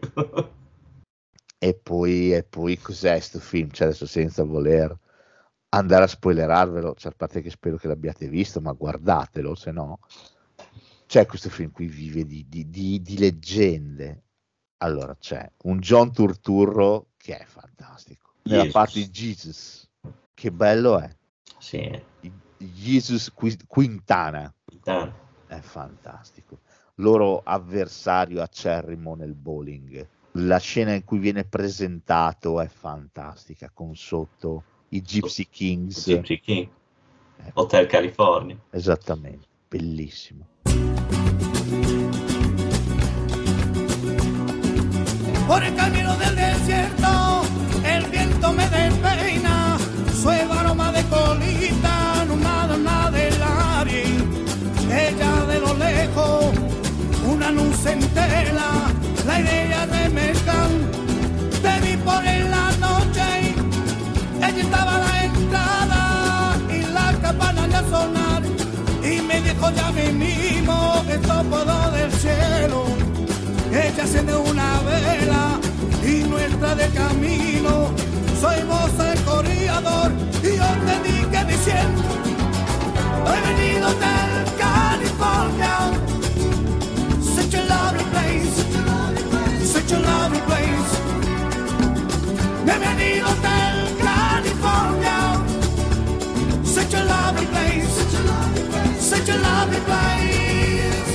E poi, e poi cos'è sto film? Cioè adesso senza voler andare a spoilerarvelo, cioè a parte che spero che l'abbiate visto, ma guardatelo, se no. C'è questo film qui vive di, di, di, di leggende. Allora c'è un John Turturro che è fantastico, nella Jesus. parte di Jesus, che bello è. Sì. Jesus Quintana. Quintana è fantastico, loro avversario acerrimo nel bowling. La scena in cui viene presentato è fantastica, con sotto i Gypsy Kings. Gypsy King. Eh, Hotel California. Esattamente, bellissimo. Por el camino del desierto, el viento me despeina, suave aroma de colita, una dama del área, ella de lo lejos, una luz en tela, la idea remezclan de mi allí estaba la entrada y la campana ya sonar y me dijo ya mismo esto puedo del cielo. Ella enciende una vela y nuestra de camino. Soy vos el corredor y yo te dije diciendo he venido del California. Such a lovely place, such a lovely place. He venido del California. Such a lovely place, such a lovely place.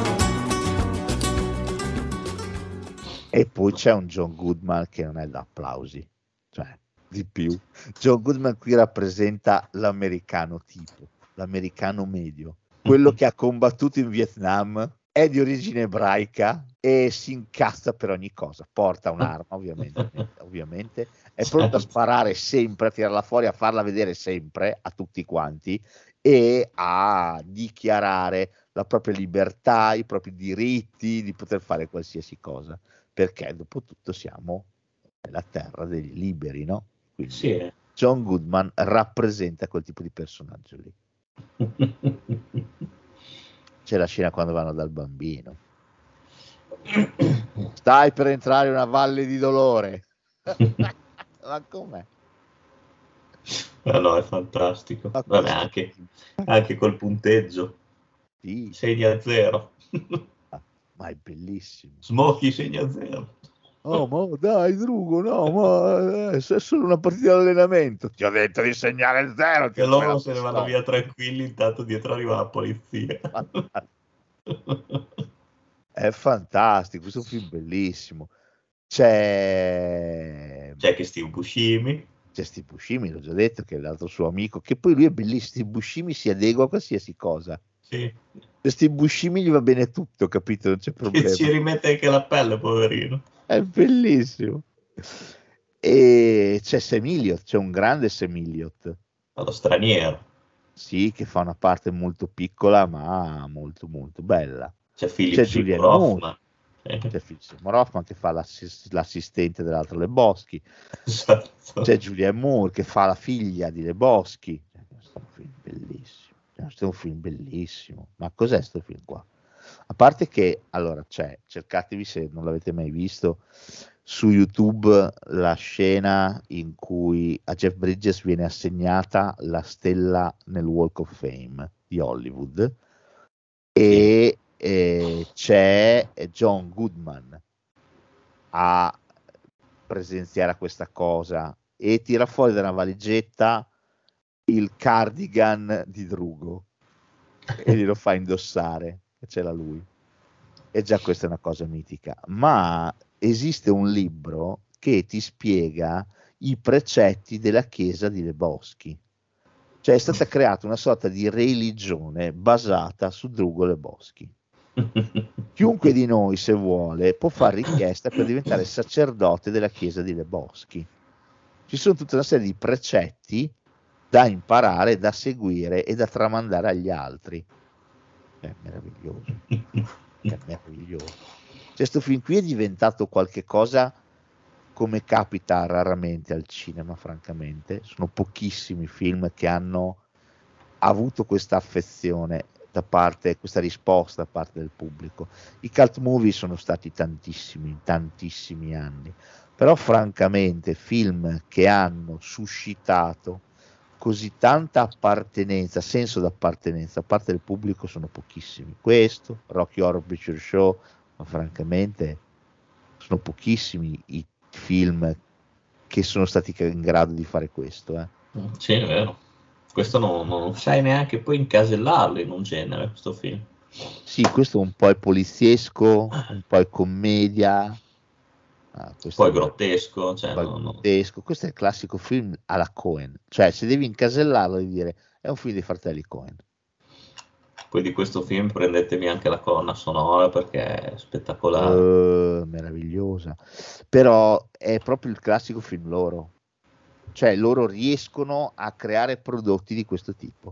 E poi c'è un John Goodman che non è da applausi, cioè di più. John Goodman qui rappresenta l'americano tipo, l'americano medio, quello che ha combattuto in Vietnam, è di origine ebraica e si incazza per ogni cosa, porta un'arma ovviamente, ovviamente, è pronto a sparare sempre, a tirarla fuori, a farla vedere sempre a tutti quanti e a dichiarare la propria libertà, i propri diritti di poter fare qualsiasi cosa, perché dopo tutto siamo nella terra degli liberi, no? Quindi Sì. John Goodman rappresenta quel tipo di personaggio lì. C'è la scena quando vanno dal bambino. Stai per entrare in una valle di dolore. Ma com'è? Eh no, è fantastico. Ma Vabbè, questo- anche, anche col punteggio. Sì, sei a zero. ma è bellissimo. Smokey segna a zero. Oh, ma dai, Drugo, no, ma eh, è solo una partita di allenamento. Ti ho detto di segnare zero. ti E ho loro detto, se ne vanno no. via tranquilli, intanto dietro arriva la polizia. È fantastico, questo è un film bellissimo. C'è C'è che Steve Buscemi. c'è Steve Buscemi, l'ho già detto, che è l'altro suo amico, che poi lui è bellissimo. Steve Buscemi si adegua a qualsiasi cosa. Sì. Per Steve Buscemi gli va bene tutto, capito? Non c'è Che problema. ci rimette anche la pelle, poverino. È bellissimo. E c'è Sam Elliott, c'è un grande Sam Elliott. Allo straniero. Sì, che fa una parte molto piccola, ma molto molto bella. C'è Philip C'è Seymour Julianne Moore. Hoffman. Eh, C'è Philip Seymour Hoffman che fa l'assist- l'assistente dell'altro Lebowski. esatto. C'è Julianne Moore che fa la figlia di Lebowski. Questo è un film bellissimo. Questo è un film bellissimo. Ma cos'è sto film qua? A parte che, allora, c'è, cercatevi se non l'avete mai visto, su YouTube la scena in cui a Jeff Bridges viene assegnata la stella nel Walk of Fame di Hollywood e eh, c'è John Goodman a presenziare a questa cosa e tira fuori da una valigetta il cardigan di Drugo e glielo fa indossare e ce l'ha lui. E già questa è una cosa mitica, ma esiste un libro che ti spiega i precetti della chiesa di Lebowski, cioè è stata creata una sorta di religione basata su Drugo Lebowski. Chiunque di noi, se vuole, può fare richiesta per diventare sacerdote della chiesa di Lebowski. Ci sono tutta una serie di precetti da imparare, da seguire e da tramandare agli altri. È meraviglioso, è meraviglioso. Cioè, sto film qui è diventato qualche cosa come capita raramente al cinema, francamente. Sono pochissimi film che hanno avuto questa affezione da parte, questa risposta da parte del pubblico. I cult movie sono stati tantissimi, tantissimi anni, però francamente film che hanno suscitato così tanta appartenenza, senso d'appartenenza da parte del pubblico sono pochissimi. Questo, Rocky Horror Picture Show, ma francamente sono pochissimi i film che sono stati in grado di fare questo. Eh. Sì, è vero. Questo non, non sai neanche poi incasellarlo in un genere, questo film. Sì, questo è un po' il poliziesco, un po' il commedia. Ah, poi grottesco, cioè poi no, grottesco. Questo è il classico film alla Coen, cioè se devi incasellarlo devi dire è un film dei fratelli Coen. Poi di questo film prendetevi anche la colonna sonora perché è spettacolare, uh, meravigliosa, però è proprio il classico film loro, cioè loro riescono a creare prodotti di questo tipo,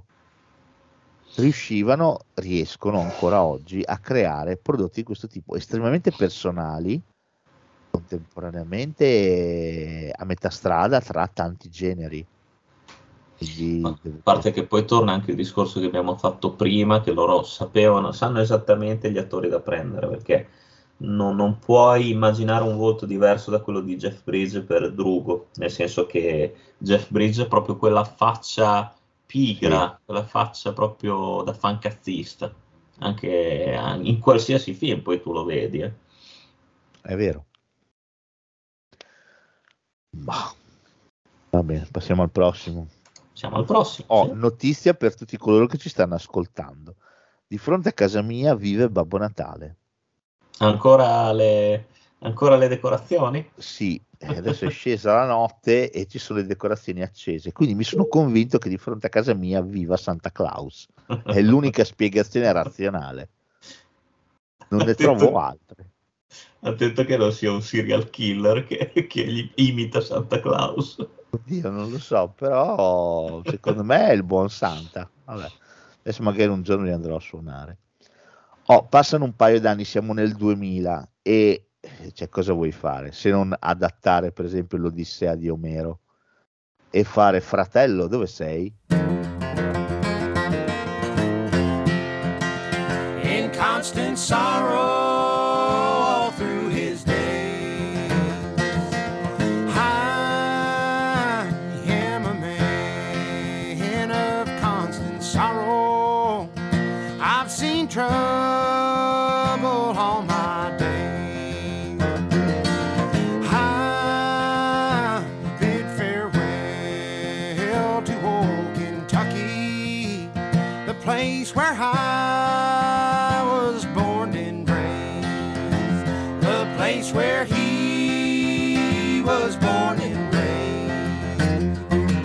riuscivano, riescono ancora oggi a creare prodotti di questo tipo estremamente personali, contemporaneamente a metà strada tra tanti generi. Quindi, a parte che poi torna anche il discorso che abbiamo fatto prima, che loro sapevano, sanno esattamente gli attori da prendere, perché non, non puoi immaginare un volto diverso da quello di Jeff Bridges per Drugo, nel senso che Jeff Bridges è proprio quella faccia pigra, sì. Quella faccia proprio da fancazzista, anche in qualsiasi film poi tu lo vedi. Eh. È vero. Bah. Va bene, passiamo al prossimo. Siamo al prossimo. Ho sì. notizia per tutti coloro che ci stanno ascoltando. Di fronte a casa mia vive Babbo Natale. Ancora le, ancora le decorazioni? Sì, adesso è scesa la notte e ci sono le decorazioni accese. Quindi mi sono convinto che di fronte a casa mia viva Santa Claus. È l'unica spiegazione razionale. Non ne Attento, trovo altre. Attento che non sia un serial killer che, che gli imita Santa Claus. Oddio, non lo so, però secondo me è il buon Santa. Vabbè, adesso magari un giorno li andrò a suonare. Oh, passano un paio d'anni, siamo nel duemila e cioè, cosa vuoi fare se non adattare per esempio l'Odissea di Omero e fare fratello, dove sei? In constant sorrow all through his days, I am a man of constant sorrow. I've seen trouble all my days. I bid farewell to old Kentucky, the place where I was born and raised, the place where he was born and raised.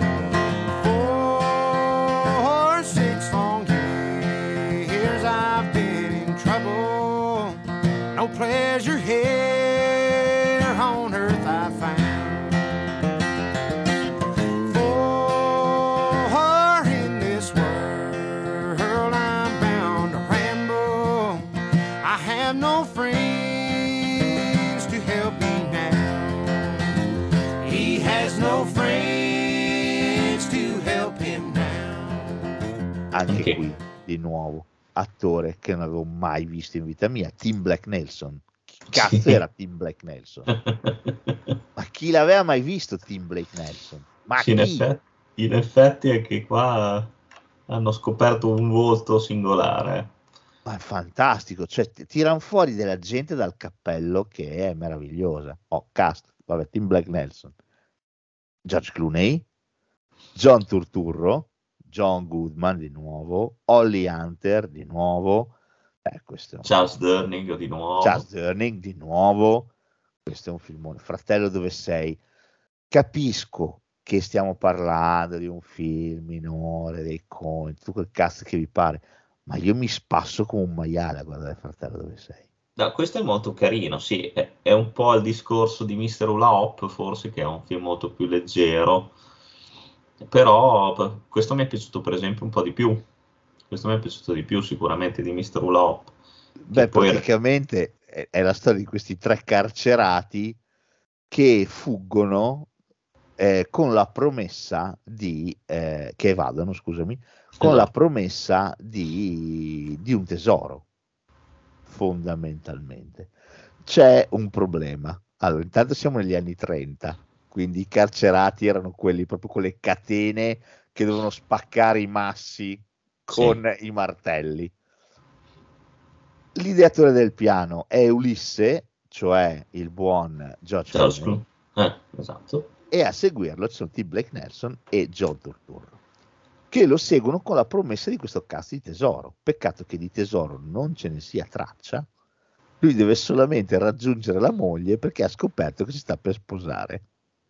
For six long years I've been in trouble, no pleasure here on earth I found. For in this world I'm bound to ramble, I have no friends to help me now. He has no friends to help him now. Anche Ok. qui di nuovo attore che non avevo mai visto in vita mia, Tim Black Nelson. Chi cazzo Sì. era Tim Black Nelson? Ma chi l'aveva mai visto Tim Black Nelson? Ma Sì, in, chi? effetti, in effetti è che qua hanno scoperto un volto singolare. Ma è fantastico, cioè t- tirano fuori della gente dal cappello che è meravigliosa. Oh, cast, vabbè, Tim Black Nelson, George Clooney, John Turturro, John Goodman di nuovo, Holly Hunter di nuovo, eh, questo è un Charles Durning di nuovo. Charles Durning di nuovo, questo è un filmone. Fratello, dove sei? Capisco che stiamo parlando di un film minore, dei coin, tutto quel cazzo che vi pare, ma io mi spasso come un maiale a guardare Fratello, dove sei? No, questo è molto carino, sì, è, è un po' il discorso di mister Hula Hop, forse, che è un film molto più leggero, però p- questo mi è piaciuto per esempio un po' di più, questo mi è piaciuto di più sicuramente di mister Hula Hop. Beh, poi- praticamente è, è la storia di questi tre carcerati che fuggono eh, con la promessa di eh, che evadono, scusami, con la Esatto. promessa di, di un tesoro. Fondamentalmente c'è un problema. Allora, intanto siamo negli anni trenta, quindi i carcerati erano quelli proprio con le catene che dovevano spaccare i massi con i martelli. L'ideatore del piano è Ulisse, cioè il buon George George Clooney, Clooney. Eh, esatto. e a seguirlo ci sono Tim Blake Nelson e John Turturro, che lo seguono con la promessa di questo cazzo di tesoro. Peccato che di tesoro non ce ne sia traccia. Lui deve solamente raggiungere la moglie perché ha scoperto che si sta per sposare.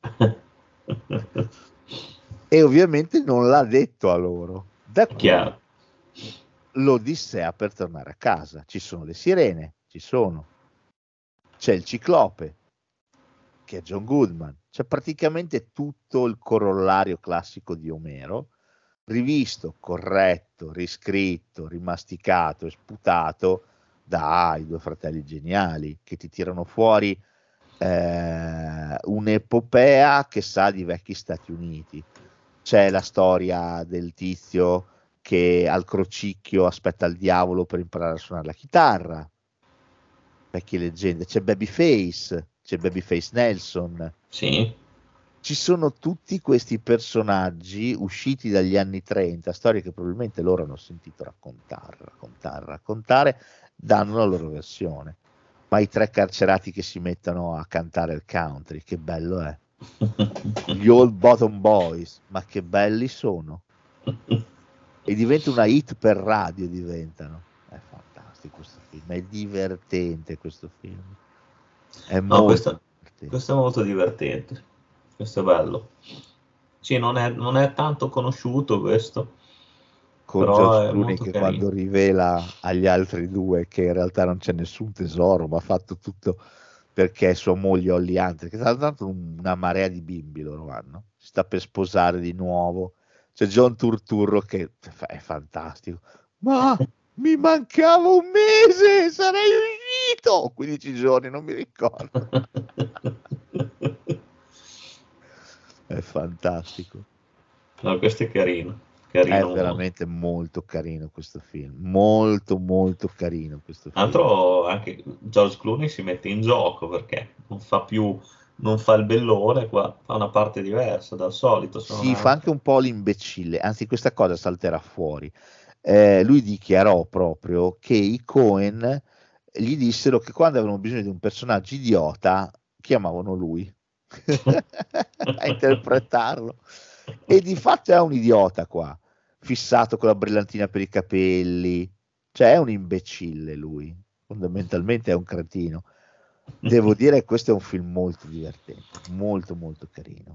E ovviamente non l'ha detto a loro. Da qui Chiaro. l'Odissea per tornare a casa. Ci sono le sirene, ci sono. C'è il ciclope, che è John Goodman. C'è praticamente tutto il corollario classico di Omero, rivisto, corretto, riscritto, rimasticato e sputato dai due fratelli geniali, che ti tirano fuori eh, un'epopea che sa di vecchi Stati Uniti. c'è la storia del tizio che al crocicchio aspetta il diavolo per imparare a suonare la chitarra, vecchie leggende. C'è Babyface, c'è Babyface Nelson, sì. Ci sono tutti questi personaggi usciti dagli anni trenta, storie che probabilmente loro hanno sentito raccontare, raccontare, raccontare, danno la loro versione. Ma i tre carcerati che si mettono a cantare il country, che bello è. Gli Old Bottom Boys, ma che belli sono. E diventa una hit per radio, diventano. È fantastico questo film, è divertente questo film. È no, molto questo, divertente. questo è molto divertente. Questo è bello. Sì, non è, non è tanto conosciuto questo. Con però George è Clooney molto che carino. quando rivela agli altri due che in realtà non c'è nessun tesoro, ma ha fatto tutto perché sua moglie Holly Hunter, che tra l'altro una marea di bimbi loro hanno, si sta per sposare di nuovo. C'è John Turturro che è fantastico. Ma mi mancava un mese, sarei uscito! quindici giorni, non mi ricordo. È fantastico. No, questo è carino. carino È veramente molto carino questo film, molto molto carino questo film. Altro anche George Clooney si mette in gioco perché non fa più, non fa il bellone, qua fa una parte diversa dal solito. Si una... fa anche un po' l'imbecille, anzi questa cosa salterà fuori. Eh, lui dichiarò proprio che i Coen gli dissero che quando avevano bisogno di un personaggio idiota chiamavano lui a interpretarlo, e di fatto è un idiota qua, fissato con la brillantina per i capelli, cioè è un imbecille lui, fondamentalmente è un cretino. Devo dire che questo è un film molto divertente, molto molto carino.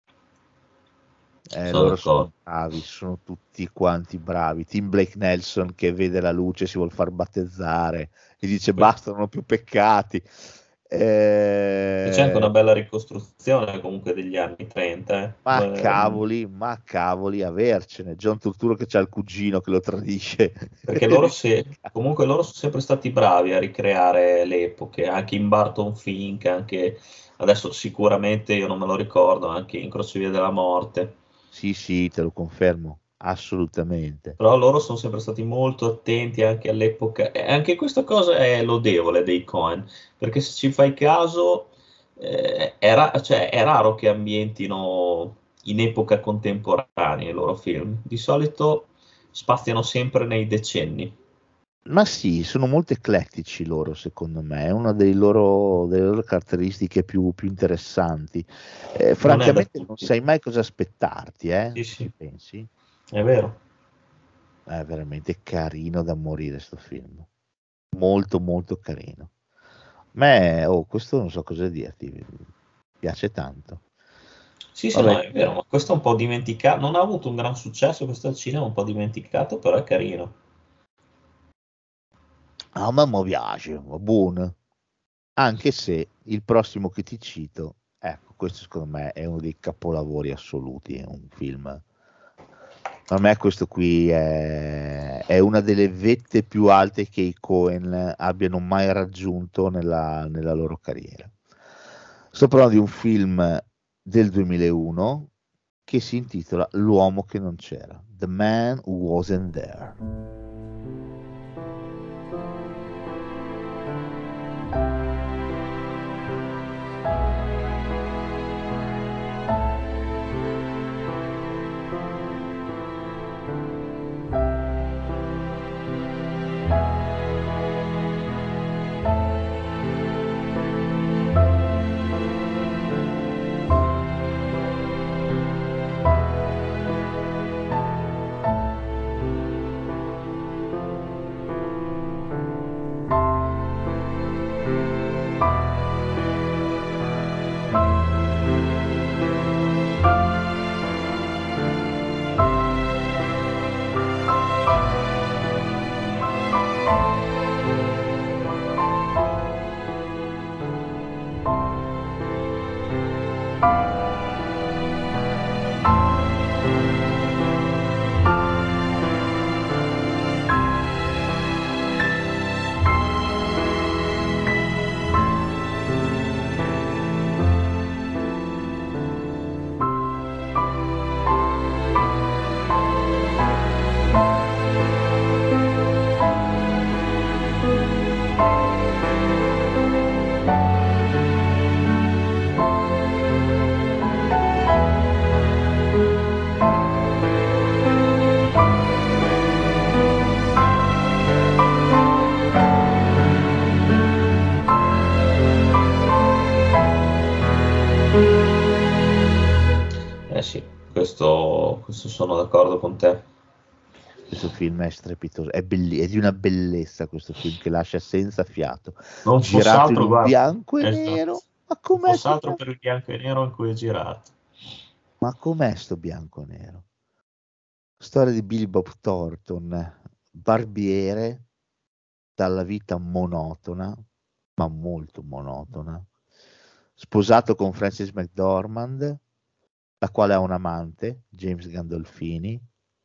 Eh, Sono loro sono d'accordo. bravi, sono tutti quanti bravi. Tim Blake Nelson che vede la luce, si vuol far battezzare e dice basta, non ho più peccati. Eh, C'è anche una bella ricostruzione comunque degli anni trenta. Eh. ma Beh, cavoli, ma cavoli, avercene. John Turturro che c'ha il cugino che lo tradisce. Perché loro se, comunque loro sono sempre stati bravi a ricreare le epoche, anche in Barton Fink, anche adesso sicuramente io non me lo ricordo, anche in Crocevia della Morte. Sì, sì, te lo confermo, assolutamente. Però loro sono sempre stati molto attenti anche all'epoca, e anche questa cosa è lodevole dei Coen, perché se ci fai caso eh, è, ra- cioè, è raro che ambientino in epoca contemporanea i loro film, di solito spaziano sempre nei decenni. Ma sì, sono molto eclettici loro, secondo me, è una dei loro, delle loro caratteristiche più, più interessanti. Eh, francamente non, non sai mai cosa aspettarti, eh? Sì, sì. Ci pensi? È vero. È veramente carino da morire sto film, molto molto carino. A me, oh, questo non so cosa dirti, mi piace tanto. Sì, sì, Vabbè. no, è vero, ma questo è un po' dimenticato, non ha avuto un gran successo questo al cinema, un po' dimenticato, però è carino. A me mi piace, va buono. Anche se il prossimo che ti cito, ecco, questo secondo me è uno dei capolavori assoluti, è un film. Per me questo qui è, è una delle vette più alte che i Coen abbiano mai raggiunto nella, nella loro carriera. Sto parlando di un film del duemilauno che si intitola L'uomo che non c'era, The Man Who Wasn't There. Eh sì, questo, questo sono d'accordo con te. Questo film è strepitoso, è, belli- è di una bellezza questo film che lascia senza fiato. Non fosse Girato in altro, un guarda, bianco e esatto. nero, ma Non com'è fosse sto altro bianco? per il bianco e nero in cui è girato. Ma com'è sto bianco e nero? Storia di Billy Bob Thornton, barbiere, dalla vita monotona, ma molto monotona, sposato con Frances McDormand, la quale ha un amante, James Gandolfini,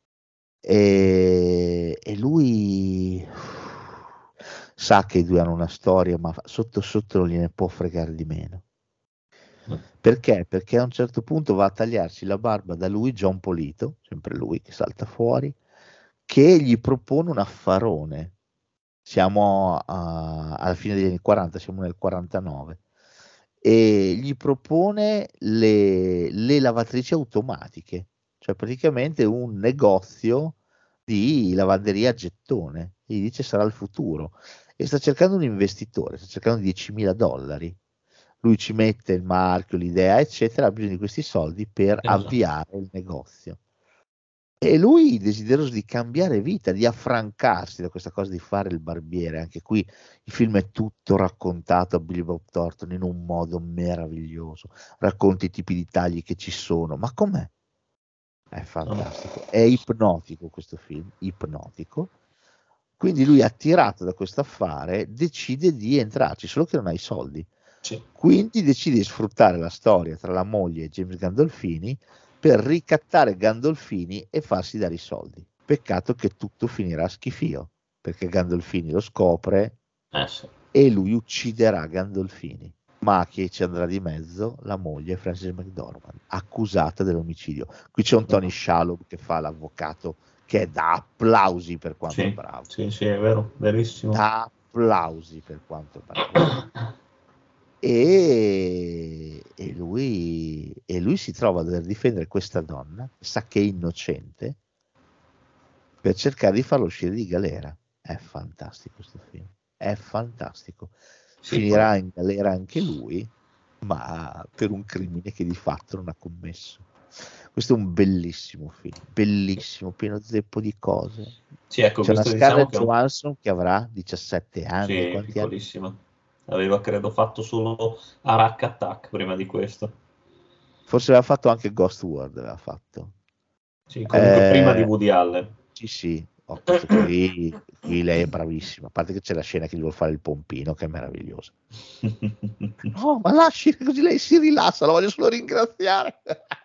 e, e lui sa che i due hanno una storia, ma sotto sotto non gliene può fregare di meno. Perché? Perché a un certo punto va a tagliarsi la barba da lui, John Polito, sempre lui che salta fuori, che gli propone un affarone. Siamo a, alla fine degli anni quaranta, siamo nel quarantanove, e gli propone le, le lavatrici automatiche, cioè praticamente un negozio di lavanderia a gettone. Gli dice sarà il futuro, e sta cercando un investitore, sta cercando diecimila dollari. Lui ci mette il marchio, l'idea, eccetera, ha bisogno di questi soldi per Esatto. avviare il negozio. E lui, desideroso di cambiare vita, di affrancarsi da questa cosa di fare il barbiere, anche qui il film è tutto raccontato a Billy Bob Thornton in un modo meraviglioso, racconta i tipi di tagli che ci sono, ma com'è? È fantastico, è ipnotico questo film, ipnotico. Quindi lui, attirato da questo affare, decide di entrarci, solo che non ha i soldi. Sì. Quindi decide di sfruttare la storia tra la moglie e James Gandolfini per ricattare Gandolfini e farsi dare i soldi. Peccato che tutto finirà a schifio, perché Gandolfini lo scopre Eh sì. e lui ucciderà Gandolfini. Ma chi ci andrà di mezzo? La moglie Frances McDormand, accusata dell'omicidio. Qui c'è un Tony Shalhoub che fa l'avvocato, che è da applausi per quanto Sì, è bravo. sì, sì, è vero, verissimo. Da applausi per quanto è bravo. E, e, lui, e lui si trova a dover difendere questa donna, sa che è innocente, per cercare di farlo uscire di galera. È fantastico questo film, è fantastico. Sì, Finirà poi- in galera anche lui, ma per un crimine che di fatto non ha commesso. Questo è un bellissimo film, bellissimo, pieno zeppo di cose. Sì, ecco, C'è una questo diciamo Scarlett che è un- Johansson che avrà diciassette anni, Sì, quanti anni? piccolissima. Aveva credo fatto solo Arak Attack prima di questo. Forse aveva fatto anche Ghost World, aveva fatto. Sì, comunque Eh, prima di Woody Allen. Sì, sì, oh, questo qui, qui lei è bravissima. A parte che c'è la scena che gli vuole fare il pompino, che è meravigliosa. No, ma lasci, così lei si rilassa, la voglio solo ringraziare.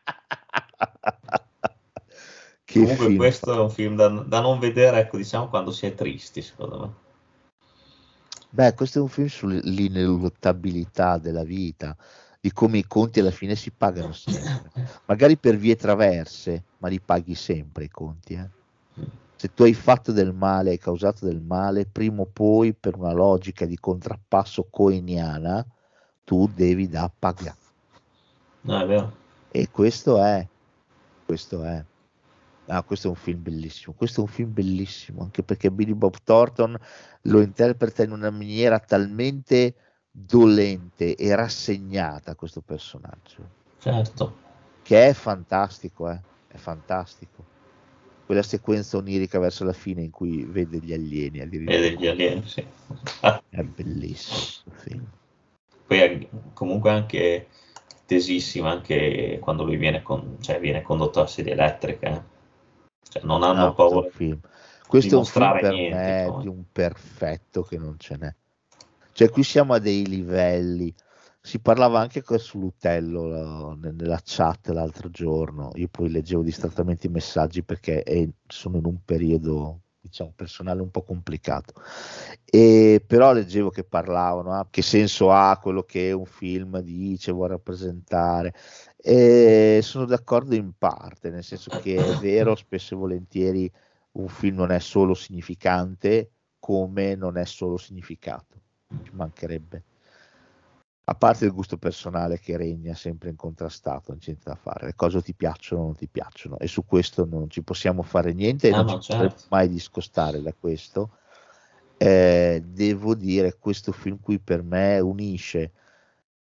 Che Comunque film questo fa- è un film da, da non vedere, ecco, diciamo, quando si è tristi, secondo me. Beh, questo è un film sull'ineluttabilità della vita, di come i conti alla fine si pagano sempre. Magari per vie traverse, ma li paghi sempre i conti. Eh? Se tu hai fatto del male, hai causato del male, prima o poi, per una logica di contrappasso coeniana, tu devi da pagare. No, è vero. E questo è, questo è. Ah, questo è un film bellissimo, questo è un film bellissimo, anche perché Billy Bob Thornton lo interpreta in una maniera talmente dolente e rassegnata, questo personaggio, Certo. che è fantastico, eh? È fantastico. Quella sequenza onirica verso la fine in cui vede gli alieni, E addirittura, degli alieni, sì. è bellissimo questo film. Poi è comunque anche tesissima anche quando lui viene, con, cioè, viene condotto a sedia elettrica. eh. Cioè, non hanno No, questo è paura un film, questo è un film mostrare per niente, me poi. di un perfetto che non ce n'è. Cioè qui siamo a dei livelli, si parlava anche con sull'Utello la- ne- nella chat l'altro giorno, io poi leggevo distrattamente i messaggi perché è- sono in un periodo, diciamo, personale un po' complicato, e però leggevo che parlavano, ah, che senso ha quello che un film dice, vuole rappresentare, e sono d'accordo in parte, nel senso che è vero, spesso e volentieri un film non è solo significante, come non è solo significato, ci mancherebbe. A parte il gusto personale che regna sempre incontrastato, non c'è niente da fare, le cose o ti piacciono o non ti piacciono, e su questo non ci possiamo fare niente e Ah, non no, ci potremo certo. mai discostare da questo. Eh, devo dire, questo film qui per me unisce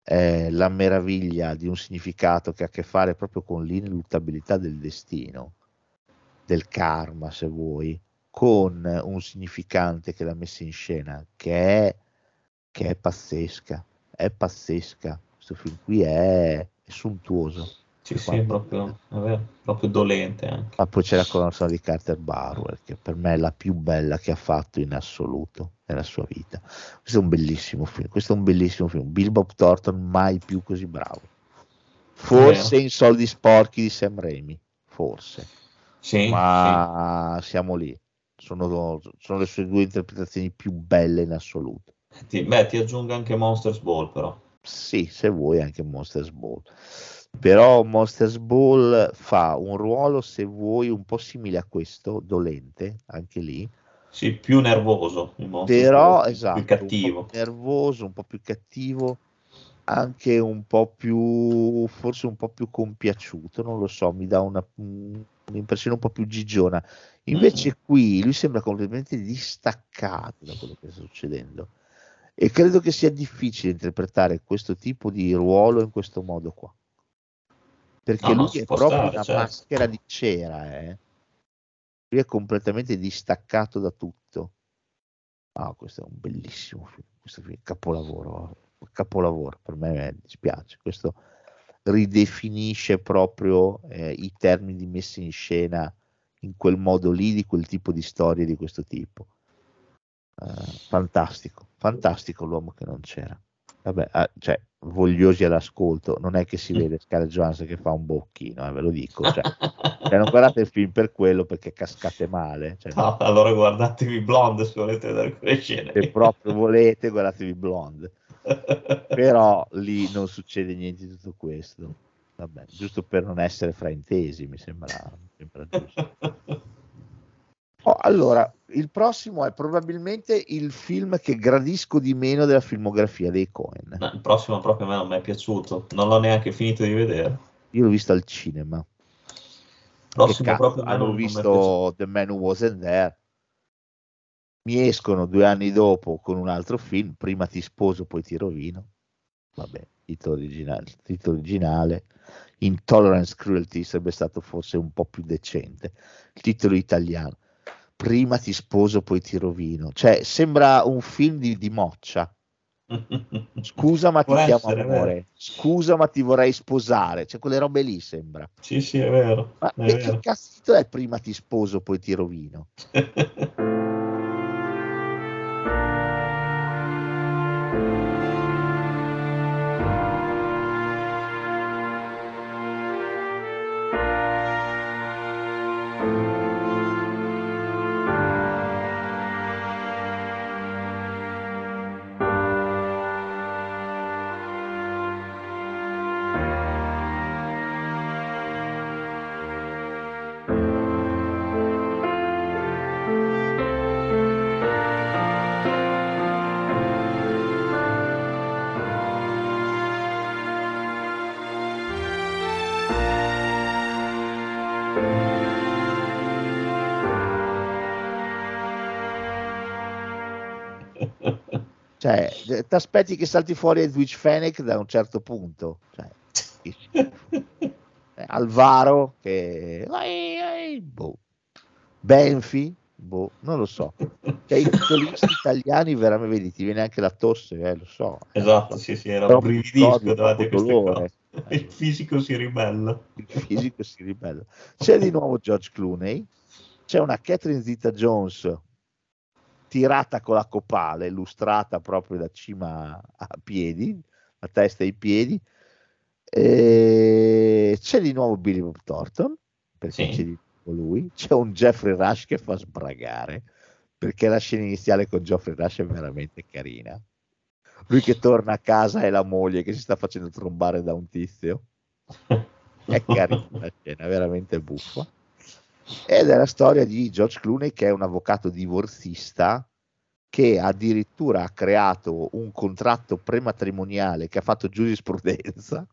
eh, la meraviglia di un significato che ha a che fare proprio con l'ineluttabilità del destino, del karma se vuoi, con un significante che l'ha messa in scena che è, che è pazzesca, è pazzesca. Questo film qui è, è sontuoso. Sì, sì, è proprio, è vero, proprio dolente anche. Ma poi c'è la colonna sonora di Carter Barwell, che per me è la più bella che ha fatto in assoluto nella sua vita. Questo è un bellissimo film, questo è un bellissimo film. Bill Bob Thornton mai più così bravo. Forse in Soldi sporchi di Sam Raimi, forse. Sì, ma sì. Siamo lì. Sono, sono le sue due interpretazioni più belle in assoluto. Ti, beh, ti aggiungo anche Monsters Ball, però. Sì, se vuoi anche Monsters Ball. Però Monsters Ball fa un ruolo, se vuoi, un po' simile a questo, dolente, anche lì. Sì, più nervoso. Però, Ball, esatto, più cattivo. Un po' nervoso, un po' più cattivo, anche un po' più, forse un po' più compiaciuto, non lo so, mi dà una, un'impressione un po' più gigiona. Invece mm. qui lui sembra completamente distaccato da quello che sta succedendo. E credo che sia difficile interpretare questo tipo di ruolo in questo modo qua. Perché no, lui è proprio stare, una certo. maschera di cera, eh. Lui è completamente distaccato da tutto. Ah, questo è un bellissimo film, questo film è capolavoro, capolavoro, per me mi dispiace, questo ridefinisce proprio eh, i termini di messa in scena in quel modo lì, di quel tipo di storie di questo tipo. Uh, fantastico, fantastico L'uomo che non c'era. Vabbè, ah, cioè, vogliosi all'ascolto, non è che si vede Scarlett Johansson che fa un bocchino, eh, ve lo dico, cioè, cioè, non guardate il film per quello, perché cascate male. Cioè, no, no. Allora guardatevi Blonde se volete vedere quelle scene. Se proprio volete, guardatevi Blonde. Però lì non succede niente di tutto questo. Vabbè, giusto per non essere fraintesi, mi sembra, mi sembra giusto. Oh, allora, il prossimo è probabilmente il film che gradisco di meno della filmografia dei Coen. No, il prossimo proprio a me non mi è piaciuto, non l'ho neanche finito di vedere. Io l'ho visto al cinema. Il prossimo cazzo, proprio a me avevo non, visto non The Man Who Wasn't There. Mi escono due anni dopo con un altro film, Prima ti sposo, poi ti rovino. Vabbè, titolo originale, titolo originale. Intolerance Cruelty sarebbe stato forse un po' più decente. Il titolo italiano. Prima ti sposo, poi ti rovino. Cioè, sembra un film di, di Moccia. Scusa, ma ti Può chiamo essere, amore. Scusa, ma ti vorrei sposare. Cioè, quelle robe lì sembra. Sì, sì, è vero. Ma è che vero. cazzo è Prima ti sposo, poi ti rovino? Cioè, ti aspetti che salti fuori Edwidge Fenech da un certo punto, cioè, Alvaro che boh. Benfi, boh, non lo so. Cioè, i titolisti italiani veramente, vedi, ti viene anche la tosse, eh, lo so. Esatto, eh, sì, sì, era però un brividisco davanti a queste dolore. cose. Il fisico si ribella. Il fisico si ribella. C'è di nuovo George Clooney, c'è una Catherine Zeta-Jones tirata con la copale, lustrata proprio da cima a piedi, a testa e ai piedi. E c'è di nuovo Billy Bob Thornton, perché Sì. c'è di nuovo lui. C'è un Jeffrey Rush che fa sbragare, perché la scena iniziale con Jeffrey Rush è veramente carina. Lui che torna a casa e la moglie che si sta facendo trombare da un tizio. È carina la scena, è veramente buffa. Ed è la storia di George Clooney, che è un avvocato divorzista che addirittura ha creato un contratto prematrimoniale che ha fatto giurisprudenza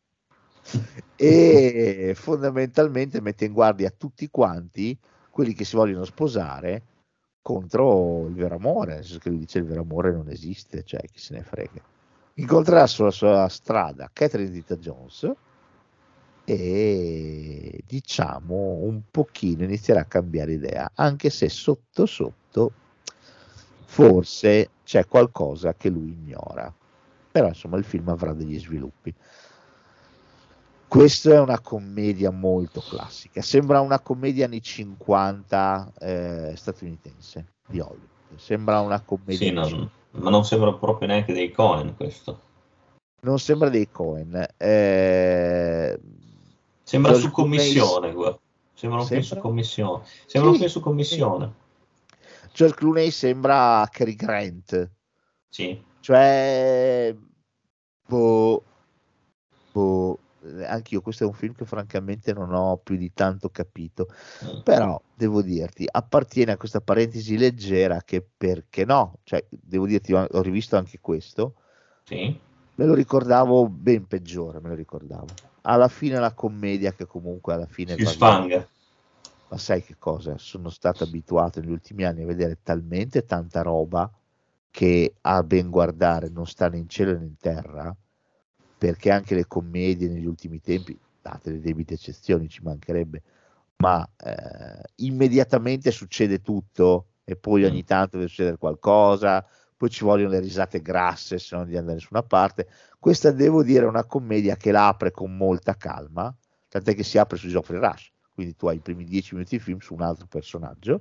e fondamentalmente mette in guardia tutti quanti quelli che si vogliono sposare contro il vero amore, nel senso che lui dice il vero amore non esiste, cioè chi se ne frega. incontrerà sulla sua strada Catherine Zeta-Jones e diciamo un pochino inizierà a cambiare idea, anche se sotto sotto forse c'è qualcosa che lui ignora, però insomma il film avrà degli sviluppi. Questa è una commedia molto classica, sembra una commedia anni cinquanta eh, statunitense di Hollywood, sembra una commedia Sì, anni non- cinquanta. ma non sembra proprio neanche dei Coen questo. Non sembra dei Coen, eh, Sembra George su Clooney- commissione, guarda. Sembra un film su Sembra? commissione. Sembra un Sì, film su commissione. George Clooney sembra Cary Grant, Sì. cioè boh, boh, anch'io questo è un film che francamente non ho più di tanto capito, Mm. però devo dirti appartiene a questa parentesi leggera che perché no, cioè devo dirti ho ho rivisto anche questo, Sì. me lo ricordavo ben peggiore, me lo ricordavo alla fine la commedia che comunque alla fine Si va via. sfanga. Ma sai che cosa? Sono stato abituato negli ultimi anni a vedere talmente tanta roba che a ben guardare non sta né in cielo né in terra, perché anche le commedie negli ultimi tempi, date le debite eccezioni, ci mancherebbe, ma eh, immediatamente succede tutto e poi ogni tanto deve succedere qualcosa, poi ci vogliono le risate grasse se non di andare da nessuna parte. Questa devo dire è una commedia che la apre con molta calma, tant'è che si apre su Geoffrey Rush, quindi tu hai i primi dieci minuti di film su un altro personaggio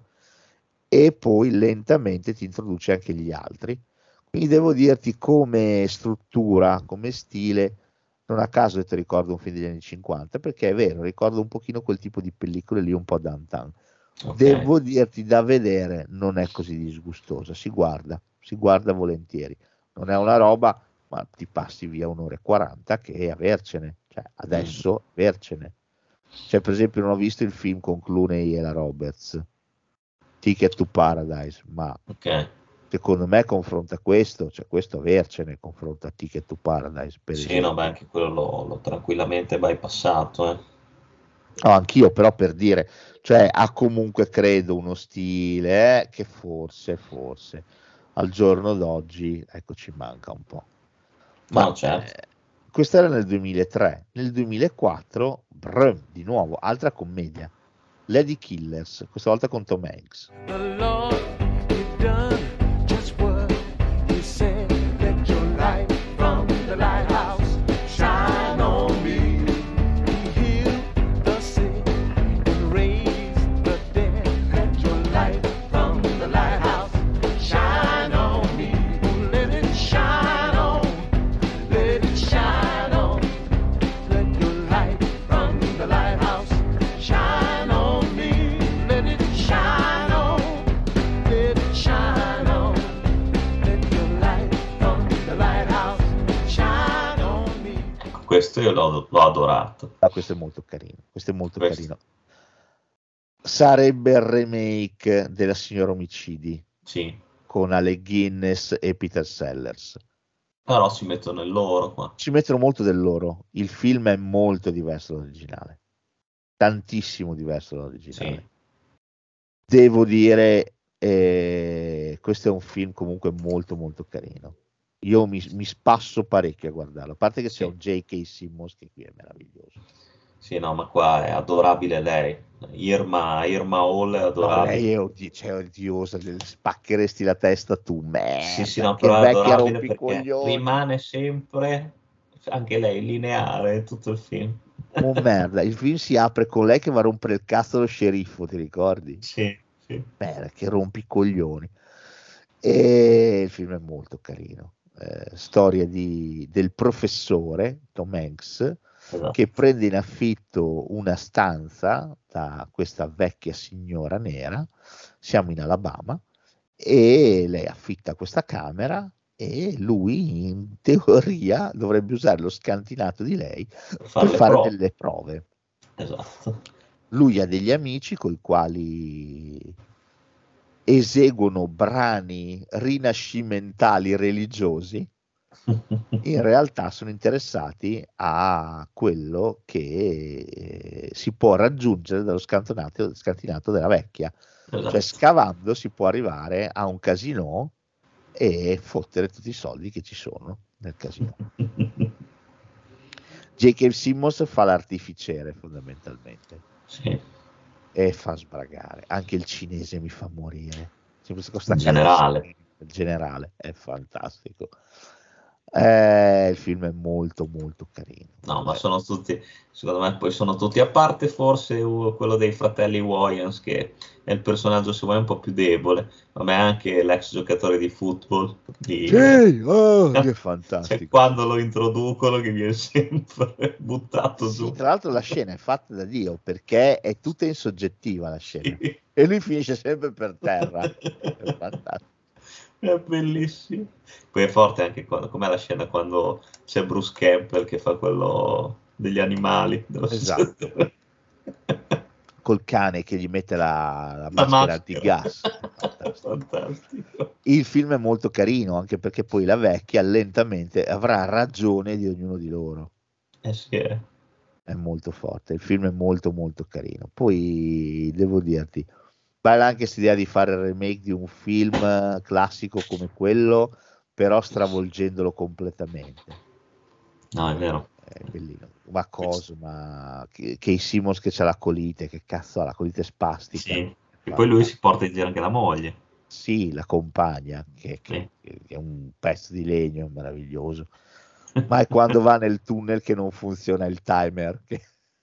e poi lentamente ti introduce anche gli altri. Quindi devo dirti come struttura, come stile, non a caso ti ricordo un film degli anni cinquanta, perché è vero, ricordo un pochino quel tipo di pellicole lì un po' downtown. Ok. Devo dirti da vedere, non è così disgustosa, si guarda, si guarda volentieri. Non è una roba, ma ti passi via un'ora e quaranta che è avercene, cioè adesso avercene. Cioè, per esempio, non ho visto il film con Clooney e la Roberts, Ticket to Paradise, ma Ok. secondo me confronta questo, cioè questo avercene, confronta Ticket to Paradise, per Sì, esempio. no, beh, anche quello l'ho, l'ho tranquillamente bypassato, eh. No, anch'io, però per dire, cioè ha comunque credo uno stile eh, che forse, forse al giorno d'oggi, ecco, ci manca un po'. Ma No, certo. eh, questo era nel duemilatré, nel duemilaquattro, brum, di nuovo, altra commedia, Lady Killers, questa volta con Tom Hanks. The Lord, you've done just what you said. Let your light from the lighthouse shine on me. Heal the sick and raise the dead. Let your light from the lighthouse shine on me. Let it shine on, let it shine on. Let your light from the lighthouse shine on me. Let it shine on, let it shine on. Let your light from the lighthouse shine on me. Ecco, questo io l'ho, l'ho adorato. Ah, questo è molto carino, questo è molto Questo. carino. Sarebbe il remake della Signora Omicidi Sì. con Alec Guinness e Peter Sellers. Però si mettono nel loro qua. Ci mettono molto del loro. Il film è molto diverso dall'originale, tantissimo diverso dall'originale. Sì. Devo dire, eh, questo è un film comunque molto molto carino. Io mi, mi spasso parecchio a guardarlo, a parte che c'è Sì. un J K. Simmons che qui è meraviglioso. Sì, no, ma qua è adorabile lei. Irma, Irma Hall è No, adorabile. lei è odi- cioè, odiosa, le spaccheresti la testa tu, merda, Sì, sì, no, che però è vecchia adorabile perché rompicoglioni. rimane sempre, anche lei, lineare in tutto il film. Oh merda, il film si apre con lei che va a rompere il cazzo allo sceriffo, ti ricordi? Sì, sì. Merda, che rompi i coglioni. E il film è molto carino. Eh, storia di, del professore Tom Hanks Esatto. che prende in affitto una stanza da questa vecchia signora nera. Siamo in Alabama e lei affitta questa camera e lui in teoria dovrebbe usare lo scantinato di lei Per fare per le fare prove. delle prove. Esatto. Lui ha degli amici con i quali eseguono brani rinascimentali religiosi. In realtà sono interessati a quello che si può raggiungere dallo scantinato, scantinato della vecchia. Esatto. Cioè scavando si può arrivare a un casino e fottere tutti i soldi che ci sono nel casino. J K. Simmons fa l'artificiere fondamentalmente, sì. E fa sbragare. Anche il cinese mi fa morire. Sempre questa Il generale. cara- il generale è fantastico. Eh, il film è molto molto carino. No, ma Eh, sono tutti, secondo me, poi sono tutti, a parte forse uh, quello dei fratelli Wayans, che è il personaggio, se vuoi, un po' più debole, vabbè, anche l'ex giocatore di football, di- Sì, oh, che cioè, fantastico. quando lo introducono che viene sempre buttato Sì, giù. tra l'altro la scena è fatta da Dio perché è tutta in soggettiva la scena Sì. e lui finisce sempre per terra. È fantastico. È bellissimo. Poi è forte anche quando, com'è la scena quando c'è Bruce Campbell che fa quello degli animali. dello- Esatto. Col cane che gli mette la, la La maschera maschera. antigas. Fantastico. Fantastico. Il film è molto carino anche perché poi la vecchia lentamente avrà ragione di ognuno di loro. Eh sì, eh. È molto forte, il film è molto molto carino. Poi devo dirti, vale anche questa idea di fare il remake di un film classico come quello, però stravolgendolo completamente. No, è vero. È bellino. Ma cosa? Ma Kay Simmons che c'ha la colite, che cazzo ha la colite spastica? Sì. E poi lui si porta in giro anche la moglie. Sì, la compagna, che, che- Sì. che è un pezzo di legno meraviglioso. Ma è quando va nel tunnel che non funziona il timer, che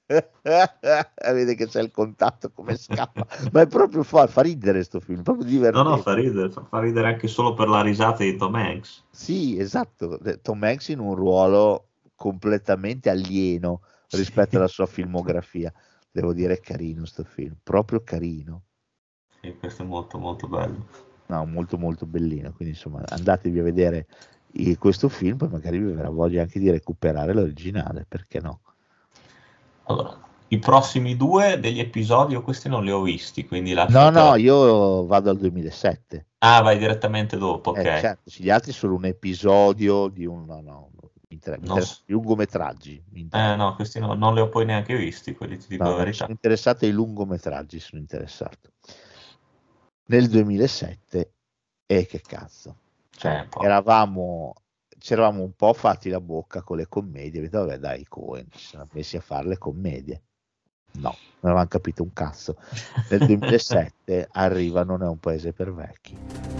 vede che c'è il contatto come scappa, ma è proprio fa, fa ridere sto film, proprio No, divertente. no, fa ridere, fa, fa ridere anche solo per la risata di Tom Hanks. Sì, esatto, Tom Hanks in un ruolo completamente alieno rispetto alla sua filmografia. Devo dire è carino sto film, proprio carino. Sì, questo è molto molto bello. No, molto molto bellino, quindi insomma andatevi a vedere i- questo film, poi magari vi verrà voglia anche di recuperare l'originale, perché no? Allora, i prossimi due degli episodi, io questi non li ho visti, quindi lascio No, a te. no, io vado al duemilasette. Ah, vai direttamente dopo, ok. Eh, certo, sì, gli altri sono un episodio di un no, no, mi inter- mi Non interessa- s- lungometraggi. Mi interessa. Eh no, questi no- non li ho poi neanche visti, quelli ti dico No, la non verità. sono interessato ai lungometraggi, sono interessato. Nel duemilasette, e che cazzo, cioè, Eh, un po'. eravamo, ci eravamo un po' fatti la bocca con le commedie, ho detto, vabbè dai, i Coen si sono messi a fare le commedie. No, non avevamo capito un cazzo. Nel duemilasette arriva Non è un paese per vecchi.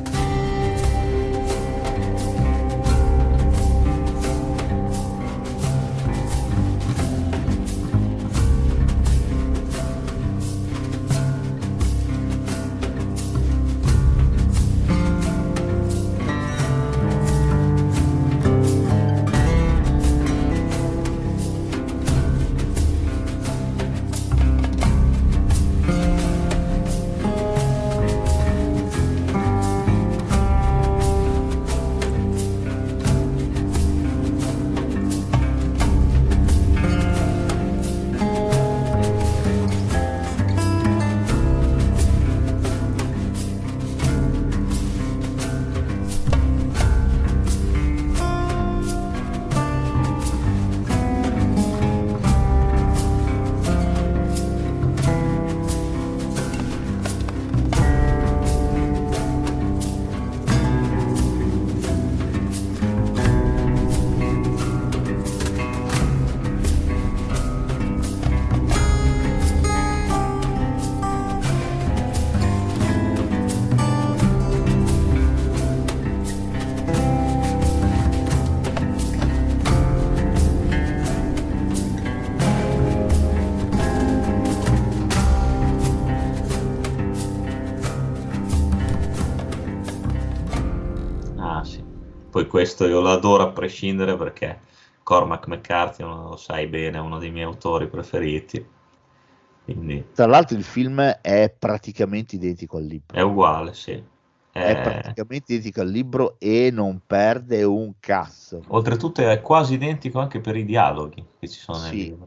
Ah sì. Poi questo io lo adoro a prescindere perché Cormac McCarthy, lo sai bene, è uno dei miei autori preferiti. Quindi Tra l'altro il film è praticamente identico al libro. è uguale, sì. È Eh, praticamente identico al libro e non perde un cazzo. oltretutto è quasi identico anche per i dialoghi che ci sono nel Sì. libro.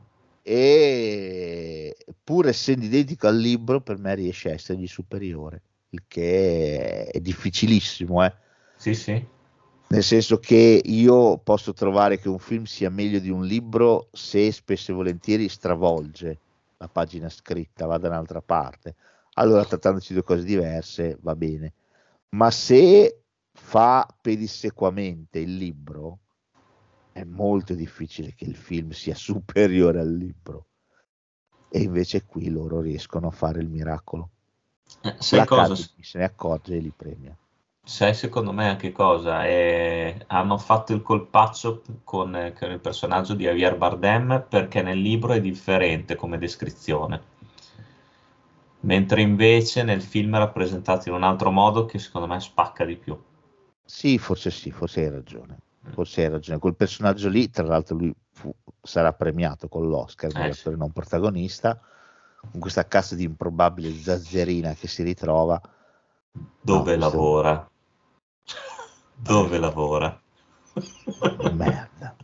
E pur essendo identico al libro, per me riesce a essergli superiore, il che è difficilissimo, eh. Sì, sì. Nel senso che io posso trovare che un film sia meglio di un libro se spesso e volentieri stravolge la pagina scritta, va da un'altra parte. Allora, trattandoci di due cose diverse, va bene. Ma se fa pedissequamente il libro, è molto difficile che il film sia superiore al libro, e invece qui loro riescono a fare il miracolo. Eh, sai La cosa? Academy se ne accorge e li premia. Sai secondo me anche cosa? Eh, hanno fatto il colpaccio con, eh, con il personaggio di Javier Bardem, perché nel libro è differente come descrizione, mentre invece nel film è rappresentato in un altro modo che secondo me spacca di più. Sì, forse sì, forse hai ragione. Forse hai ragione. Quel personaggio lì, tra l'altro, lui fu- sarà premiato con l'Oscar come Eh, sì. attore non protagonista, con questa cassa di improbabile zazzerina che si ritrova. Dove No, questo- lavora? Dove lavora? Merda.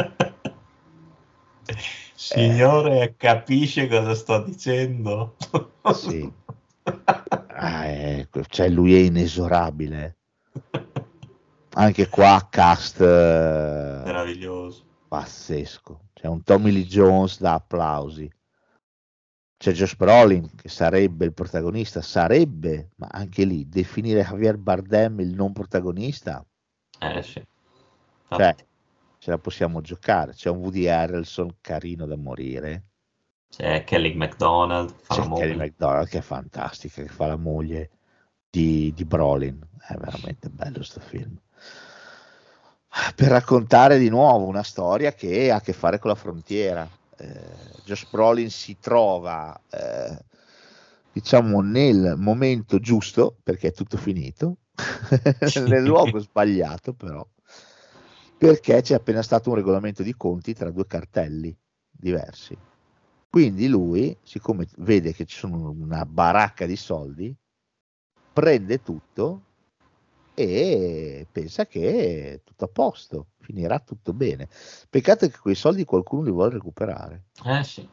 Signore, capisce cosa sto dicendo? Sì. Ah, ecco, cioè lui è inesorabile. Anche qua cast eh, Meraviglioso. pazzesco. C'è un Tommy Lee Jones da applausi. C'è Josh Brolin che sarebbe il protagonista, sarebbe, ma anche lì definire Javier Bardem il non protagonista, Eh sì. cioè Infatti, ce la possiamo giocare. C'è un Woody Harrelson carino da morire, c'è Kelly MacDonald, fa la c'è Kelly moglie. MacDonald che è fantastica, che fa la moglie di, di Brolin. È veramente bello sto film, per raccontare di nuovo una storia che ha a che fare con la frontiera. eh, Josh Brolin si trova eh, diciamo nel momento giusto, perché è tutto finito nel luogo sbagliato, però perché c'è appena stato un regolamento di conti tra due cartelli diversi. Quindi lui, siccome vede che ci sono una baracca di soldi, prende tutto e pensa che è tutto a posto, finirà tutto bene. Peccato che quei soldi qualcuno li vuole recuperare Eh sì.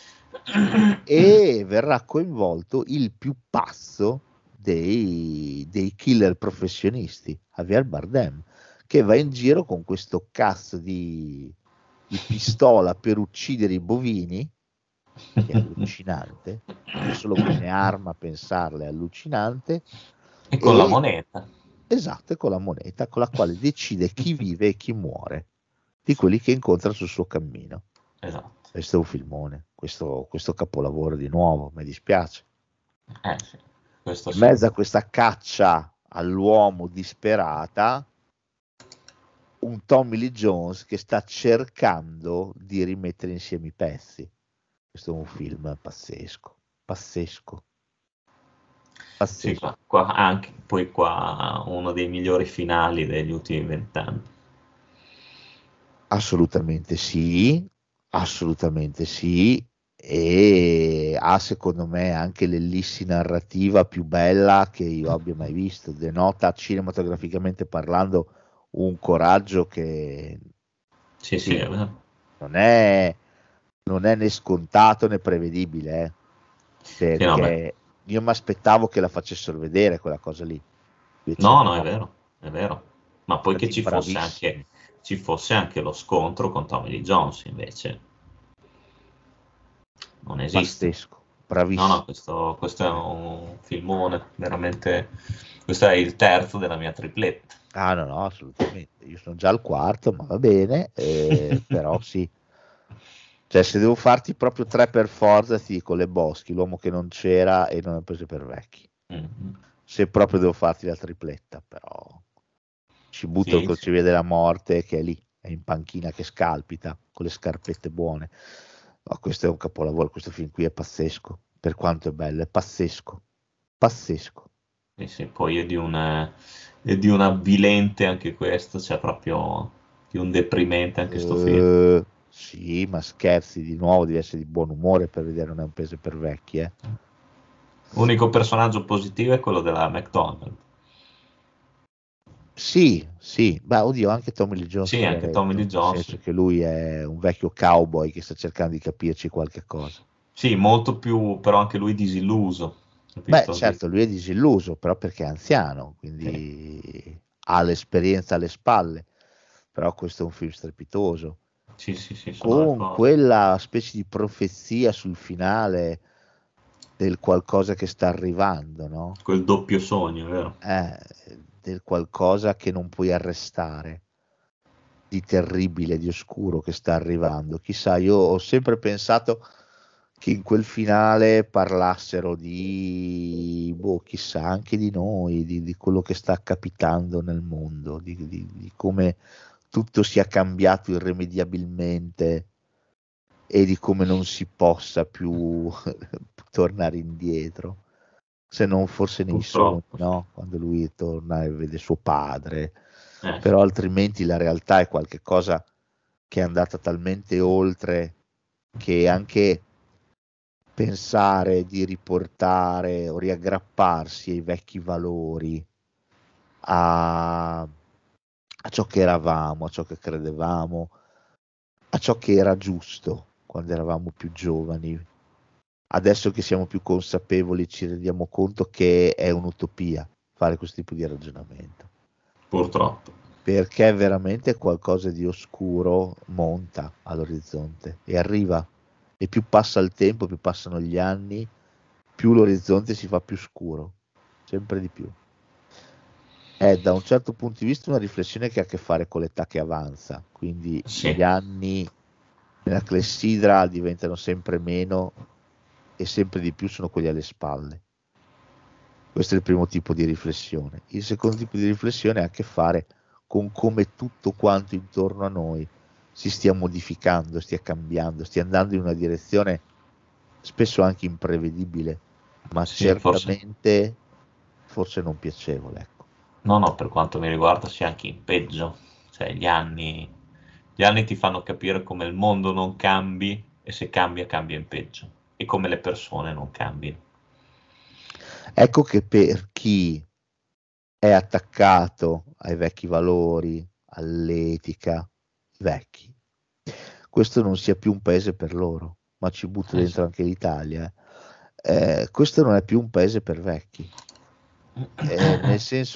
e verrà coinvolto il più pazzo dei, dei killer professionisti, Javier Bardem, che va in giro con questo cazzo di, di pistola per uccidere i bovini, che è allucinante, che solo come arma a pensarle è allucinante. E con E- la moneta. Esatto, e con la moneta con la quale decide chi vive e chi muore di quelli che incontra sul suo cammino. Esatto. Questo è un filmone, questo, questo capolavoro di nuovo, mi dispiace. Eh sì. Questo In sì. mezzo a questa caccia all'uomo disperata, un Tommy Lee Jones che sta cercando di rimettere insieme i pezzi. Questo è un film pazzesco, pazzesco. Sì, Pazzesco. qua, qua anche poi qua uno dei migliori finali degli ultimi vent'anni. Assolutamente sì, assolutamente sì, e ha secondo me anche l'ellissi narrativa più bella che io abbia mai visto, denota cinematograficamente parlando un coraggio che Sì, sì, è vero. non è, non è né scontato né prevedibile, eh, perché no, beh. io mi aspettavo che la facessero vedere quella cosa lì. Invece No, no, è vero, è vero. Ma poi che Stati ci fosse bravissimi. anche, ci fosse anche lo scontro con Tommy Lee Jones, invece non esiste. Pazzesco, bravissimo. No, no, questo, questo è un filmone, veramente. Questo è il terzo della mia tripletta. Ah no, no, assolutamente. Io sono già al quarto, ma va bene, eh, però sì. Cioè, se devo farti proprio tre per forza, ti dico Le Boschi, L'uomo che non c'era e Non è preso per vecchi. Mm-hmm. Se proprio devo farti la tripletta, però ci butto Sì, il crociere sì. della morte che è lì, è in panchina che scalpita con le scarpette buone. No, questo è un capolavoro, questo film qui è pazzesco, per quanto è bello, è pazzesco, pazzesco. Sì, sì, poi è di un, è di un avvilente anche questo, cioè proprio di un deprimente anche sto film. Eh, sì, ma scherzi, di nuovo devi essere di buon umore per vedere Non è un peso per vecchi, eh. L'unico personaggio positivo è quello della McDonald's. Sì, sì, beh, oddio, anche Tommy Lee Jones Sì, anche poveretto, Tommy Lee Jones, nel senso sì. che lui è un vecchio cowboy che sta cercando di capirci qualche cosa. Sì, molto più, però anche lui disilluso. Beh, Capito? certo, lui è disilluso, però perché è anziano, quindi ha l'esperienza alle spalle, però questo è un film strepitoso, Sì, sì, sì, sono con d'accordo. quella specie di profezia sul finale del qualcosa che sta arrivando, no? Quel doppio sogno, vero? Eh, del qualcosa che non puoi arrestare. di terribile, di oscuro che sta arrivando. Chissà, io ho sempre pensato che in quel finale parlassero di, boh, chissà, anche di noi, di, di quello che sta capitando nel mondo, di, di, di come tutto sia cambiato irrimediabilmente e di come non si possa più tornare indietro, se non forse nei sogni, no? Quando lui torna e vede suo padre, eh. Però altrimenti la realtà è qualcosa che è andata talmente oltre che anche pensare di riportare o riaggrapparsi ai vecchi valori, a, a ciò che eravamo, a ciò che credevamo, a ciò che era giusto quando eravamo più giovani. Adesso che siamo più consapevoli ci rendiamo conto che è un'utopia fare questo tipo di ragionamento. Purtroppo. Perché veramente qualcosa di oscuro monta all'orizzonte e arriva. E più passa il tempo, più passano gli anni, più l'orizzonte si fa più scuro, sempre di più. È da un certo punto di vista una riflessione che ha a che fare con l'età che avanza, quindi sì. Gli anni nella clessidra diventano sempre meno e sempre di più sono quelli alle spalle. Questo è il primo tipo di riflessione. Il secondo tipo di riflessione ha a che fare con come tutto quanto intorno a noi si stia modificando, stia cambiando, stia andando in una direzione spesso anche imprevedibile, ma sì, certamente forse... forse non piacevole. Ecco. No, no, per quanto mi riguarda sia anche in peggio. Cioè gli anni, gli anni ti fanno capire come il mondo non cambi e se cambia, cambia in peggio. E come le persone non cambiano. Ecco che per chi è attaccato ai vecchi valori, all'etica, vecchi, questo non sia più un paese per loro, ma ci butto dentro anche l'Italia. Eh, questo non è più un paese per vecchi, eh, nel senso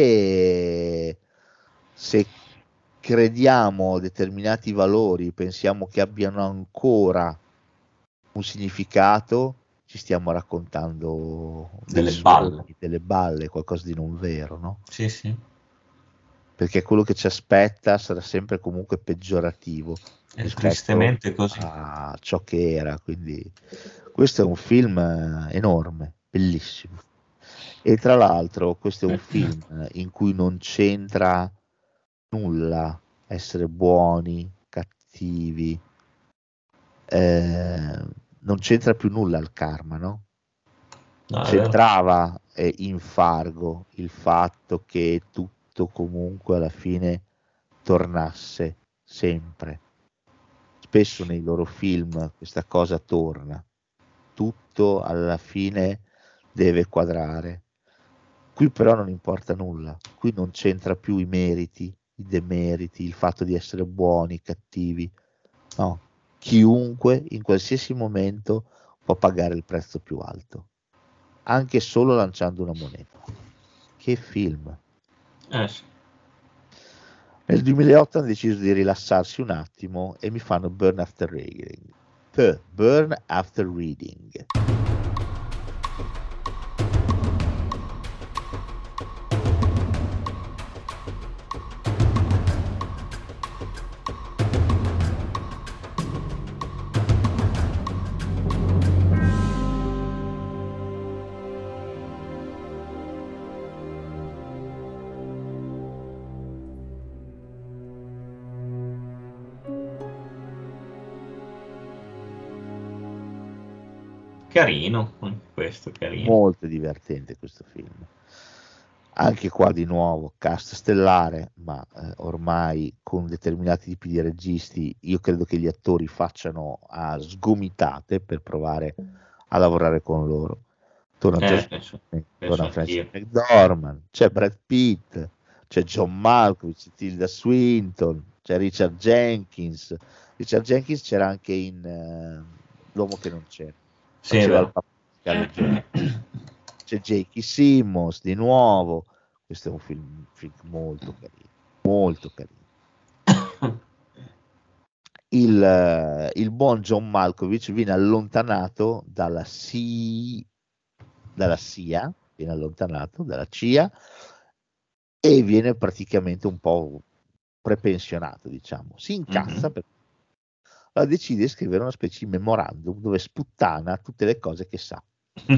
che se crediamo a determinati valori, pensiamo che abbiano ancora un significato, ci stiamo raccontando delle balle, delle balle, qualcosa di non vero, no? Sì, sì. Perché quello che ci aspetta sarà sempre comunque peggiorativo è tristemente così a ciò che era. Quindi questo è un film enorme, bellissimo, e tra l'altro questo è un film in cui non c'entra nulla essere buoni, cattivi, eh, non c'entra più nulla il karma, no? No, c'entrava eh, in Fargo il fatto che tutto comunque alla fine tornasse sempre. Spesso nei loro film questa cosa torna, tutto alla fine deve quadrare. Qui però non importa nulla, qui non c'entra più i meriti, i demeriti, il fatto di essere buoni, cattivi, no, chiunque in qualsiasi momento può pagare il prezzo più alto, anche solo lanciando una moneta. Che film! Eh sì. Nel duemilaotto hanno deciso di rilassarsi un attimo e mi fanno Burn After Reading. P, Burn After Reading. Carino, questo carino. Molto divertente questo film. Anche qua di nuovo cast stellare, ma eh, ormai con determinati tipi di registi io credo che gli attori facciano a sgomitate per provare a lavorare con loro. Torna eh, penso, penso Francis McDormand, c'è Brad Pitt, c'è John Malkovich, Tilda Swinton, c'è Richard Jenkins. Richard Jenkins c'era anche in uh, L'uomo che non c'era. Sì, c'è J K. Simmons di nuovo. Questo è un film, film molto carino, molto carino. Il, il buon John Malkovich viene allontanato dalla C I A, dalla C I A, viene allontanato dalla C I A e viene praticamente un po' prepensionato, diciamo, si incazza Mhm. per... allora decide di scrivere una specie di memorandum dove sputtana tutte le cose che sa.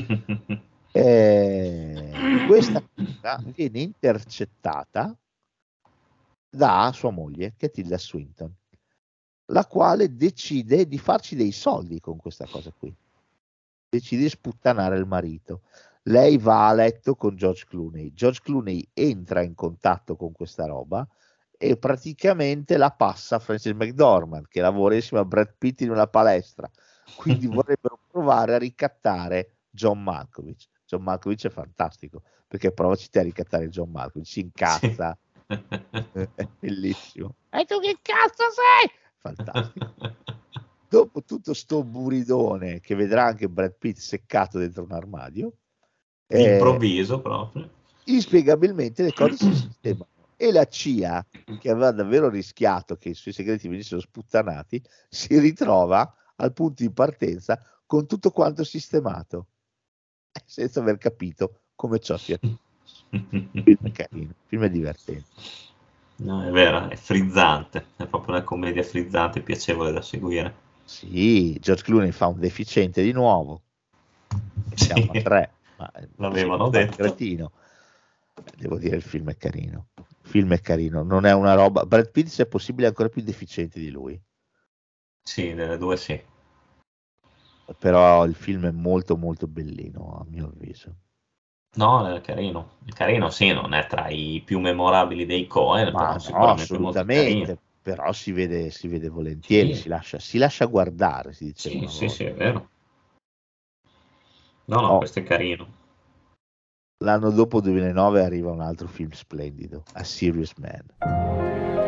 Eh, questa cosa viene intercettata da sua moglie, che è Tilda Swinton, la quale decide di farci dei soldi con questa cosa qui. Decide di sputtanare il marito. Lei va a letto con George Clooney. George Clooney entra in contatto con questa roba e praticamente la passa a Frances McDormand, che lavora insieme a Brad Pitt in una palestra. Quindi vorrebbero provare a ricattare John Malkovich. John Malkovich è fantastico, perché provaci te a ricattare John Malkovich, si incazza. È bellissimo. E tu che cazzo sei? Fantastico. Dopo tutto sto buridone che vedrà anche Brad Pitt seccato dentro un armadio, eh, Improvviso proprio. inspiegabilmente le cose si sistemano e la C I A, che aveva davvero rischiato che i suoi segreti venissero sputtanati, si ritrova al punto di partenza con tutto quanto sistemato, senza aver capito come ciò sia. Il film è carino, il film è divertente. No, è vero, è frizzante, è proprio una commedia frizzante, piacevole da seguire. Sì, George Clooney fa un deficiente di nuovo. Siamo Sì, a tre, ma l'avevano sì, detto. cretino. Devo dire, il film è carino. Il film è carino, non è una roba. Brad Pitt, se è possibile, è ancora più deficiente di lui. Sì, delle due sì. Però il film è molto molto bellino, a mio avviso. No, è carino. È carino, sì, non è tra i più memorabili dei Coen, Ma però no, sicuramente molto carino. assolutamente. Però si vede, si vede volentieri, Sì. si lascia, si lascia guardare, si diceva Sì, una sì, volta. sì, è vero. No, no, Oh, questo è carino. l'anno dopo, duemilanove, arriva un altro film splendido, A Serious Man.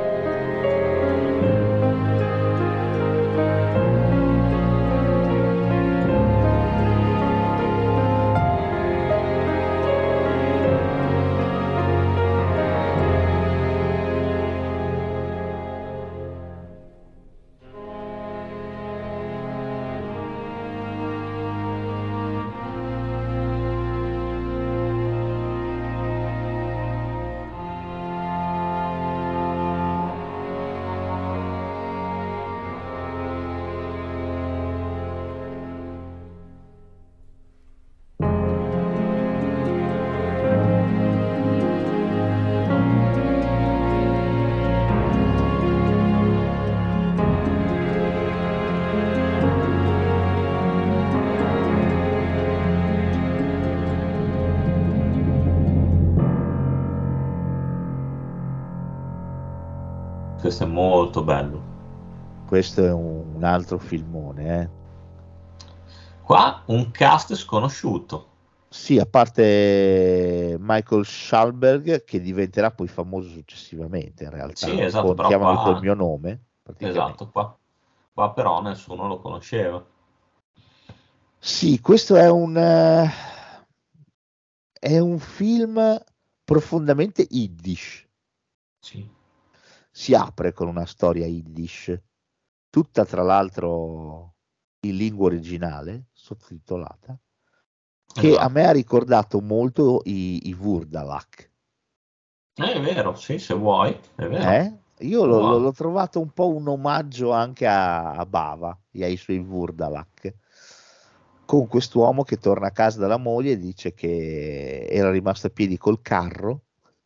Questo è molto bello. Questo è un, un altro filmone, eh. Qua un cast sconosciuto. Sì, a parte Michael Schallberg, che diventerà poi famoso successivamente, in realtà. Sì, esatto, con però Chiamami qua... col mio nome, praticamente. Esatto, qua, qua però nessuno lo conosceva. Sì, questo è un eh, è un film profondamente Yiddish. Sì. Si apre con una storia Yiddish, tutta tra l'altro in lingua originale, sottotitolata, che Esatto. a me ha ricordato molto i, i Vurdalak. Eh, è vero, sì, se vuoi, è vero. Eh? Io l'ho, Wow. l'ho trovato un po' un omaggio anche a, a Bava e ai suoi Vurdalak, con quest'uomo che torna a casa dalla moglie e dice che era rimasto a piedi col carro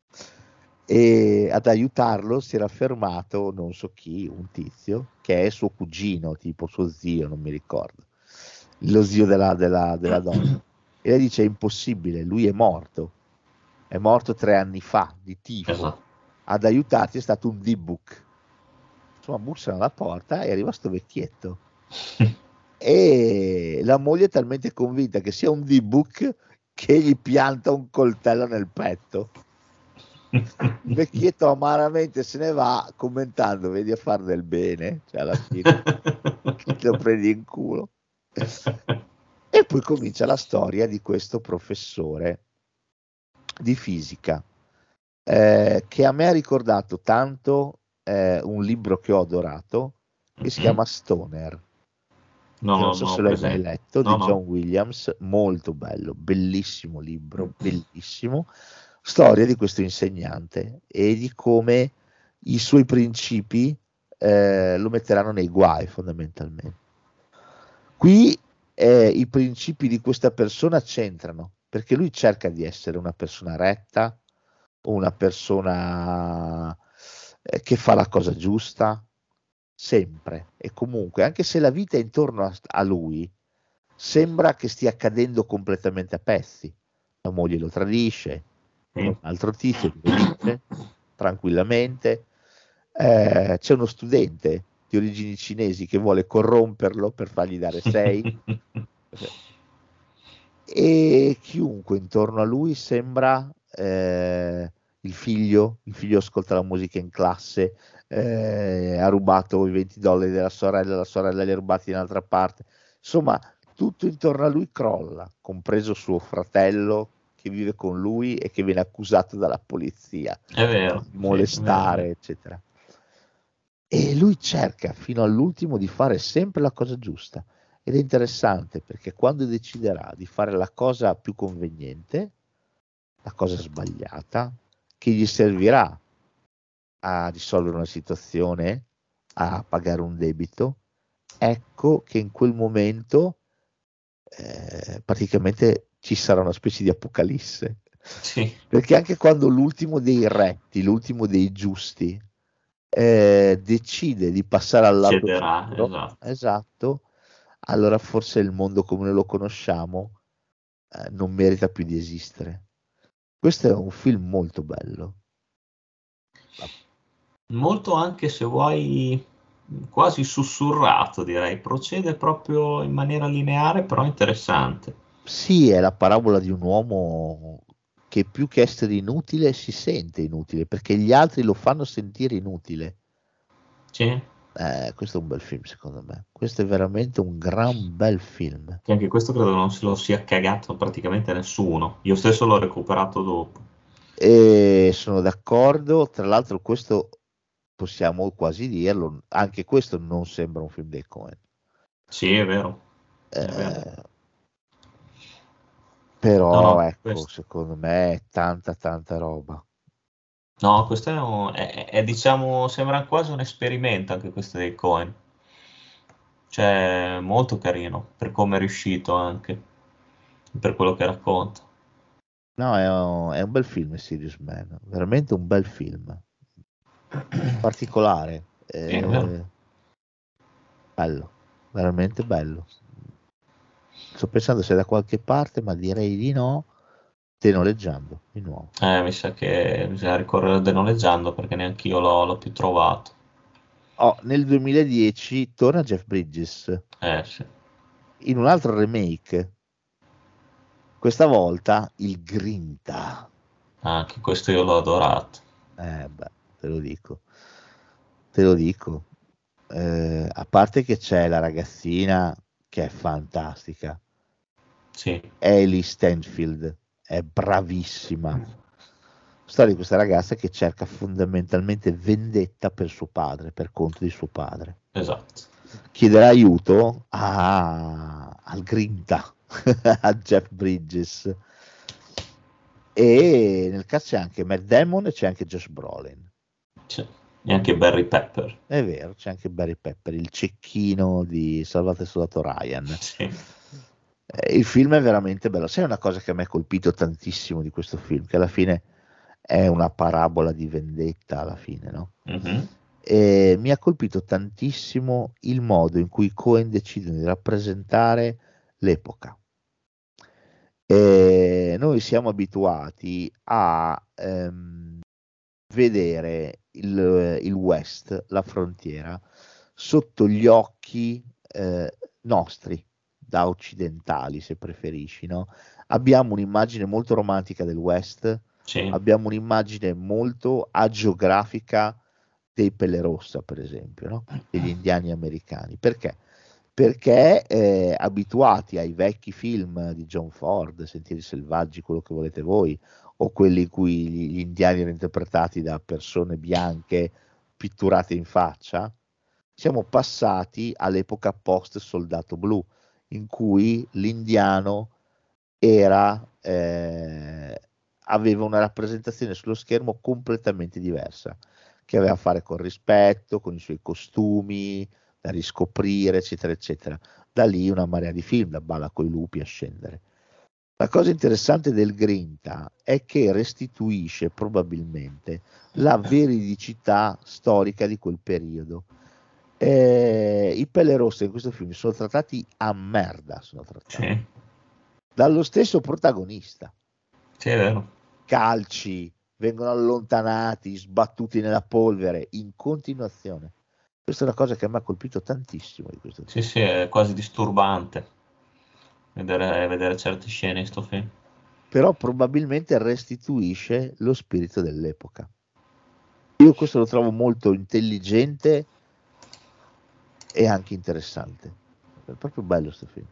e ad aiutarlo si era fermato non so chi, un tizio che è suo cugino, tipo suo zio, non mi ricordo, lo zio della, della, della donna, e lei dice: è impossibile, lui è morto, è morto tre anni fa di tifo. Esatto. Ad aiutarti è stato un D-Book. Insomma, bussano alla porta e arriva sto vecchietto e la moglie è talmente convinta che sia un D-Book che gli pianta un coltello nel petto. Il vecchietto amaramente se ne va commentando: vedi a far del bene, cioè alla fine che te lo prendi in culo. E poi comincia la storia di questo professore di fisica eh, che a me ha ricordato tanto eh, un libro che ho adorato che si chiama Stoner. No, non no, so no, se l'hai mai presente. letto, No, di no. John Williams, molto bello, bellissimo libro, bellissimo. Storia di questo insegnante e di come i suoi principi eh, lo metteranno nei guai fondamentalmente. Qui eh, i principi di questa persona c'entrano, perché lui cerca di essere una persona retta, una persona eh, che fa la cosa giusta, sempre e comunque, anche se la vita intorno a, a lui sembra che stia cadendo completamente a pezzi. La moglie lo tradisce, un altro tizio lo dice tranquillamente, eh, c'è uno studente di origini cinesi che vuole corromperlo per fargli dare sei e chiunque intorno a lui sembra eh, il figlio, il figlio ascolta la musica in classe, eh, ha rubato i venti dollari della sorella, la sorella li ha rubati in un'altra parte, insomma tutto intorno a lui crolla, compreso suo fratello che vive con lui e che viene accusato dalla polizia È vero, di molestare, sì, è vero. eccetera. E lui cerca fino all'ultimo di fare sempre la cosa giusta. Ed è interessante perché quando deciderà di fare la cosa più conveniente, la cosa sbagliata, che gli servirà a risolvere una situazione, a pagare un debito, ecco che in quel momento eh, praticamente ci sarà una specie di apocalisse. Sì. Perché anche quando l'ultimo dei retti, l'ultimo dei giusti, eh, decide di passare al lato Cederà, oscuro, esatto. esatto, allora forse il mondo come noi lo conosciamo eh, non merita più di esistere. Questo è un film molto bello. Molto, anche se vuoi, quasi sussurrato, direi. Procede proprio in maniera lineare, però interessante. Sì, è la parabola di un uomo che più che essere inutile si sente inutile perché gli altri lo fanno sentire inutile. Sì. Eh, questo è un bel film secondo me. Questo è veramente un gran bel film. Che anche questo credo non se lo sia cagato praticamente nessuno. Io stesso l'ho recuperato dopo. E sono d'accordo. Tra l'altro questo possiamo quasi dirlo, anche questo non sembra un film dei Coen. Sì, è vero. È Eh, vero. però No, no, ecco, questo. secondo me è tanta tanta roba. No, questo è, un- è- è, diciamo, sembra quasi un esperimento anche questo dei Coen. Cioè, molto carino, per come è riuscito anche, per quello che racconta. No, è un, è un bel film Serious Man, veramente un bel film. Particolare, Sì, è vero. eh, bello, veramente bello. Sto pensando se è da qualche parte, ma direi di no. Denoleggiando di nuovo. Eh, mi sa che bisogna ricorrere al denoleggiando perché neanche io l'ho, l'ho più trovato. Oh, nel duemiladieci torna Jeff Bridges Eh, sì. in un altro remake, questa volta il Grinta. Anche questo io l'ho adorato. Eh, beh, te lo dico, te lo dico. Eh, a parte che c'è la ragazzina che è fantastica, Sì. Hailey Stanfield, è bravissima. Storia di questa ragazza che cerca fondamentalmente vendetta per suo padre, per conto di suo padre. Esatto. Chiederà aiuto a, al Grinta, a Jeff Bridges. E nel cast c'è anche Matt Damon e c'è anche Josh Brolin. C'è. E anche Barry Pepper. È vero, c'è anche Barry Pepper, il cecchino di Salvate il soldato Ryan. Sì. Eh, il film è veramente bello. Sai una cosa che a me ha colpito tantissimo di questo film? Che alla fine è una parabola di vendetta, alla fine, no? Mm-hmm. E mi ha colpito tantissimo il modo in cui Coen decidono di rappresentare l'epoca. E noi siamo abituati a ehm, vedere il, il West, la frontiera, sotto gli occhi eh, nostri, da occidentali se preferisci, no? Abbiamo un'immagine molto romantica del West, Sì. abbiamo un'immagine molto agiografica dei Pelle Rossa, per esempio, no? Degli indiani americani. Perché? Perché eh, abituati ai vecchi film di John Ford, Sentieri selvaggi, quello che volete voi, o quelli in cui gli, gli indiani erano interpretati da persone bianche pitturate in faccia, siamo passati all'epoca post Soldato Blu, in cui l'indiano era eh, aveva una rappresentazione sullo schermo completamente diversa, che aveva a fare col rispetto, con i suoi costumi da riscoprire, eccetera, eccetera. Da lì una marea di film, da Balla coi lupi a scendere. La cosa interessante del Grinta è che restituisce probabilmente la veridicità storica di quel periodo. Eh, I Pelle Rosse in questo film sono trattati a merda, sono trattati Sì, dallo stesso protagonista. sì, è vero. Calci, vengono allontanati, sbattuti nella polvere in continuazione. Questa è una cosa che a me ha colpito tantissimo di questo Sì, film. sì, è quasi disturbante vedere, vedere certe scene in sto film. Però probabilmente restituisce lo spirito dell'epoca. Io questo lo trovo molto intelligente e anche interessante. È proprio bello questo film.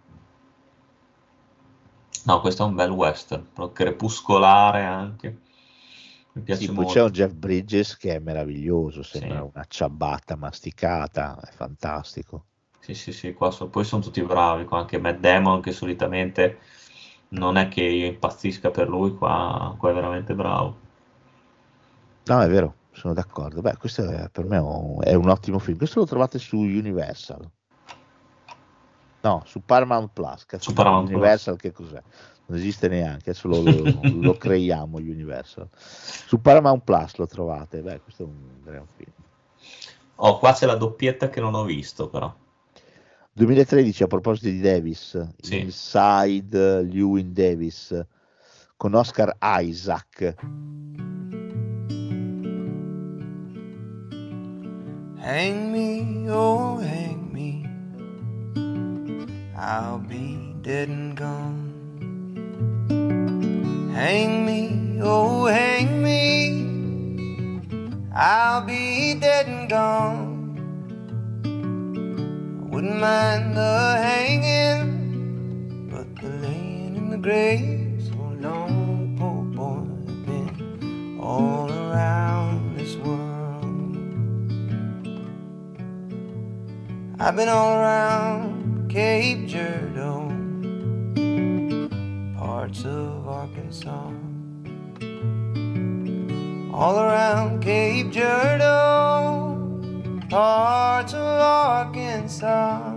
No, questo è un bel western, però crepuscolare anche. Mi piace Sì, poi molto. c'è un Jeff Bridges che è meraviglioso, sembra Sì. una ciabatta masticata, è fantastico. Sì, sì, sì, qua so- poi sono tutti bravi, qua anche Matt Damon che solitamente non è che io impazzisca per lui, qua, qua è veramente bravo. No, è vero, sono d'accordo. Beh, questo è, per me è un, è un ottimo film. Questo lo trovate su Universal. No, su Paramount Plus. Cazzo, Su Paramount Plus. Universal che cos'è? Non esiste neanche, adesso lo, lo, lo creiamo Universal. Su Paramount Plus lo trovate. Beh, questo è un gran film. Oh, qua c'è la doppietta che non ho visto, però. duemilatredici, a proposito di Davis, Sì. Inside Llewyn Davis con Oscar Isaac. Hang me, oh hang me, I'll be dead and gone. Hang me, oh hang me, I'll be dead and gone. I wouldn't mind the hanging, but the laying in the grave so long, poor boy, I've been all around this world. I've been all around Cape Girardeau, parts of Arkansas. All around Cape Girardeau, parts of Arkansas.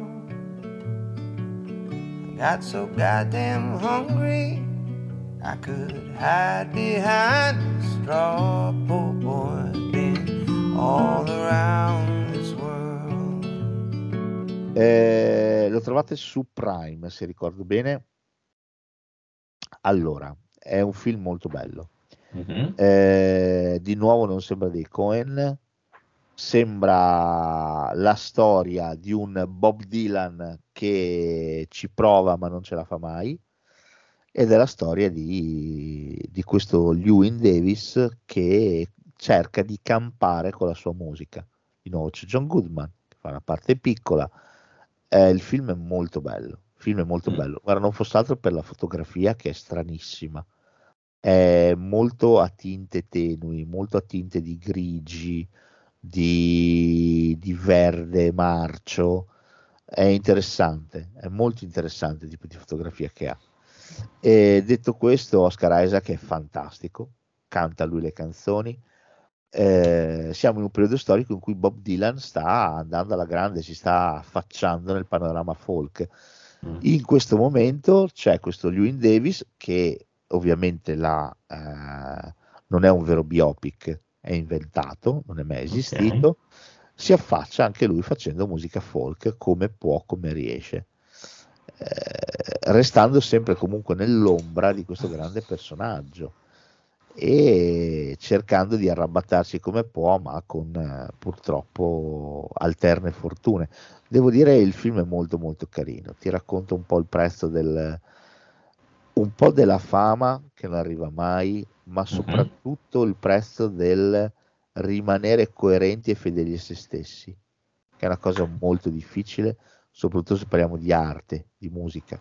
I got so goddamn hungry, I could hide behind the straw. Poor boy, been all around this world. Eh, lo trovate su Prime, se ricordo bene. Allora, è un film molto bello. Mhm. Eh, di nuovo non sembra dei Coen, sembra la storia di un Bob Dylan che ci prova ma non ce la fa mai, ed è la storia di, di questo Llewyn Davis che cerca di campare con la sua musica. Di nuovo c'è John Goodman che fa una parte piccola. Eh, il film è molto bello, il film è molto Mm. bello, guarda, non fosse altro per la fotografia che è stranissima, è molto a tinte tenui, molto a tinte di grigi, di, di verde marcio, è interessante, è molto interessante il tipo di fotografia che ha. E detto questo, Oscar Isaac è fantastico, canta lui le canzoni. Eh, siamo in un periodo storico in cui Bob Dylan sta andando alla grande, si sta affacciando nel panorama folk. Mm. In questo momento c'è questo Llewyn Davis che ovviamente la, eh, non è un vero biopic, è inventato, non è mai esistito, si affaccia anche lui facendo musica folk come può, come riesce, eh, restando sempre comunque nell'ombra di questo grande personaggio e cercando di arrabattarsi come può, ma con eh, purtroppo alterne fortune. Devo dire il film è molto molto carino, ti racconta un po' il prezzo del, un po' della fama che non arriva mai, ma soprattutto il prezzo del rimanere coerenti e fedeli a se stessi, che è una cosa molto difficile, soprattutto se parliamo di arte, di musica.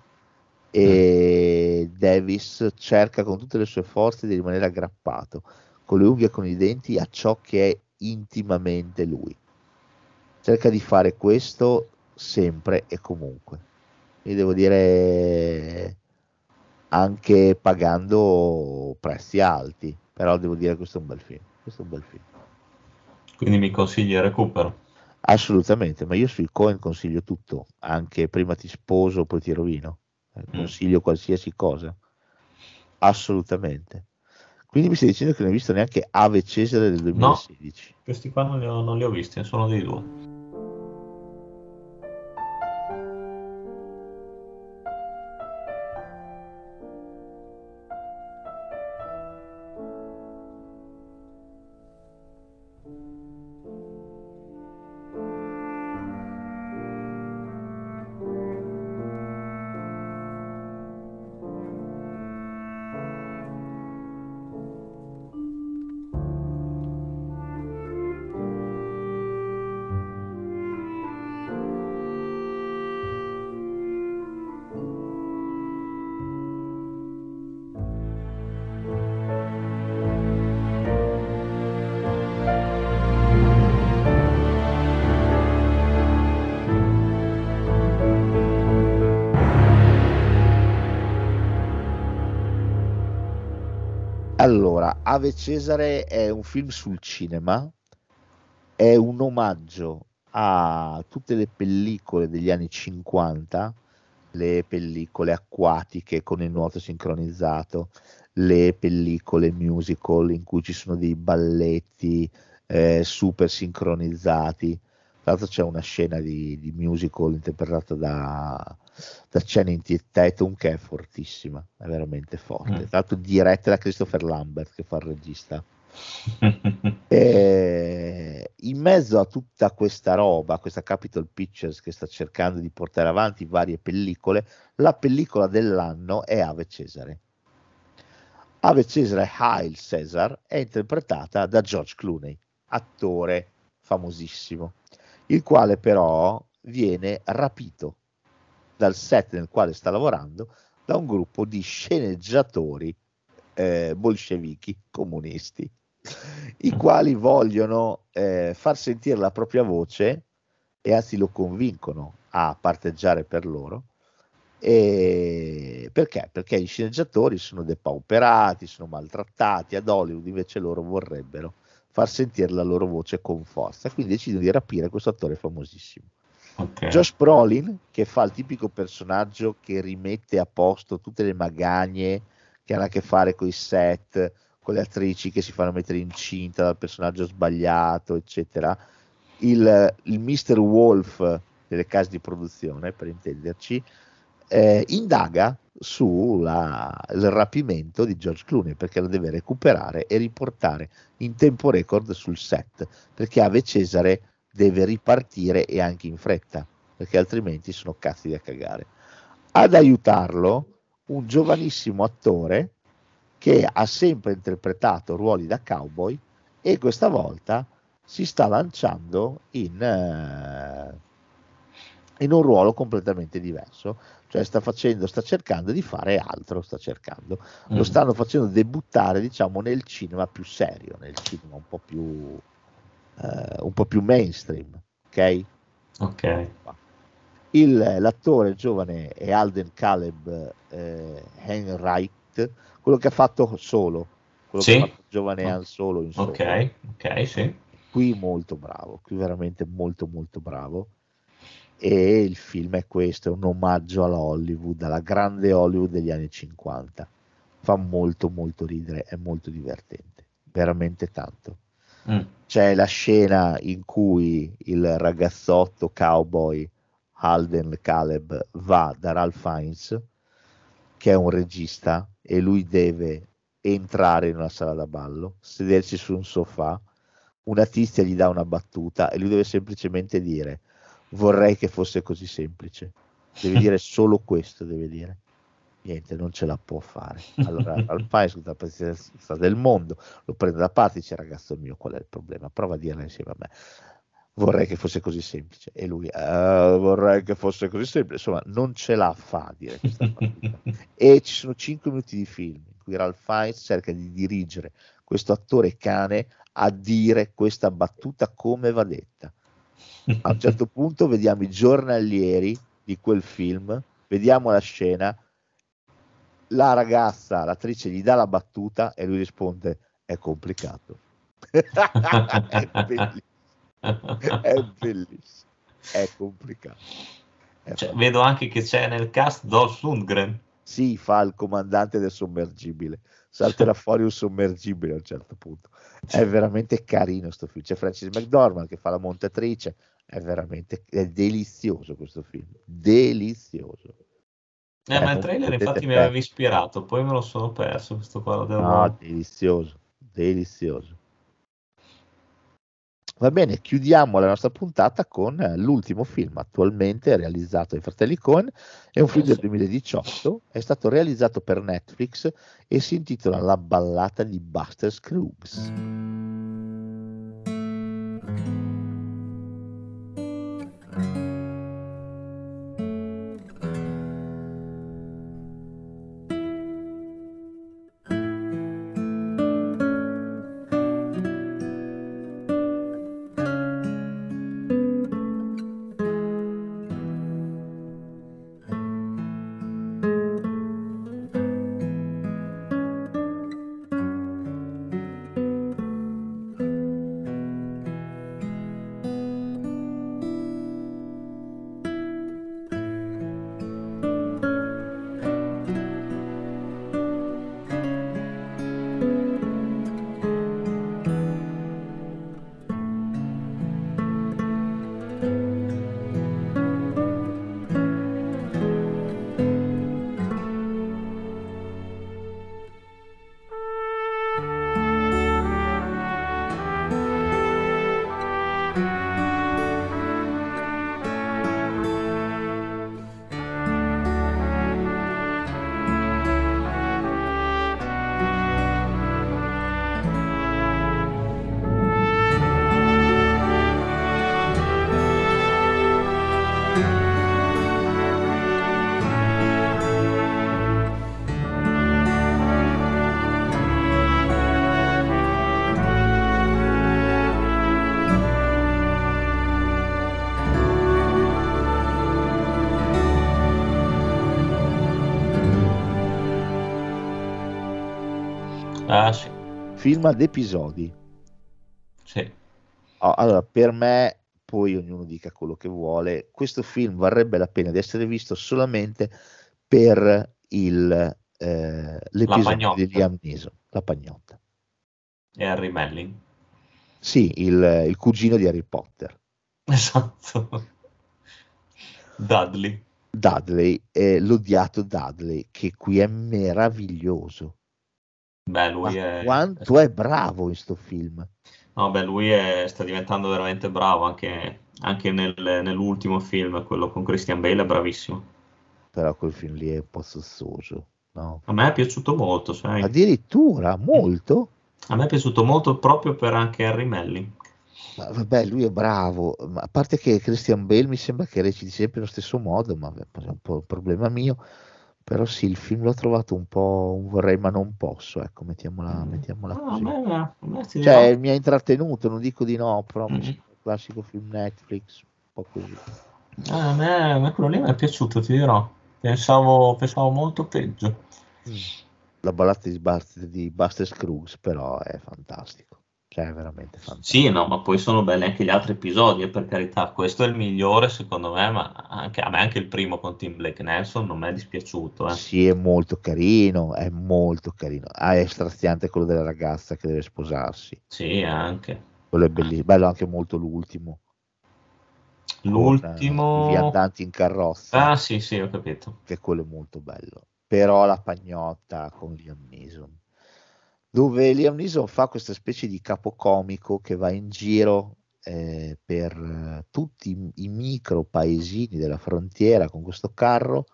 E Davis cerca con tutte le sue forze di rimanere aggrappato con le unghie e con i denti a ciò che è intimamente lui, cerca di fare questo sempre e comunque, io devo dire anche pagando prezzi alti, però devo dire questo è un bel film, questo è un bel film. Quindi mi consigli il recupero? Assolutamente, ma io sui Coen consiglio tutto, anche prima ti sposo, poi ti rovino. Eh, consiglio qualsiasi cosa, assolutamente. Quindi mi stai dicendo che non hai visto neanche Ave Cesare del No, duemilasedici? questi qua non li ho, non li ho visti, ne sono dei due. Allora, Ave Cesare è un film sul cinema, è un omaggio a tutte le pellicole degli anni cinquanta, le pellicole acquatiche con il nuoto sincronizzato, le pellicole musical in cui ci sono dei balletti eh, super sincronizzati. Tra l'altro c'è una scena di, di musical interpretata da, da Channing Tatum che è fortissima, è veramente forte. Mm. Tra l'altro diretta da Christopher Lambert che fa il regista. E in mezzo a tutta questa roba, questa Capitol Pictures che sta cercando di portare avanti varie pellicole, la pellicola dell'anno è Ave Cesare. Ave Cesare Hail Caesar è interpretata da George Clooney, attore famosissimo, il quale però viene rapito dal set nel quale sta lavorando da un gruppo di sceneggiatori eh, bolscevichi comunisti, i quali vogliono eh, far sentire la propria voce e anzi lo convincono a parteggiare per loro. E perché? Perché gli sceneggiatori sono depauperati, sono maltrattati, ad Hollywood invece loro vorrebbero far sentire la loro voce con forza, quindi decidono di rapire questo attore famosissimo. Okay. Josh Brolin, che fa il tipico personaggio che rimette a posto tutte le magagne che hanno a che fare con i set, con le attrici che si fanno mettere incinta dal personaggio sbagliato, eccetera. Il, il mister Wolf delle case di produzione, per intenderci, eh, indaga sul rapimento di George Clooney perché lo deve recuperare e riportare in tempo record sul set, perché Ave Cesare deve ripartire e anche in fretta, perché altrimenti sono cazzi da cagare. Ad aiutarlo un giovanissimo attore che ha sempre interpretato ruoli da cowboy e questa volta si sta lanciando in, uh, in un ruolo completamente diverso, cioè sta facendo, sta cercando di fare altro, sta cercando, mm. lo stanno facendo debuttare, diciamo, nel cinema più serio, nel cinema un po' più uh, un po' più mainstream, ok? Ok. Il, l'attore giovane è Alden Caleb eh, Henright, quello che ha fatto Solo, quello sì. che ha fatto giovane Han Solo in Solo. Ok, ok, sì. Qui molto bravo, qui veramente molto molto bravo. E il film è questo, è un omaggio alla Hollywood, alla grande Hollywood degli anni cinquanta. Fa molto molto ridere, è molto divertente, veramente tanto. Mm. C'è la scena in cui il ragazzotto cowboy Alden Caleb va da Ralph Fiennes, che è un regista, e lui deve entrare in una sala da ballo, sedersi su un sofà, una tizia gli dà una battuta e lui deve semplicemente dire: vorrei che fosse così semplice. Deve dire solo questo, deve dire. Niente, non ce la può fare. Allora Ralph Fiennes, tutta la pazienza del mondo, lo prende da parte e dice: ragazzo mio, qual è il problema? Prova a dirla insieme a me. Vorrei che fosse così semplice. E lui, ah, vorrei che fosse così semplice. Insomma, non ce la fa a dire questa battuta. E ci sono cinque minuti di film in cui Ralph Fiennes cerca di dirigere questo attore cane a dire questa battuta come va detta. A un certo punto vediamo i giornalieri di quel film, vediamo la scena, la ragazza, l'attrice gli dà la battuta e lui risponde: è complicato. È bellissimo, è bellissimo, è complicato. È Cioè, vedo anche che c'è nel cast Dolph Lundgren. Sì, fa il comandante del sommergibile, salterà fuori un sommergibile a un certo punto. È veramente carino sto film. C'è Frances McDormand che fa la montatrice, è veramente è delizioso questo film, delizioso. Eh, Eh, ma il non trailer potete infatti mi perdere. aveva ispirato, poi me lo sono perso questo qua del No, ruolo. delizioso, delizioso. Va bene, chiudiamo la nostra puntata con l'ultimo film attualmente realizzato dai fratelli Coen. È un film del duemiladiciotto, è stato realizzato per Netflix e si intitola La ballata di Buster Scruggs. Ah, sì. Film ad episodi. Sì. Oh, allora, per me, poi ognuno dica quello che vuole, questo film varrebbe la pena di essere visto solamente per il, eh, l'episodio pagnotta. di Liam Neeson, la pagnotta. E Harry Melling. Sì, il, il cugino di Harry Potter. Esatto. Dudley. Dudley, eh, l'odiato Dudley, che qui è meraviglioso. Beh, lui Ma è... quanto è bravo in sto film. No, beh, lui è... sta diventando veramente bravo anche, anche nel- nell'ultimo film, quello con Christian Bale, è bravissimo. Però quel film lì è un po' sossoso, no? A me è piaciuto molto, sai. Addirittura, molto? A me è piaciuto molto proprio per anche Harry Melling. Ma vabbè, lui è bravo, ma a parte che Christian Bale mi sembra che reciti sempre allo stesso modo, ma vabbè, è un po' un problema mio. Però sì, il film l'ho trovato un po' un vorrei ma non posso, ecco, mettiamola, mettiamola No, a così. me, a me ti Cioè, dirò- mi ha intrattenuto, non dico di no, però mi Mm. sembra un classico film Netflix, un po' così. eh, a me, a me quello lì mi è piaciuto, ti dirò. Pensavo, pensavo molto peggio. Mm. La ballata di Buster, di Buster Scruggs però è fantastico, cioè è veramente fantastico. Sì, no, ma poi sono belli anche gli altri episodi, eh, per carità. Questo è il migliore secondo me, ma anche, a me anche il primo con Tim Blake Nelson non mi è dispiaciuto. Eh. Sì, è molto carino, è molto carino. Ah, è straziante quello della ragazza che deve sposarsi. Sì, anche. Quello è bellissimo, bello anche molto l'ultimo. Con, eh, i L'ultimo... viandanti in carrozza, Ah, sì, sì, ho capito. che quello è molto bello. Però la pagnotta con Liam Neeson, dove Liam Neeson fa questa specie di capocomico che va in giro eh, per eh, tutti i, i micro paesini della frontiera con questo carro,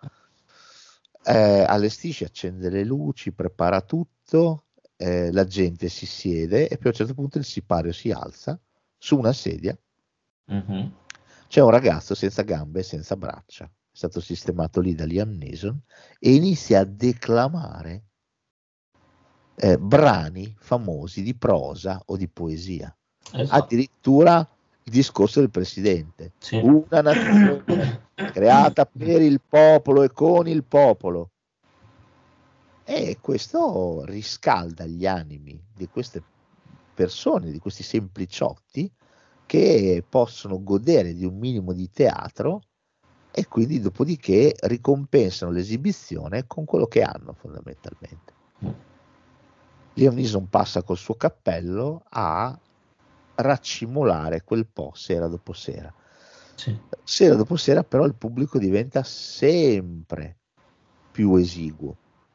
eh, allestisce, accende le luci, prepara tutto, eh, la gente si siede e poi a un certo punto il sipario si alza su una sedia. Mhm. C'è un ragazzo senza gambe e senza braccia, è stato sistemato lì da Liam Neeson e inizia a declamare eh, brani famosi di prosa o di poesia. Esatto. Addirittura il discorso del presidente. Sì. Una nazione creata per il popolo e con il popolo. E questo riscalda gli animi di queste persone, di questi sempliciotti che possono godere di un minimo di teatro e quindi dopodiché ricompensano l'esibizione con quello che hanno fondamentalmente. Liam Neeson passa col suo cappello a raccimolare quel po' sera dopo sera. Sì. Sera dopo sera però il pubblico diventa sempre più esiguo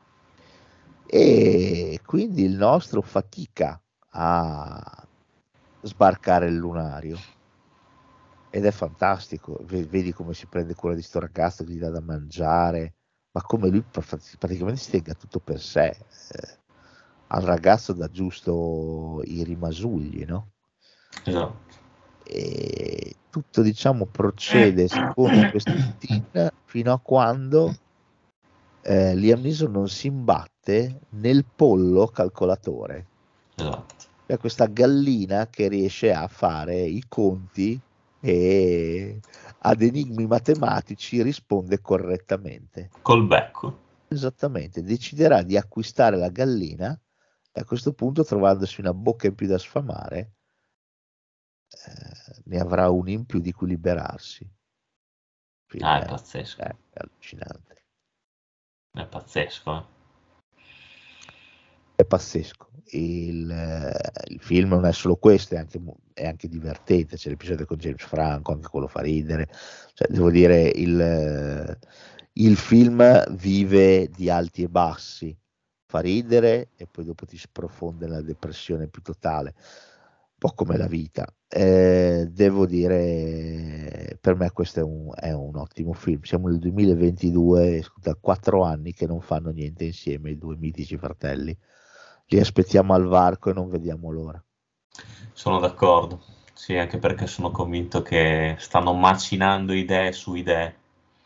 e quindi il nostro fatica a sbarcare il lunario ed è fantastico. V- vedi come si prende cura di sto ragazzo che gli dà da mangiare, ma come lui pr- praticamente si tenga tutto per sé. Eh, al ragazzo dà giusto i rimasugli, no? Esatto. E tutto diciamo procede secondo questo routine fino a quando eh, Liam Neeson non si imbatte nel pollo calcolatore. Esatto. C'è questa gallina che riesce a fare i conti e ad enigmi matematici risponde correttamente. Col becco. Esattamente, deciderà di acquistare la gallina e a questo punto, trovandosi una bocca in più da sfamare, eh, ne avrà un in più di cui liberarsi. Quindi Ah, è è, pazzesco. è allucinante. È pazzesco. Eh. È pazzesco. Il, eh, il film non è solo questo, è anche, è anche divertente. C'è l'episodio con James Franco, anche quello fa ridere. Cioè, devo dire, il, il film vive di alti e bassi, fa ridere e poi dopo ti sprofonda nella depressione più totale, un po' come la vita. Eh, devo dire, per me questo è un, è un ottimo film. Siamo nel duemilaventidue, da quattro anni che non fanno niente insieme i due mitici fratelli. Li aspettiamo al varco e non vediamo l'ora. Sono d'accordo, sì, anche perché sono convinto che stanno macinando idee su idee.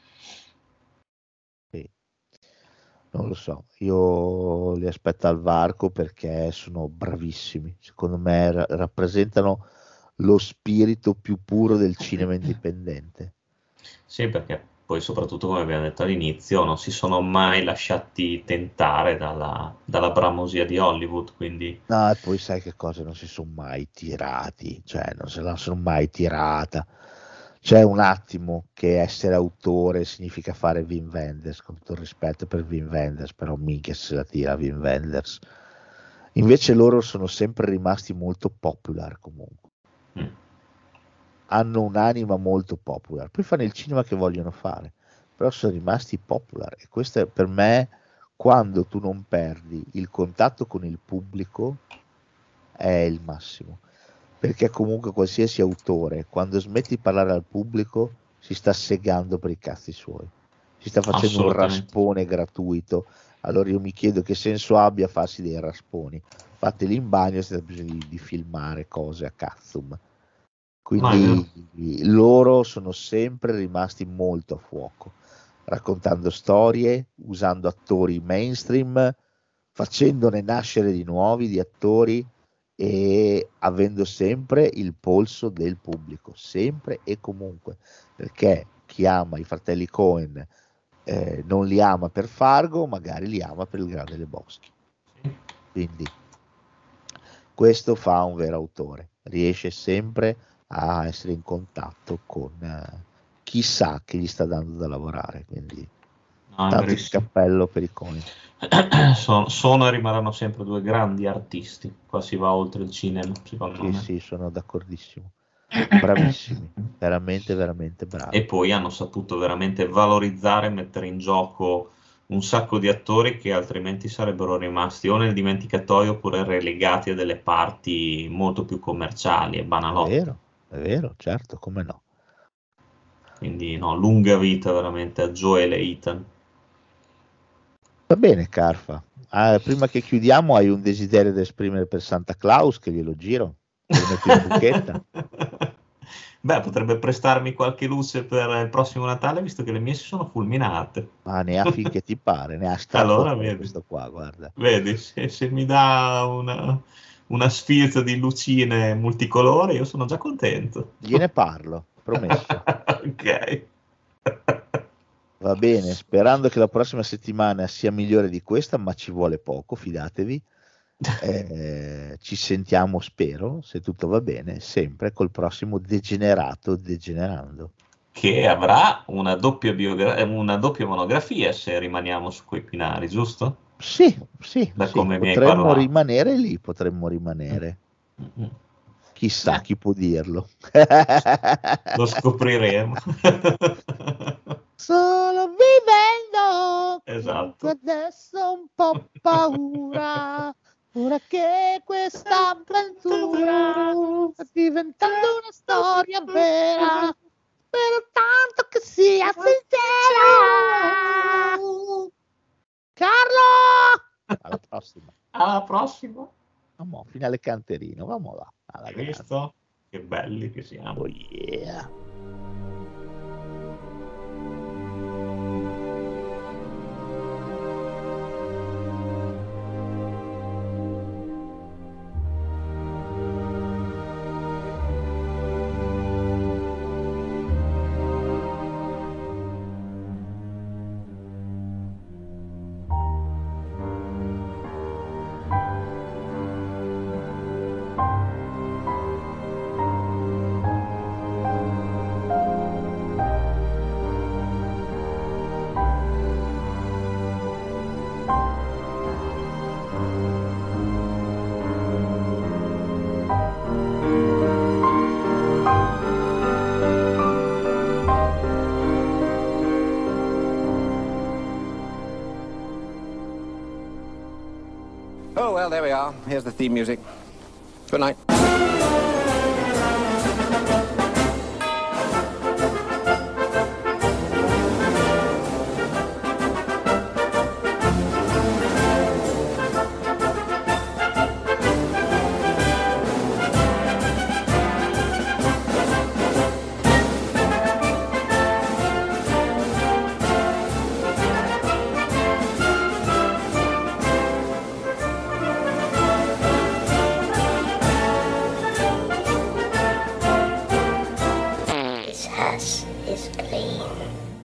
Sì. Non lo so, io li aspetto al varco perché sono bravissimi. Secondo me ra- rappresentano lo spirito più puro del cinema indipendente. Sì, perché poi soprattutto, come abbiamo detto all'inizio, non si sono mai lasciati tentare dalla, dalla bramosia di Hollywood, quindi No, e poi sai che cosa? Non si sono mai tirati, cioè non se la sono mai tirata. C'è un attimo che essere autore significa fare Wim Wenders, con tutto il rispetto per Wim Wenders, però minchia se la tira Wim Wenders. Invece loro sono sempre rimasti molto popular comunque. Mm. Hanno un'anima molto popular, poi fanno il cinema che vogliono fare, però sono rimasti popular e questo è per me, quando tu non perdi il contatto con il pubblico, è il massimo, perché comunque qualsiasi autore, quando smetti di parlare al pubblico, si sta segando per i cazzi suoi, si sta facendo un Assolutamente. raspone gratuito. Allora io mi chiedo che senso abbia farsi dei rasponi, fateli in bagno senza bisogno di, di filmare cose a cazzum. No, è vero. Quindi loro sono sempre rimasti molto a fuoco, raccontando storie, usando attori mainstream, facendone nascere di nuovi di attori e avendo sempre il polso del pubblico, sempre e comunque, perché chi ama i fratelli Coen eh, non li ama per Fargo, magari li ama per Il Grande Lebowski. Quindi questo fa un vero autore, riesce sempre a essere in contatto con eh, chi sa che gli sta dando da lavorare, quindi No, è tanto il verissimo. cappello per i Coen. Sono, sono e rimarranno sempre due grandi artisti. Qua si va oltre il cinema, secondo Sì, me. sì, sono d'accordissimo. Bravissimi, veramente, veramente bravi. E poi hanno saputo veramente valorizzare e mettere in gioco un sacco di attori che altrimenti sarebbero rimasti o nel dimenticatoio oppure relegati a delle parti molto più commerciali e È banalotte. vero, è vero, certo, come no. Quindi no, lunga vita veramente a Joel e Ethan. Va bene, Carfa. Ah, prima che chiudiamo, hai un desiderio da esprimere per Santa Claus, che glielo giro? Te lo metti in buchetta? Beh, potrebbe prestarmi qualche luce per il prossimo Natale, visto che le mie si sono fulminate. Ma ne ha finché ti pare, ne ha Allora, strafotte vedi, questo qua, guarda. vedi, se, se mi dà una, una sfilza di lucine multicolore, io sono già contento. Gliene parlo, promesso. Ok. Va bene, sperando che la prossima settimana sia migliore di questa, ma ci vuole poco, fidatevi. Eh, ci sentiamo, spero, se tutto va bene, sempre col prossimo Degenerato Degenerando. Che avrà una doppia, biogra- una doppia monografia se rimaniamo su quei binari, giusto? Sì, sì, Da sì, come mi hai potremmo parlato. rimanere lì, potremmo rimanere. Mm-mm. Chissà chi può dirlo. Lo scopriremo. Solo vivendo, Esatto. adesso un po' paura, ora che questa avventura sta diventando una storia vera, spero tanto che sia sincera. Carlo! Alla prossima. Alla prossima. Vamo, finale canterino, vamo là. Alla grande. Visto? Che belli che siamo. Oh yeah. Oh, well, there we are. Here's the theme music. Good night.